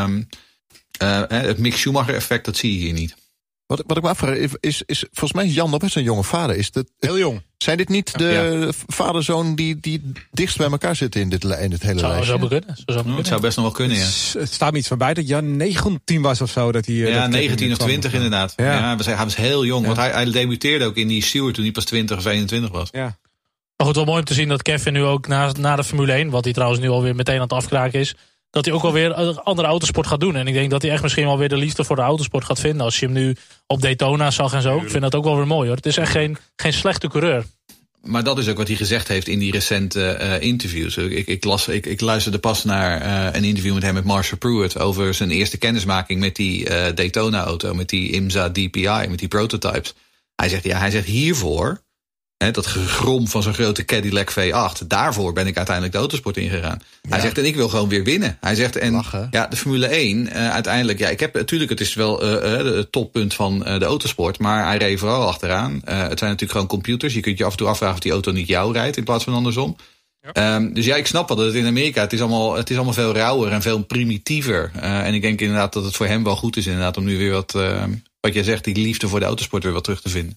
Het Mick Schumacher effect, dat zie je hier niet. Wat ik me afvraag is volgens mij is Jan nog best een jonge vader. Is dat heel jong? Zijn dit niet de vader-zoon die dichtst bij elkaar zitten in dit hele lijstje? Zou kunnen. Het zou best nog wel kunnen, ja. Het staat me iets van bij dat Jan 19 was of zo. Dat hij, ja, 19 of 20 inderdaad. Ja, hij was heel jong. Ja. Want hij debuteerde ook in die Stewart toen hij pas 20 of 21 was. Ja. Maar goed, wel mooi om te zien dat Kevin nu ook na de Formule 1... wat hij trouwens nu alweer meteen aan het afkraken is... dat hij ook alweer een andere autosport gaat doen. En ik denk dat hij echt misschien wel weer de liefde voor de autosport gaat vinden. Als je hem nu op Daytona zag en zo. Ik vind dat ook wel weer mooi hoor. Het is echt geen slechte coureur. Maar dat is ook wat hij gezegd heeft in die recente interviews. Ik luisterde pas naar een interview met hem met Marshall Pruett... over zijn eerste kennismaking met die Daytona-auto. Met die IMSA DPI, met die prototypes. Hij zegt hiervoor... dat gegrom van zo'n grote Cadillac V8. Daarvoor ben ik uiteindelijk de autosport ingegaan. Ja. Hij zegt, en ik wil gewoon weer winnen. Hij zegt, en ja, de Formule 1, uiteindelijk... ja, ik heb natuurlijk, het is wel het toppunt van de autosport... maar hij reed vooral achteraan. Het zijn natuurlijk gewoon computers. Je kunt je af en toe afvragen of die auto niet jou rijdt... in plaats van andersom. Ja. Dus ja, ik snap wel dat het in Amerika... het is allemaal veel rauwer en veel primitiever. En ik denk inderdaad dat het voor hem wel goed is... inderdaad om nu weer wat jij zegt... die liefde voor de autosport weer wat terug te vinden.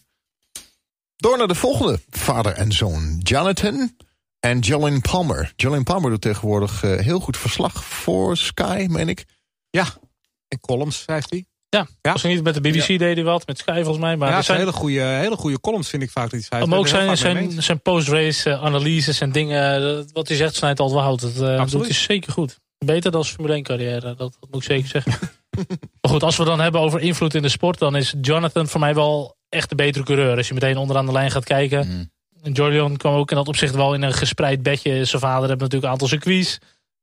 Door naar de volgende vader en zoon. Jonathan en Jolyon Palmer. Jolyon Palmer doet tegenwoordig heel goed verslag voor Sky, meen ik. Ja, en columns schrijft hij. Ja, was niet met de BBC deed hij wat, met Sky volgens mij. Maar ja, zijn hele goede columns vind ik vaak dat hij schrijft. Maar ook zijn post-race analyses en dingen, wat hij zegt snijdt altijd wel hout. Dat doet hij zeker goed. Beter dan zijn Formule 1 carrière, dat moet ik zeker zeggen. Maar goed, als we dan hebben over invloed in de sport... dan is Jonathan voor mij wel echt de betere coureur. Als je meteen onderaan de lijn gaat kijken. Jolyon kwam ook in dat opzicht wel in een gespreid bedje. Zijn vader heeft natuurlijk een aantal circuits.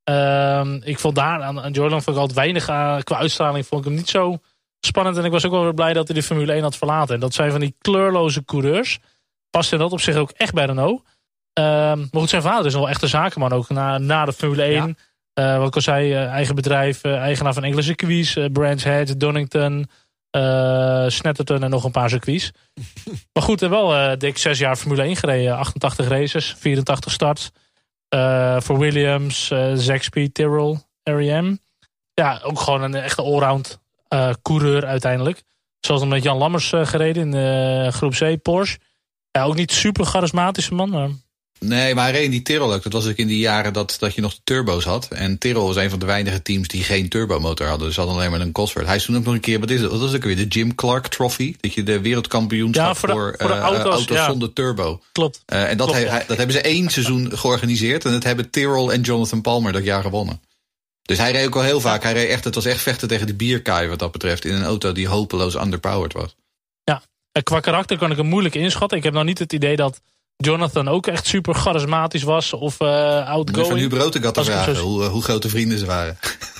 Ik vond daar aan Jolyon vond ik altijd weinig qua uitstraling. Vond ik hem niet zo spannend. En ik was ook wel weer blij dat hij de Formule 1 had verlaten. En dat zijn van die kleurloze coureurs. Past in dat opzicht ook echt bij Renault. Maar goed, zijn vader is nog wel echt een zakenman. Ook na de Formule 1... Ja. Wat ik al zei, eigen bedrijf, eigenaar van enkele circuits. Brands Hatch, Donington, Snetterton en nog een paar circuits. Maar goed, wel dik 6 jaar Formule 1 gereden. 88 races, 84 starts. Voor Williams, Zaxby, Tyrrell, R.E.M. Ja, ook gewoon een echte allround coureur uiteindelijk. Zoals met Jan Lammers gereden in groep C, Porsche. Ja, ook niet super charismatische man, maar... Nee, maar hij reed in die Tyrrell ook. Dat was ook in die jaren dat je nog de turbo's had. En Tyrrell was een van de weinige teams die geen turbomotor hadden. Dus ze hadden alleen maar een Cosworth. Hij is toen ook nog een keer, wat was ook weer? De Jim Clark Trophy. Dat je de wereldkampioenschap voor de auto's zonder turbo. Klopt. En dat hebben ze 1 seizoen georganiseerd. En dat hebben Tyrrell en Jonathan Palmer dat jaar gewonnen. Dus hij reed ook al heel vaak. Het was echt vechten tegen de bierkaai wat dat betreft. In een auto die hopeloos underpowered was. Ja, en qua karakter kan ik hem moeilijk inschatten. Ik heb nou niet het idee dat Jonathan ook echt super charismatisch was of outgoing. Van Huub Rotegat te vragen hoe grote vrienden ze waren.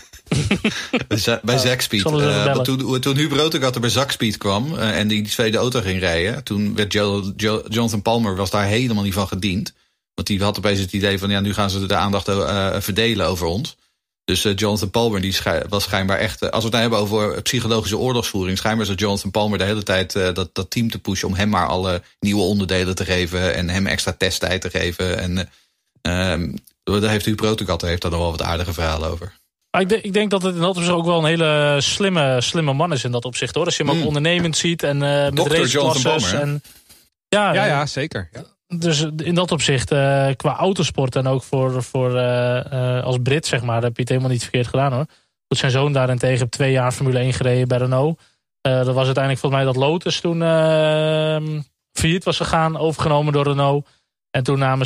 Bij Zakspeed. Toen Huub Rotegat er bij Zakspeed kwam en die tweede auto ging rijden, toen werd Jonathan Palmer was daar helemaal niet van gediend. Want die had opeens het idee van nu gaan ze de aandacht verdelen over ons. Dus Jonathan Palmer die was schijnbaar echt... als we het nou hebben over psychologische oorlogsvoering... schijnbaar is Jonathan Palmer de hele tijd dat team te pushen... om hem maar alle nieuwe onderdelen te geven... en hem extra testtijd te geven. En daar heeft Huub Rotegat daar nog wel wat aardige verhalen over. Ik denk dat het in dat opzicht ook wel een hele slimme man is in dat opzicht, hoor. Als je hem ook ondernemend ziet en met raceklasses. Ja, zeker. Ja. Dus in dat opzicht, qua autosport en ook voor als Brit, zeg maar, heb je het helemaal niet verkeerd gedaan, hoor. Goed, zijn zoon daarentegen 2 jaar Formule 1 gereden bij Renault. Dat was uiteindelijk volgens mij dat Lotus toen failliet was gegaan, overgenomen door Renault. En toen namen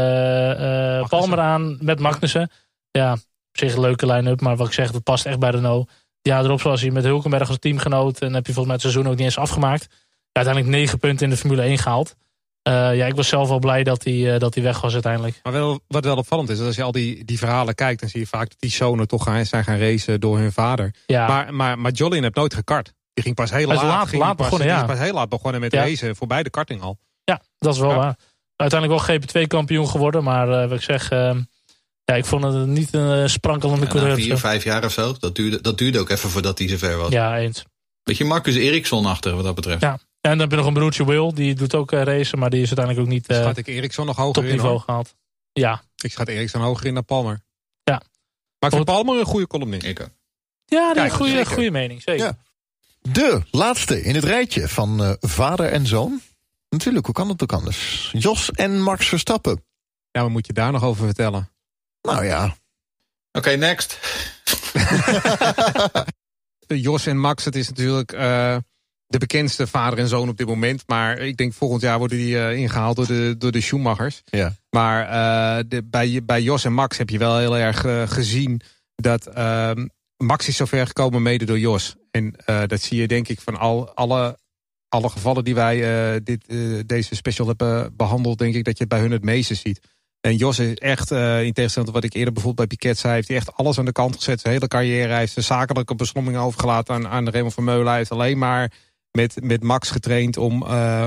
ze Palmer aan met Magnussen. Ja, op zich een leuke line-up, maar wat ik zeg, dat past echt bij Renault. Ja, erop zoals hij met Hülkenberg als teamgenoot en heb je volgens mij het seizoen ook niet eens afgemaakt. Ja, uiteindelijk 9 punten in de Formule 1 gehaald. Ik was zelf wel blij dat hij weg was uiteindelijk. Maar wat wel opvallend is, als je al die verhalen kijkt, dan zie je vaak dat die zonen toch zijn gaan racen door hun vader. Ja. Maar Jolien heeft nooit gekart. Die ging pas heel laat begonnen met racen, voorbij de karting al. Ja, dat is wel waar. Uiteindelijk wel GP2-kampioen geworden, maar wat ik zeg, ik vond het niet een sprankelende coureur. 4-5 jaar of zo, dat duurde ook even voordat hij zover was. Ja, eens. Beetje Marcus Ericsson achter wat dat betreft. Ja. En dan heb je nog een broertje Will, die doet ook racen, maar die is uiteindelijk ook niet schat ik Ericsson nog hoger topniveau gehaald. Ja. Ik schat Ericsson hoger in dan Palmer. Ja. Maar ik vind Palmer een goede columnist. Ja, die heeft een goede mening, zeker. Ja. De laatste in het rijtje van vader en zoon. Natuurlijk, hoe kan het ook anders? Jos en Max Verstappen. Ja, wat moet je daar nog over vertellen? Nou ja. Oké, next. Jos en Max, het is natuurlijk de bekendste vader en zoon op dit moment. Maar ik denk volgend jaar worden die ingehaald door de Schumachers. Ja. Maar bij Jos en Max heb je wel heel erg gezien dat Max is zover gekomen mede door Jos. En dat zie je denk ik van alle gevallen die wij deze special hebben behandeld, denk ik dat je het bij hun het meeste ziet. En Jos is echt, in tegenstelling tot wat ik eerder bijvoorbeeld bij Piquet zei, heeft hij echt alles aan de kant gezet. Zijn hele carrière, hij heeft zijn zakelijke beslommingen overgelaten aan Raymond Vermeulen. Hij heeft alleen maar met Max getraind om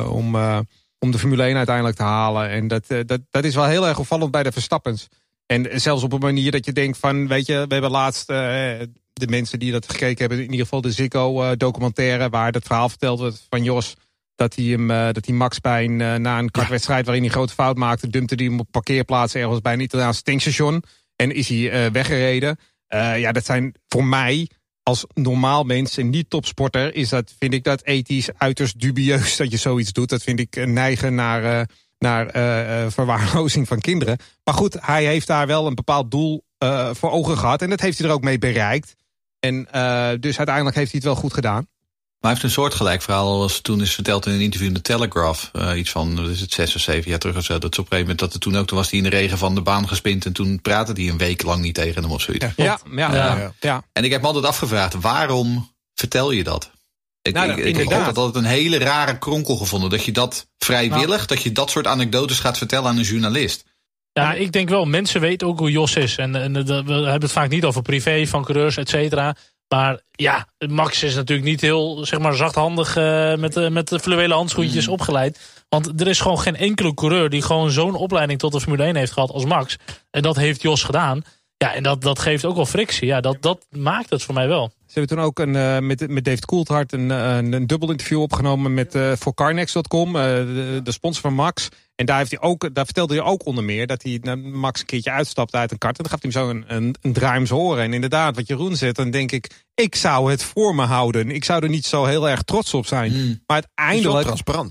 de Formule 1 uiteindelijk te halen. En dat is wel heel erg opvallend bij de Verstappens. En zelfs op een manier dat je denkt van, weet je, we hebben laatst de mensen die dat gekeken hebben, in ieder geval de Ziggo-documentaire, waar het verhaal verteld wordt van Jos, dat hij Max bij na een kartwedstrijd waarin hij grote fout maakte, dumpte hij hem op parkeerplaats ergens bij een Italiaans tankstation en is hij weggereden. Dat zijn voor mij als normaal mens en niet topsporter, vind ik dat ethisch uiterst dubieus dat je zoiets doet. Dat vind ik neigen naar verwaarlozing van kinderen. Maar goed, hij heeft daar wel een bepaald doel voor ogen gehad. En dat heeft hij er ook mee bereikt. En dus uiteindelijk heeft hij het wel goed gedaan. Maar hij heeft een soortgelijk verhaal als toen is verteld in een interview in de Telegraph. Iets van, dat is het 6 of 7 jaar terug of zo. Dat op een gegeven moment toen was hij in de regen van de baan gespind. En toen praatte hij een week lang niet tegen hem of zoiets. Ja. En ik heb me altijd afgevraagd, waarom vertel je dat? Ik heb altijd een hele rare kronkel gevonden. Dat je dat vrijwillig, dat je dat soort anekdotes gaat vertellen aan een journalist. Ja, ik denk wel, mensen weten ook hoe Jos is. En we hebben het vaak niet over privé, van coureurs, et cetera. Maar ja, Max is natuurlijk niet heel, zeg maar, zachthandig met de fluwelen handschoentjes opgeleid. Want er is gewoon geen enkele coureur die gewoon zo'n opleiding tot de Formule 1 heeft gehad als Max. En dat heeft Jos gedaan. Ja, en dat geeft ook wel frictie. Ja, dat maakt het voor mij wel. Ze hebben toen ook met David Coulthard een dubbel interview opgenomen voor Carnex.com, de sponsor van Max. En daar vertelde hij ook onder meer dat hij Max een keertje uitstapte uit een kart. En dan gaf hij hem zo een draai om zijn oren. En inderdaad, wat Jeroen zegt, dan denk ik zou het voor me houden. Ik zou er niet zo heel erg trots op zijn. Maar uiteindelijk, het is wel transparant.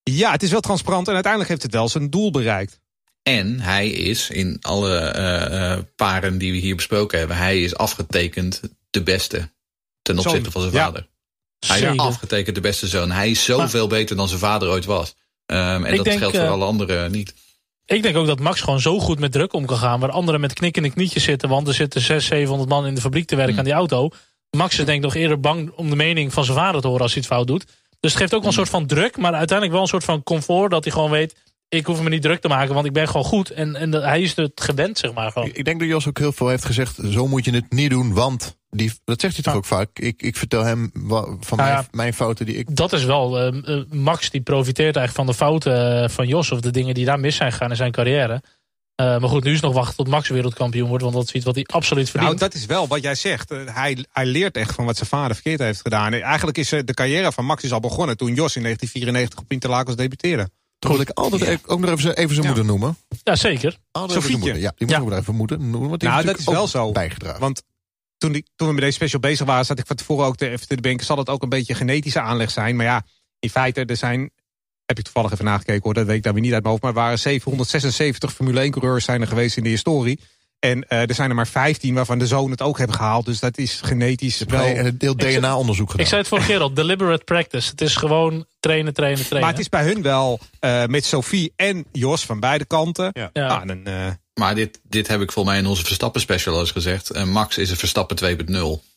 Ja, het is wel transparant en uiteindelijk heeft het wel zijn doel bereikt. En hij is in alle paren die we hier besproken hebben, hij is afgetekend de beste ten opzichte van zijn vader. Hij is afgetekend de beste zoon. Hij is zoveel beter dan zijn vader ooit was. En dat geldt voor alle anderen niet. Ik denk ook dat Max gewoon zo goed met druk om kan gaan, waar anderen met knikkende knietjes zitten, want er zitten 600-700 man in de fabriek te werken aan die auto. Max is denk ik nog eerder bang om de mening van zijn vader te horen als hij het fout doet. Dus het geeft ook wel een soort van druk, maar uiteindelijk wel een soort van comfort dat hij gewoon weet, ik hoef me niet druk te maken, want ik ben gewoon goed. En hij is het gewend, zeg maar. Gewoon. Ik denk dat Jos ook heel veel heeft gezegd, zo moet je het niet doen, want dat zegt hij toch ook vaak. Ik vertel hem van mijn fouten die ik... Dat is wel, Max die profiteert eigenlijk van de fouten van Jos, of de dingen die daar mis zijn gegaan in zijn carrière. Maar goed, nu is het nog wachten tot Max wereldkampioen wordt, want dat is iets wat hij absoluut verdient. Nou, dat is wel wat jij zegt. Hij leert echt van wat zijn vader verkeerd heeft gedaan. Eigenlijk is de carrière van Max al begonnen toen Jos in 1994 op Interlagos debuteerde. Toch wil ik altijd ook nog even zijn moeder noemen. Ja, zeker. Sofietje. Ja, die moeten we even moeten noemen. Want die dat is wel zo. Bijgedragen. Want toen we met deze special bezig waren, zat ik van tevoren ook even te denken, zal het ook een beetje genetische aanleg zijn. Maar ja, in feite, heb ik toevallig even nagekeken hoor, dat weet ik daar weer niet uit mijn hoofd, maar er waren 776 Formule 1 coureurs zijn er geweest in de historie. En er zijn er maar 15 waarvan de zoon het ook hebben gehaald. Dus dat is genetisch wel... En het deel DNA-onderzoek gedaan. Ik zei het vorige keer al, deliberate practice. Het is gewoon trainen. Maar het is bij hun wel met Sophie en Jos van beide kanten. Ja. Maar dit heb ik volgens mij in onze Verstappen special al eens gezegd. Max is een Verstappen 2.0.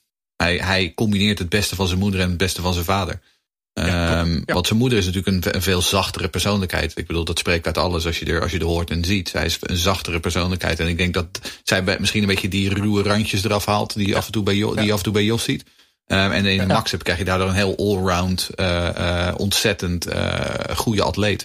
Hij combineert het beste van zijn moeder en het beste van zijn vader. Want zijn moeder is natuurlijk een veel zachtere persoonlijkheid. Ik bedoel, dat spreekt uit alles als je er hoort en ziet. Zij is een zachtere persoonlijkheid. En ik denk dat zij misschien een beetje die ruwe randjes eraf haalt die je af en toe bij Jos ziet. En in Max krijg je daardoor een heel allround, ontzettend goede atleet.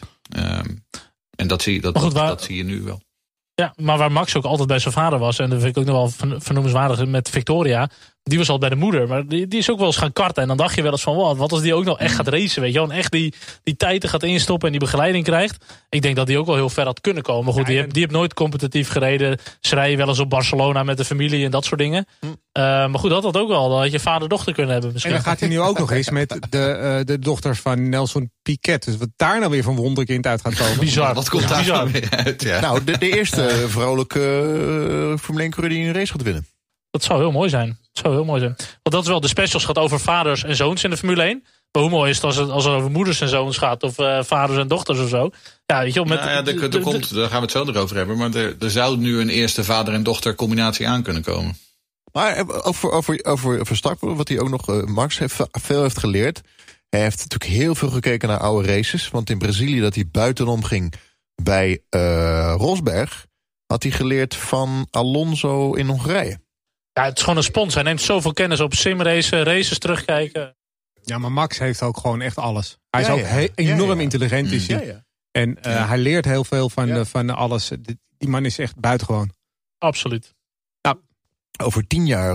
En dat zie je nu wel. Ja, maar waar Max ook altijd bij zijn vader was, en dat vind ik ook nog wel vernoemenswaardig met Victoria, die was al bij de moeder, maar die is ook wel eens gaan karten. En dan dacht je wel eens van, wat als die ook nog echt gaat racen, weet je wel, en echt die tijden gaat instoppen en die begeleiding krijgt. Ik denk dat die ook wel heel ver had kunnen komen. Maar goed, die heeft nooit competitief gereden. Ze rijden wel eens op Barcelona met de familie en dat soort dingen. Maar goed, dat had ook wel. Dan had je vader-dochter kunnen hebben misschien. En dan gaat hij nu ook nog eens met de dochter van Nelson Piquet. Dus wat daar nou weer van wonderkind uit gaat komen. Bizar. Wat komt daar nou weer uit? Ja. Nou, de eerste vrolijke Formule 1 coureur die een race gaat winnen. Dat zou heel mooi zijn. Want dat is wel, de specials gaat over vaders en zoons in de Formule 1. Maar hoe mooi is het als het over moeders en zoons gaat, of vaders en dochters of zo. Ja, weet je wel, daar gaan we het zo nog over hebben. Maar er zou nu een eerste vader en dochter combinatie aan kunnen komen. Maar over Verstappen, wat hij ook nog, Max veel heeft geleerd. Hij heeft natuurlijk heel veel gekeken naar oude races. Want in Brazilië, dat hij buitenom ging bij Rosberg, had hij geleerd van Alonso in Hongarije. Ja, het is gewoon een spons. Hij neemt zoveel kennis op simracen, races terugkijken. Ja, maar Max heeft ook gewoon echt alles. Hij is ook enorm intelligent. Is hij. Ja. En hij leert heel veel van alles. Die man is echt buitengewoon. Absoluut. Ja. Over 10 jaar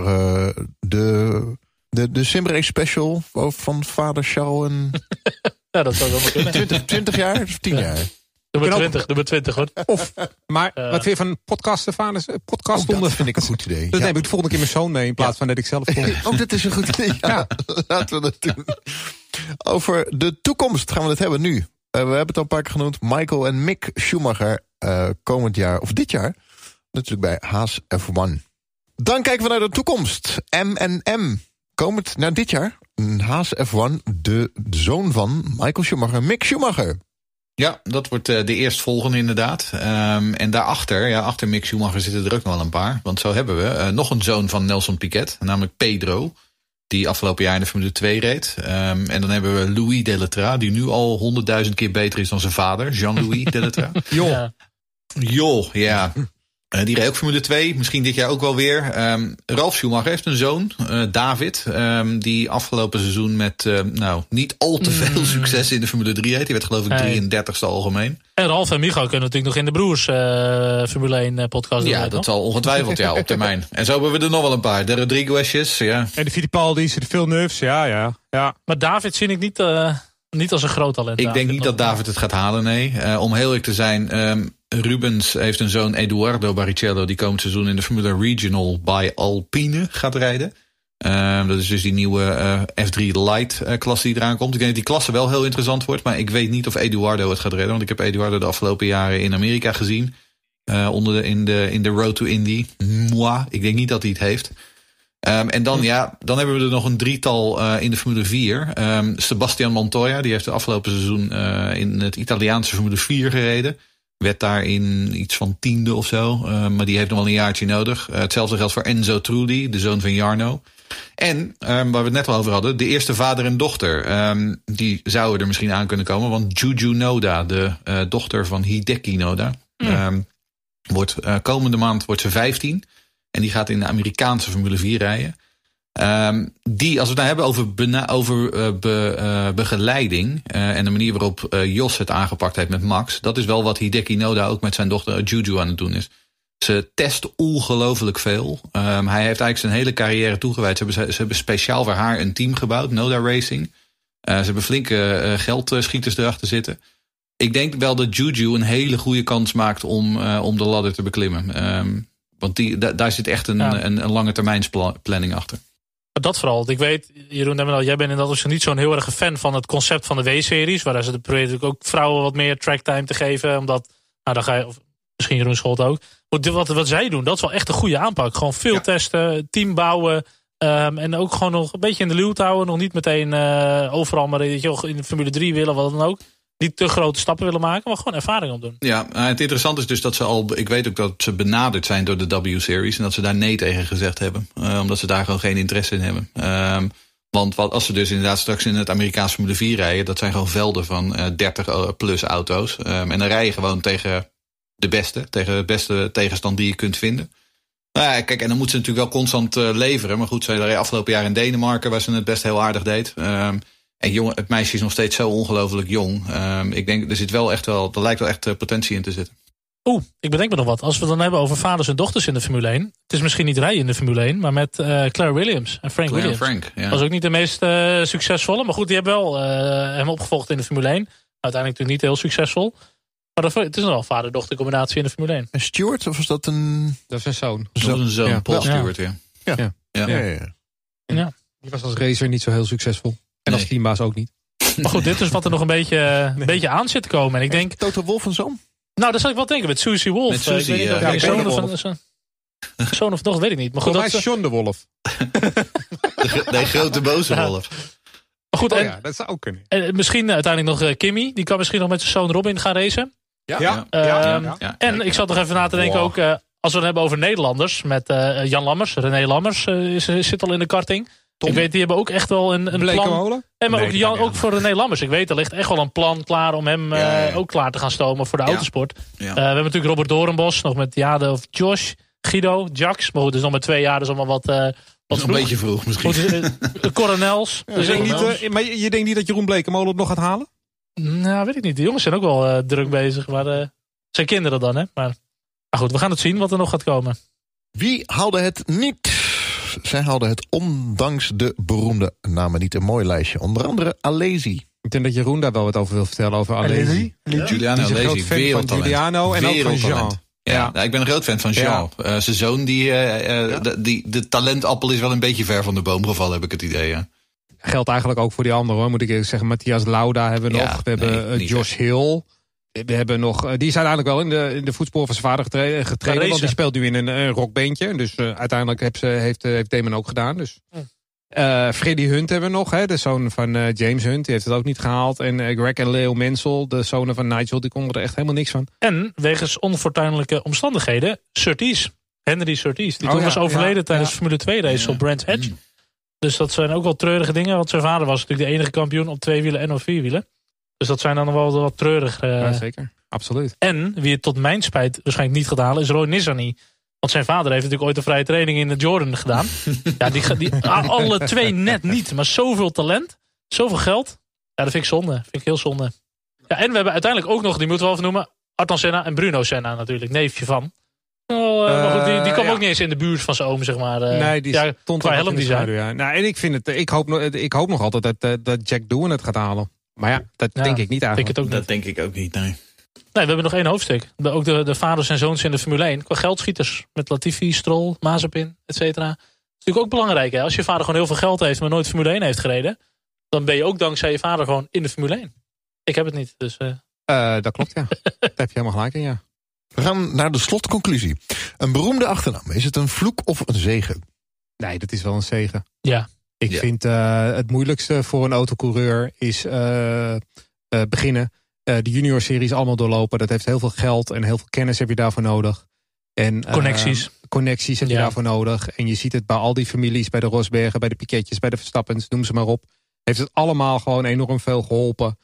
de simrace special van vader Charles en... Ja, dat zou wel kunnen. 20 jaar of 10 jaar? Nummer 20 hoor. Maar wat weer van podcasten, vaders? Dat vind ik een goed idee. Dat neem ik de volgende keer mijn zoon mee in plaats van dat ik zelf kom. Dat is een goed idee. Ja. Laten we dat doen. Over de toekomst gaan we het hebben nu. We hebben het al een paar keer genoemd. Michael en Mick Schumacher komend jaar, of dit jaar, natuurlijk bij Haas F1. Dan kijken we naar de toekomst. M&M. Komend naar dit jaar. Haas F1, de zoon van Michael Schumacher, Mick Schumacher. Ja, dat wordt de eerstvolgende inderdaad. En daarachter, achter Mick Schumacher zitten er ook nog wel een paar. Want zo hebben we nog een zoon van Nelson Piquet, namelijk Pedro. Die afgelopen jaar in de Formule 2 reed. En dan hebben we Louis Deletraz, die nu al 100.000 keer beter is dan zijn vader, Jean-Louis Deletraz. Joh, ja. Die reed ook Formule 2, misschien dit jaar ook wel weer. Ralf Schumacher heeft een zoon, David. Die afgelopen seizoen met niet al te veel succes in de Formule 3 reed. Die werd geloof ik 33ste algemeen. En Ralf en Michael kunnen natuurlijk nog in de broers Formule 1 podcast doen. Ja, dat zal ongetwijfeld op termijn. En zo hebben we er nog wel een paar. De Rodriguez'jes, ja. En de Fittipaldi's, de Villeneuve's, ja. Maar David zie ik niet als een groot talent. Ik denk niet dat David het gaat halen, nee. Om heel eerlijk te zijn, Rubens heeft een zoon, Eduardo Barrichello, die komend seizoen in de Formule Regional bij Alpine gaat rijden. Dat is dus die nieuwe F3 Light klasse die eraan komt. Ik denk dat die klasse wel heel interessant wordt. Maar ik weet niet of Eduardo het gaat redden. Want ik heb Eduardo de afgelopen jaren in Amerika gezien. In de Road to Indy. Ik denk niet dat hij het heeft. En dan hebben we er nog een drietal in de Formule 4. Sebastian Montoya, die heeft de afgelopen seizoen in het Italiaanse Formule 4 gereden. Werd daarin iets van 10e of zo. Maar die heeft nog wel een jaartje nodig. Hetzelfde geldt voor Enzo Trulli, de zoon van Jarno. En, waar we het net al over hadden, de eerste vader en dochter. Die zouden er misschien aan kunnen komen. Want Juju Noda, de dochter van Hideki Noda, komende maand wordt ze 15. En die gaat in de Amerikaanse Formule 4 rijden. Als we het nou hebben over begeleiding en de manier waarop Jos het aangepakt heeft met Max, dat is wel wat Hideki Noda ook met zijn dochter Juju aan het doen is. Ze test ongelooflijk veel. Hij heeft eigenlijk zijn hele carrière toegewijd. Ze hebben speciaal voor haar een team gebouwd, Noda Racing. Ze hebben flinke geldschieters erachter zitten. Ik denk wel dat Juju een hele goede kans maakt om de ladder te beklimmen. Want daar zit echt een lange termijnsplanning achter. Dat vooral. Ik weet, Jeroen, jij bent inderdaad niet zo'n heel erg fan van het concept van de W-series. Waar ze proberen ook vrouwen wat meer tracktime te geven. Omdat, dan ga je, of misschien Jeroen Scholt ook. Wat zij doen, dat is wel echt een goede aanpak. Gewoon veel testen, team bouwen. En ook gewoon nog een beetje in de luwte houden. Nog niet meteen overal maar in de Formule 3 willen, wat dan ook. Niet te grote stappen willen maken, maar gewoon ervaring opdoen. Ja, het interessante is dus dat ik weet ook dat ze benaderd zijn door de W-series. En dat ze daar nee tegen gezegd hebben. Omdat ze daar gewoon geen interesse in hebben. Want als ze dus inderdaad straks in het Amerikaanse Formule 4 rijden, dat zijn gewoon velden van 30 plus auto's. En dan rij je gewoon tegen de beste tegenstand die je kunt vinden. Kijk, en dan moeten ze natuurlijk wel constant leveren. Maar goed, ze reden afgelopen jaar in Denemarken, waar ze het best heel aardig deed. En het meisje is nog steeds zo ongelooflijk jong. Ik denk, er lijkt wel echt potentie in te zitten. Ik bedenk me nog wat. Als we het dan hebben over vaders en dochters in de Formule 1. Het is misschien niet rijden in de Formule 1, maar met Claire Williams en Frank Williams. Dat was ook niet de meest succesvolle. Maar goed, die hebben wel hem opgevolgd in de Formule 1. Uiteindelijk natuurlijk niet heel succesvol. Maar het is nog wel vader-dochter combinatie in de Formule 1. En Stewart, of was dat een... Dat is een zoon. Dat was een zoon, ja. Paul Stewart, ja. Die was als racer niet zo heel succesvol. En als teambaas ook niet. Maar goed, dit is wat er nog een beetje aan zit te komen. En ik denk, Toto Wolff een zoon? Nou, dat zou ik wel denken met Susie Wolff. Met Susie, ik weet niet of zoon of nog, weet ik niet. Maar goed, dat is John de Wolff. De grote boze Wolff. Maar goed, dat zou ook kunnen. En misschien uiteindelijk nog Kimmy. Die kan misschien nog met zijn zoon Robin gaan racen. En ik zat nog even na te denken ook, als we het hebben over Nederlanders. Met Jan Lammers, René Lammers zit al in de karting. Tom. Ik weet, die hebben ook echt wel een plan. En maar ook voor René Lammers. Ik weet, er ligt echt wel een plan klaar om hem ook klaar te gaan stomen voor de autosport. We hebben natuurlijk Robert Doornbos, nog met Jade of Josh, Guido, Jax. Maar goed, dus nog met 2 jaar, dus allemaal wat dat is een beetje vroeg misschien. Coronels. Maar je denkt niet dat Jeroen Blekemolen het nog gaat halen? Nou, weet ik niet. De jongens zijn ook wel druk bezig. Maar zijn kinderen dan, hè. Maar goed, we gaan het zien wat er nog gaat komen. Wie haalde het niet? Zij haalden het ondanks de beroemde namen niet. Een mooi lijstje. Onder andere Alesi. Ik denk dat Jeroen daar wel wat over wil vertellen. Over Alesi. Giuliano Alesi, groot fan van Giuliano en ook van Jean. Ja, ik ben een groot fan van Jean. Zijn zoon, de talentappel is wel een beetje ver van de boom gevallen, heb ik het idee. Ja. Geldt eigenlijk ook voor die anderen, hoor. Moet ik eerlijk zeggen. Matthias Lauda hebben we nog. We hebben Josh Hill. We hebben nog, die is uiteindelijk wel in de voetsporen van zijn vader getreden. Want die speelt nu in een rockbandje. Dus uiteindelijk heeft Damon ook gedaan. Dus. Freddy Hunt hebben we nog. De zoon van James Hunt. Die heeft het ook niet gehaald. En Greg en Leo Mansell, de zonen van Nigel. Die konden er echt helemaal niks van. En wegens onfortuinlijke omstandigheden Surtees. Henry Surtees. Die toen was overleden tijdens de Formule 2 race op Brands Hatch. Dus dat zijn ook wel treurige dingen. Want zijn vader was natuurlijk de enige kampioen op 2 wielen en op 4 wielen. Dus dat zijn dan nog wel wat treurig. Ja, zeker. Absoluut. En wie het tot mijn spijt waarschijnlijk niet gaat halen is Roy Nissany. Want zijn vader heeft natuurlijk ooit een vrije training in de Jordan gedaan. Die alle 2 net niet. Maar zoveel talent. Zoveel geld. Ja, dat vind ik zonde. Vind ik heel zonde. Ja, en we hebben uiteindelijk ook nog, die moeten we wel even noemen, Ayrton Senna en Bruno Senna natuurlijk. Neefje van. Maar goed, die kwam ook niet eens in de buurt van zijn oom, zeg maar. Nee, die stond qua helm design. Ja. Nou, en ik vind het, ik hoop nog altijd dat Jack Doohan het gaat halen. Maar ja, dat denk ik niet eigenlijk. Dat denk ik ook niet, nee. Nee, we hebben nog 1 hoofdstuk. Ook de vaders en zoons in de Formule 1. Qua geldschieters. Met Latifi, Stroll, Mazepin, et cetera. natuurlijk ook belangrijk. Hè? Als je vader gewoon heel veel geld heeft, maar nooit Formule 1 heeft gereden, dan ben je ook dankzij je vader gewoon in de Formule 1. Ik heb het niet, dus... Dat klopt, ja. Daar heb je helemaal gelijk in, ja. We gaan naar de slotconclusie. Een beroemde achternaam, is het een vloek of een zegen? Nee, dat is wel een zegen. Ja. Ik vind het moeilijkste voor een autocoureur is beginnen. De junior-series allemaal doorlopen. Dat heeft heel veel geld en heel veel kennis heb je daarvoor nodig. En connecties heb je daarvoor nodig. En je ziet het bij al die families, bij de Rosbergen, bij de Piquetjes, bij de Verstappens, noem ze maar op. Heeft het allemaal gewoon enorm veel geholpen.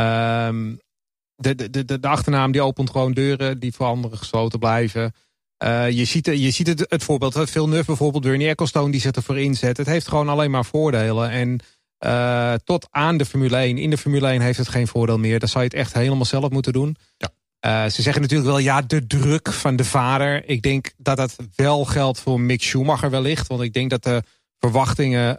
De achternaam die opent gewoon deuren die voor anderen gesloten blijven. Je ziet het voorbeeld. Villeneuve bijvoorbeeld, Bernie Ecclestone die zich ervoor inzet. Het heeft gewoon alleen maar voordelen. En tot aan de Formule 1. In de Formule 1 heeft het geen voordeel meer. Dan zou je het echt helemaal zelf moeten doen. Ja. Ze zeggen natuurlijk wel, ja, de druk van de vader. Ik denk dat dat wel geldt voor Mick Schumacher wellicht. Want ik denk dat de verwachtingen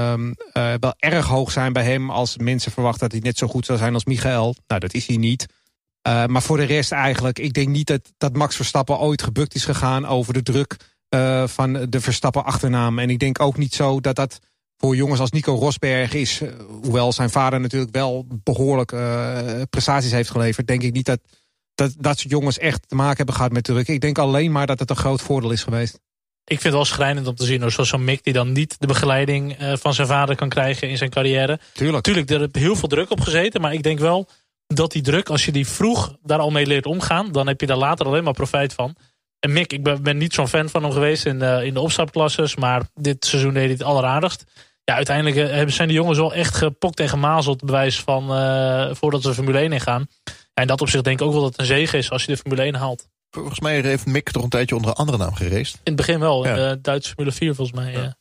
wel erg hoog zijn bij hem. Als mensen verwachten dat hij net zo goed zou zijn als Michael. Nou, dat is hij niet. Maar voor de rest eigenlijk, ik denk niet dat Max Verstappen ooit gebukt is gegaan over de druk van de Verstappen achternaam. En ik denk ook niet zo dat voor jongens als Nico Rosberg is, hoewel zijn vader natuurlijk wel behoorlijk prestaties heeft geleverd, denk ik niet dat soort jongens echt te maken hebben gehad met druk. Ik denk alleen maar dat het een groot voordeel is geweest. Ik vind het wel schrijnend om te zien, zoals zo'n Mick die dan niet de begeleiding van zijn vader kan krijgen in zijn carrière. Tuurlijk, er heb heel veel druk op gezeten, maar ik denk wel dat die druk, als je die vroeg daar al mee leert omgaan, dan heb je daar later alleen maar profijt van. En Mick, ik ben niet zo'n fan van hem geweest in de opstapklasses, maar dit seizoen deed hij het alleraardigst. Ja, uiteindelijk zijn de jongens wel echt gepokt en gemazeld, bewijs van voordat ze Formule 1 ingaan. Ja, in dat opzicht denk ik ook wel dat het een zege is als je de Formule 1 haalt. Volgens mij heeft Mick toch een tijdje onder een andere naam geraced. In het begin wel, in de Duitse Formule 4 volgens mij. Ja.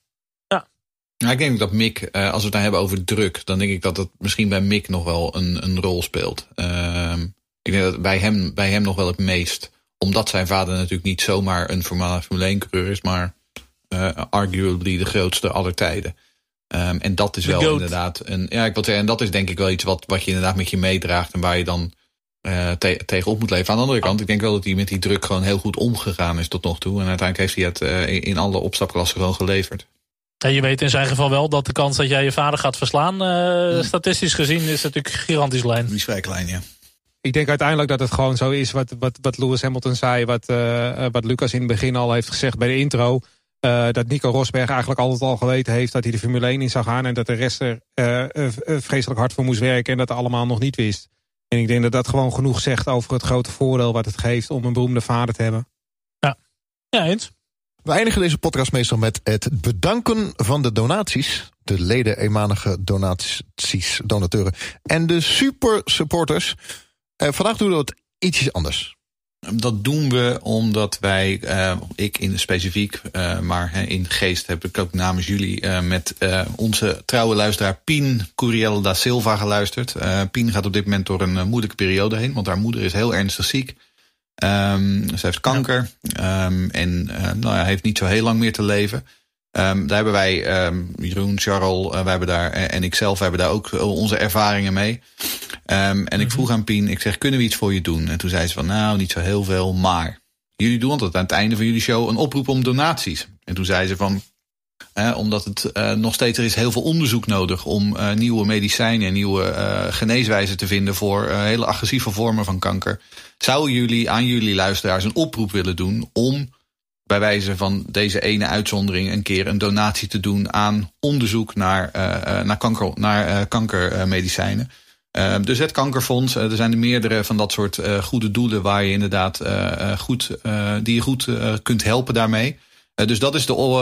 Nou, ik denk dat Mick, als we het dan hebben over druk, dan denk ik dat het misschien bij Mick nog wel een rol speelt. Ik denk dat bij hem nog wel het meest. Omdat zijn vader natuurlijk niet zomaar een Formule 1 coureur is, maar arguably de grootste aller tijden. En dat is wel inderdaad en dat is denk ik wel iets wat je inderdaad met je meedraagt en waar je dan tegenop moet leven. Aan de andere kant, ik denk wel dat hij met die druk gewoon heel goed omgegaan is tot nog toe. En uiteindelijk heeft hij het in alle opstapklassen gewoon geleverd. En je weet in zijn geval wel dat de kans dat jij je vader gaat verslaan, statistisch gezien, is natuurlijk gigantisch klein. Die is vrij klein, ja. Ik denk uiteindelijk dat het gewoon zo is wat Lewis Hamilton zei, wat Lucas in het begin al heeft gezegd bij de intro. Dat Nico Rosberg eigenlijk altijd al geweten heeft dat hij de Formule 1 in zou gaan en dat de rest er vreselijk hard voor moest werken en dat allemaal nog niet wist. En ik denk dat dat gewoon genoeg zegt over het grote voordeel wat het geeft om een beroemde vader te hebben. Ja, eens. We eindigen deze podcast meestal met het bedanken van de donaties. De leden, eenmalige donateuren en de super supporters. Vandaag doen we het ietsjes anders. Dat doen we omdat wij, ik in specifiek, maar in geest heb ik ook namens jullie met onze trouwe luisteraar Pien Curiel da Silva geluisterd. Pien gaat op dit moment door een moeilijke periode heen, want haar moeder is heel ernstig ziek. Ze heeft kanker en heeft niet zo heel lang meer te leven. Daar hebben wij, Jeroen, Charles, wij hebben daar, en ikzelf hebben daar ook onze ervaringen mee. En ik vroeg aan Pien, ik zeg, kunnen we iets voor je doen? En toen zei ze van, nou, niet zo heel veel, maar jullie doen altijd aan het einde van jullie show een oproep om donaties. En toen zei ze van, omdat het nog steeds, er is heel veel onderzoek nodig om nieuwe medicijnen en nieuwe geneeswijzen te vinden voor hele agressieve vormen van kanker. Zouden jullie aan jullie luisteraars een oproep willen doen om bij wijze van deze ene uitzondering een keer een donatie te doen aan onderzoek naar kankermedicijnen? Dus het Kankerfonds, er zijn er meerdere van dat soort goede doelen waar je inderdaad die je goed kunt helpen daarmee. Dus dat is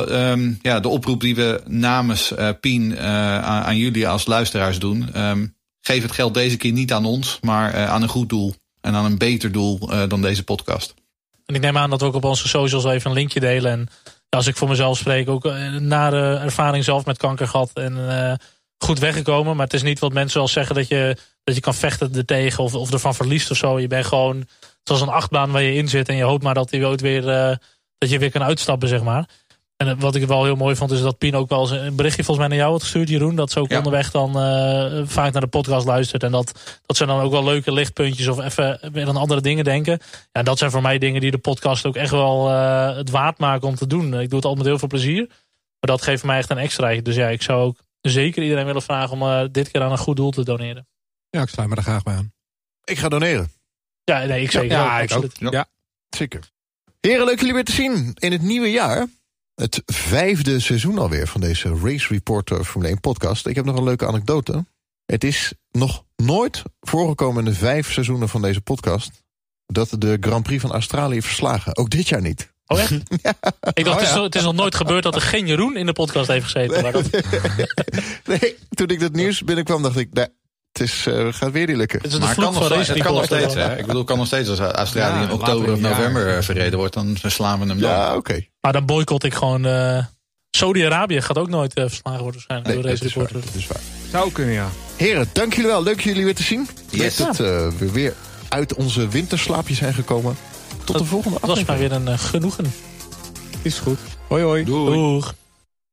de oproep die we namens Pien aan jullie als luisteraars doen. Geef het geld deze keer niet aan ons, maar aan een goed doel. En aan een beter doel dan deze podcast. En ik neem aan dat we ook op onze socials even een linkje delen. En als ik voor mezelf spreek, ook na de ervaring zelf met kanker gehad en goed weggekomen. Maar het is niet wat mensen wel zeggen dat je kan vechten ertegen of ervan verliest of zo. Je bent gewoon zoals een achtbaan waar je in zit en je hoopt maar dat die ooit weer dat je weer kan uitstappen, zeg maar. En wat ik wel heel mooi vond is dat Pien ook wel eens een berichtje volgens mij naar jou had gestuurd, Jeroen. Dat ze ook onderweg dan vaak naar de podcast luistert. En dat ze dan ook wel leuke lichtpuntjes of even weer aan andere dingen denken. Ja, dat zijn voor mij dingen die de podcast ook echt wel het waard maken om te doen. Ik doe het altijd met heel veel plezier. Maar dat geeft mij echt een extra. Dus ja, ik zou ook zeker iedereen willen vragen om dit keer aan een goed doel te doneren. Ja, ik sluit me er graag bij aan. Ik ga doneren. Ja, nee, ik zeker. Ja, ik ook. Ja. Zeker. Heren, leuk jullie weer te zien in het nieuwe jaar. Het 5e seizoen alweer van deze Race Reporter Formule 1 podcast. Ik heb nog een leuke anekdote. Het is nog nooit voorgekomen in de 5 seizoenen van deze podcast dat de Grand Prix van Australië verslagen. Ook dit jaar niet. Oh echt? Ja. Ik dacht, het is nog nooit gebeurd dat er geen Jeroen in de podcast heeft gezeten. Maar dat... Nee, toen ik dat nieuws binnenkwam dacht ik, nee, het gaat weer niet lukken. Het kan nog steeds, hè? Ik bedoel, kan nog steeds als Australië in oktober of november verreden wordt, dan verslaan we hem dan. Ja, oké. Maar dan boycott ik gewoon... Saudi-Arabië gaat ook nooit verslagen worden waarschijnlijk. Nee, door deze reporter. Dat is waar. Zou kunnen, ja. Heren, dank jullie wel. Leuk jullie weer te zien. Yes. Dat we weer uit onze winterslaapje zijn gekomen. Tot de volgende aflevering. Dat was maar weer een genoegen. Is goed. Hoi hoi. Doeg.